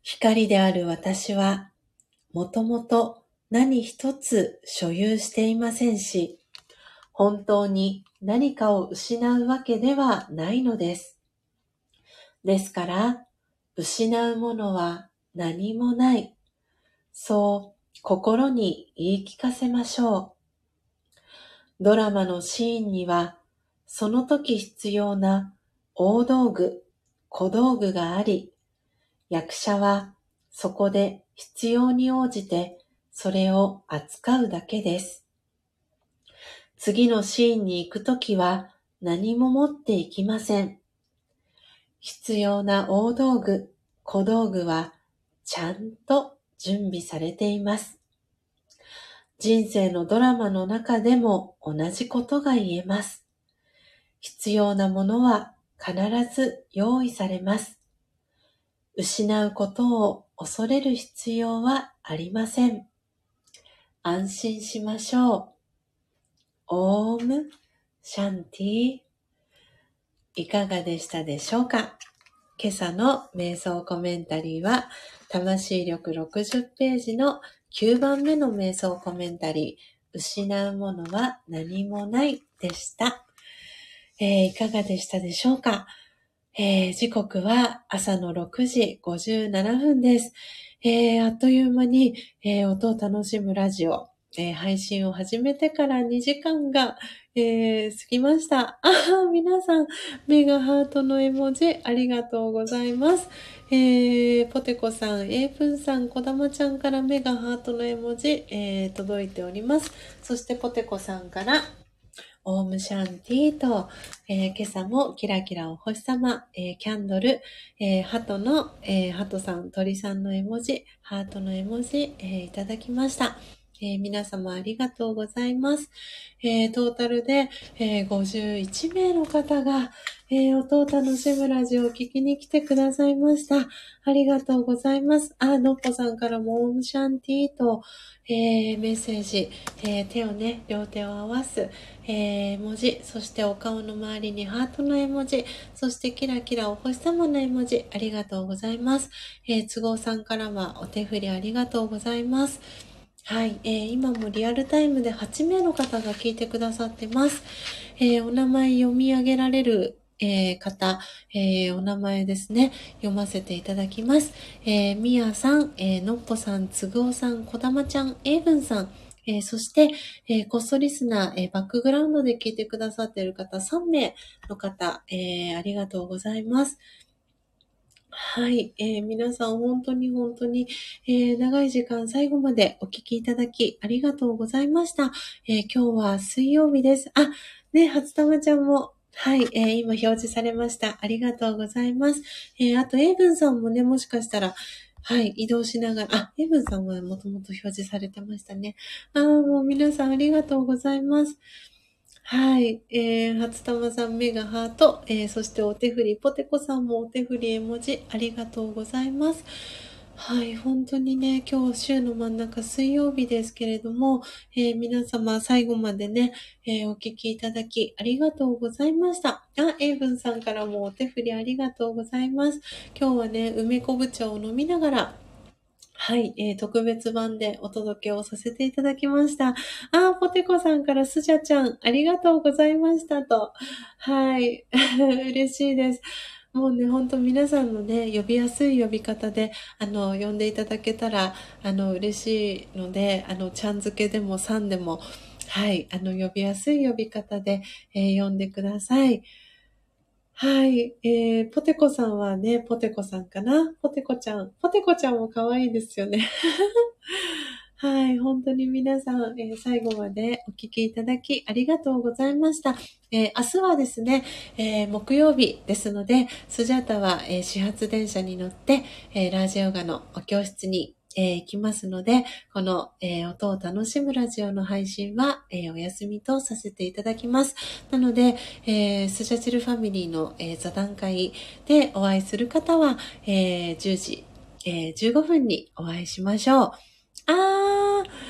光である私は、もともと何一つ所有していませんし、本当に何かを失うわけではないのです。ですから、失うものは何もない。そう心に言い聞かせましょう。ドラマのシーンには、その時必要な大道具、小道具があり、役者はそこで必要に応じてそれを扱うだけです。次のシーンに行くときは何も持っていきません。必要な大道具、小道具はちゃんと準備されています。人生のドラマの中でも同じことが言えます。必要なものは必ず用意されます。失うことを恐れる必要はありません。安心しましょう。オームシャンティ。いかがでしたでしょうか？今朝の瞑想コメンタリーは、魂力ろくじゅうページのきゅうばんめの瞑想コメンタリー、失うものは何もないでした。えー、いかがでしたでしょうか？えー、時刻は朝のろくじごじゅうななふんです。えー、あっという間に、えー、音を楽しむラジオ、えー、配信を始めてからにじかんが、えー、過ぎました。あー、皆さん、目がハートの絵文字ありがとうございます。えー、ポテコさん、エイプンさん、こだまちゃんから目がハートの絵文字、えー、届いております。そしてポテコさんから、オームシャンティーと、えー、今朝もキラキラお星様、えー、キャンドル、えー、ハトの、えー、ハトさん、鳥さんの絵文字、ハートの絵文字、えー、いただきました。えー、皆様ありがとうございます。えー、トータルで、えー、ごじゅういちめいの方が、えー、音を楽しむラジオを聞きに来てくださいました。ありがとうございます。あ、のっぽさんからもオームシャンティーと、えー、メッセージ、えー、手をね、両手を合わす、えー、文字、そしてお顔の周りにハートの絵文字、そしてキラキラお星様の絵文字、ありがとうございます。えー、都合さんからはお手振りありがとうございます。はい、えー、今もリアルタイムではちめいの方が聞いてくださってます。えー、お名前読み上げられるえー、方、えー、お名前ですね、読ませていただきます。えー、みやさん、えー、のっぽさん、つぐおさん、こだまちゃん、えいぶんさん、えー、そして、えー、こっそリスナー、えー、バックグラウンドで聞いてくださっている方さんめいの方、えー、ありがとうございます。はい、えー、皆さん本当に本当に、えー、長い時間最後までお聞きいただきありがとうございました。えー、今日は水曜日です。あ、ね、初玉ちゃんも、はい、えー、今表示されました。ありがとうございます。えー、あと、エイブンさんもね、もしかしたら、はい、移動しながら、あ、エイブンさんはもともと表示されてましたね。あー、もう皆さんありがとうございます。はい。えー、初玉さん、目がハート、えー、そしてお手振り、ポテコさんもお手振り絵文字、ありがとうございます。はい。本当にね、今日週の真ん中水曜日ですけれども、えー、皆様最後までね、えー、お聞きいただきありがとうございました。あ、エイブンさんからもお手振りありがとうございます。今日はね、梅昆布茶を飲みながら、はい、えー、特別版でお届けをさせていただきました。あー、ポテコさんからスジャちゃん、ありがとうございましたと。はい、嬉しいです。もうね、ほんと皆さんのね、呼びやすい呼び方で、あの、呼んでいただけたら、あの、嬉しいので、あの、ちゃん付けでもさんでも、はい、あの、呼びやすい呼び方で、えー、呼んでください。はい。えー、ポテコさんはね、ポテコさんかな？ポテコちゃん。ポテコちゃんも可愛いですよね。はい。本当に皆さん、えー最後までお聞きいただきありがとうございました。えー明日はですね、えー木曜日ですので、スジャータは、えー始発電車に乗って、えーラジオガのお教室に、えー行きますので、この、えー音を楽しむラジオの配信は、えーお休みとさせていただきます。なので、えースジャチルファミリーの、えー座談会でお会いする方は、えーじゅうじ、えーじゅうごふんにお会いしましょう。あー、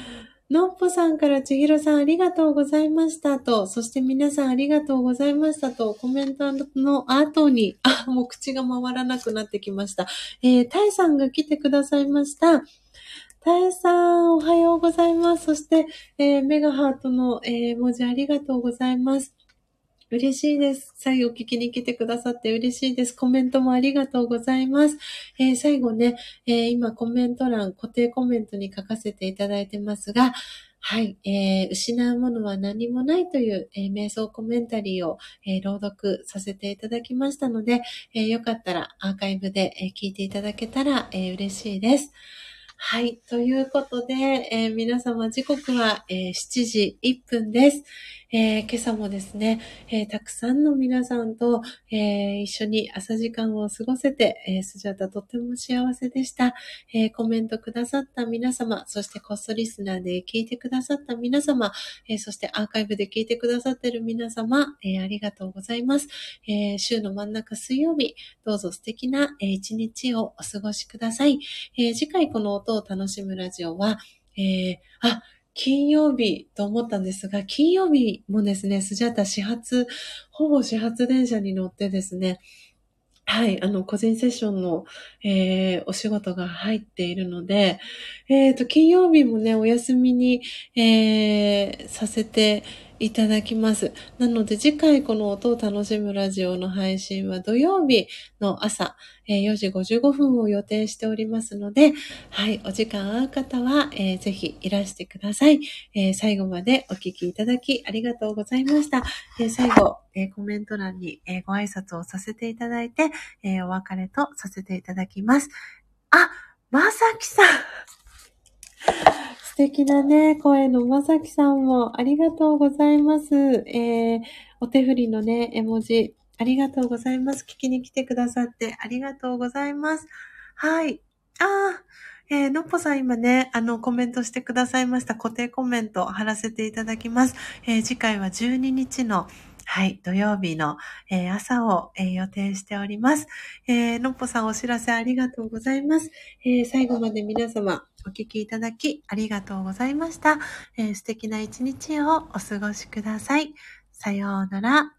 のっぽさんからちひろさんありがとうございましたと、そして皆さんありがとうございましたと、コメントの後に、あ、もう口が回らなくなってきました。えー、たいさんが来てくださいました。たえさん、おはようございます。そして、えー、メガハートの、えー、文字ありがとうございます。嬉しいです。最後聞きに来てくださって嬉しいです。コメントもありがとうございます。えー、最後ね、えー、今コメント欄、固定コメントに書かせていただいてますが、はい、えー、失うものは何もないという、えー、瞑想コメンタリーを、えー、朗読させていただきましたので、えー、よかったらアーカイブで、えー、聞いていただけたら、えー、嬉しいです。はい。ということで、えー皆様時刻は、えーしちじいっぷんです。えー今朝もですね、えーたくさんの皆さんと、えー一緒に朝時間を過ごせて、えースジャタとても幸せでした。えーコメントくださった皆様、そしてコストリスナーで聞いてくださった皆様、えーそしてアーカイブで聞いてくださっている皆様、えーありがとうございます。えー週の真ん中水曜日、どうぞ素敵な、えー一日をお過ごしください。えー次回この音を楽しむラジオは、えー、あ、金曜日と思ったんですが、金曜日もですね、スジャタ始発、ほぼ始発電車に乗ってですね、はい、あの、個人セッションの、えー、お仕事が入っているので、えっと、金曜日もね、お休みに、えー、させていただきます。なので、次回この音を楽しむラジオの配信は土曜日の朝、えーよじごじゅうごふんを予定しておりますので、はい、お時間合う方は、えーぜひいらしてください。えー最後までお聞きいただきありがとうございました。えー最後、えーコメント欄に、えーご挨拶をさせていただいて、えーお別れとさせていただきます。あ、まさきさん。素敵なね、声のまさきさんもありがとうございます。えー、お手振りのね、絵文字、ありがとうございます。聞きに来てくださってありがとうございます。はい。あー、えー、のっぽさん今ね、あの、コメントしてくださいました。固定コメント貼らせていただきます。えー次回はじゅうににちの、はい、土曜日の、えー朝を、えー予定しております。えーのっぽさんお知らせありがとうございます。えー最後まで皆様お聞きいただきありがとうございました。えー素敵な一日をお過ごしください。さようなら。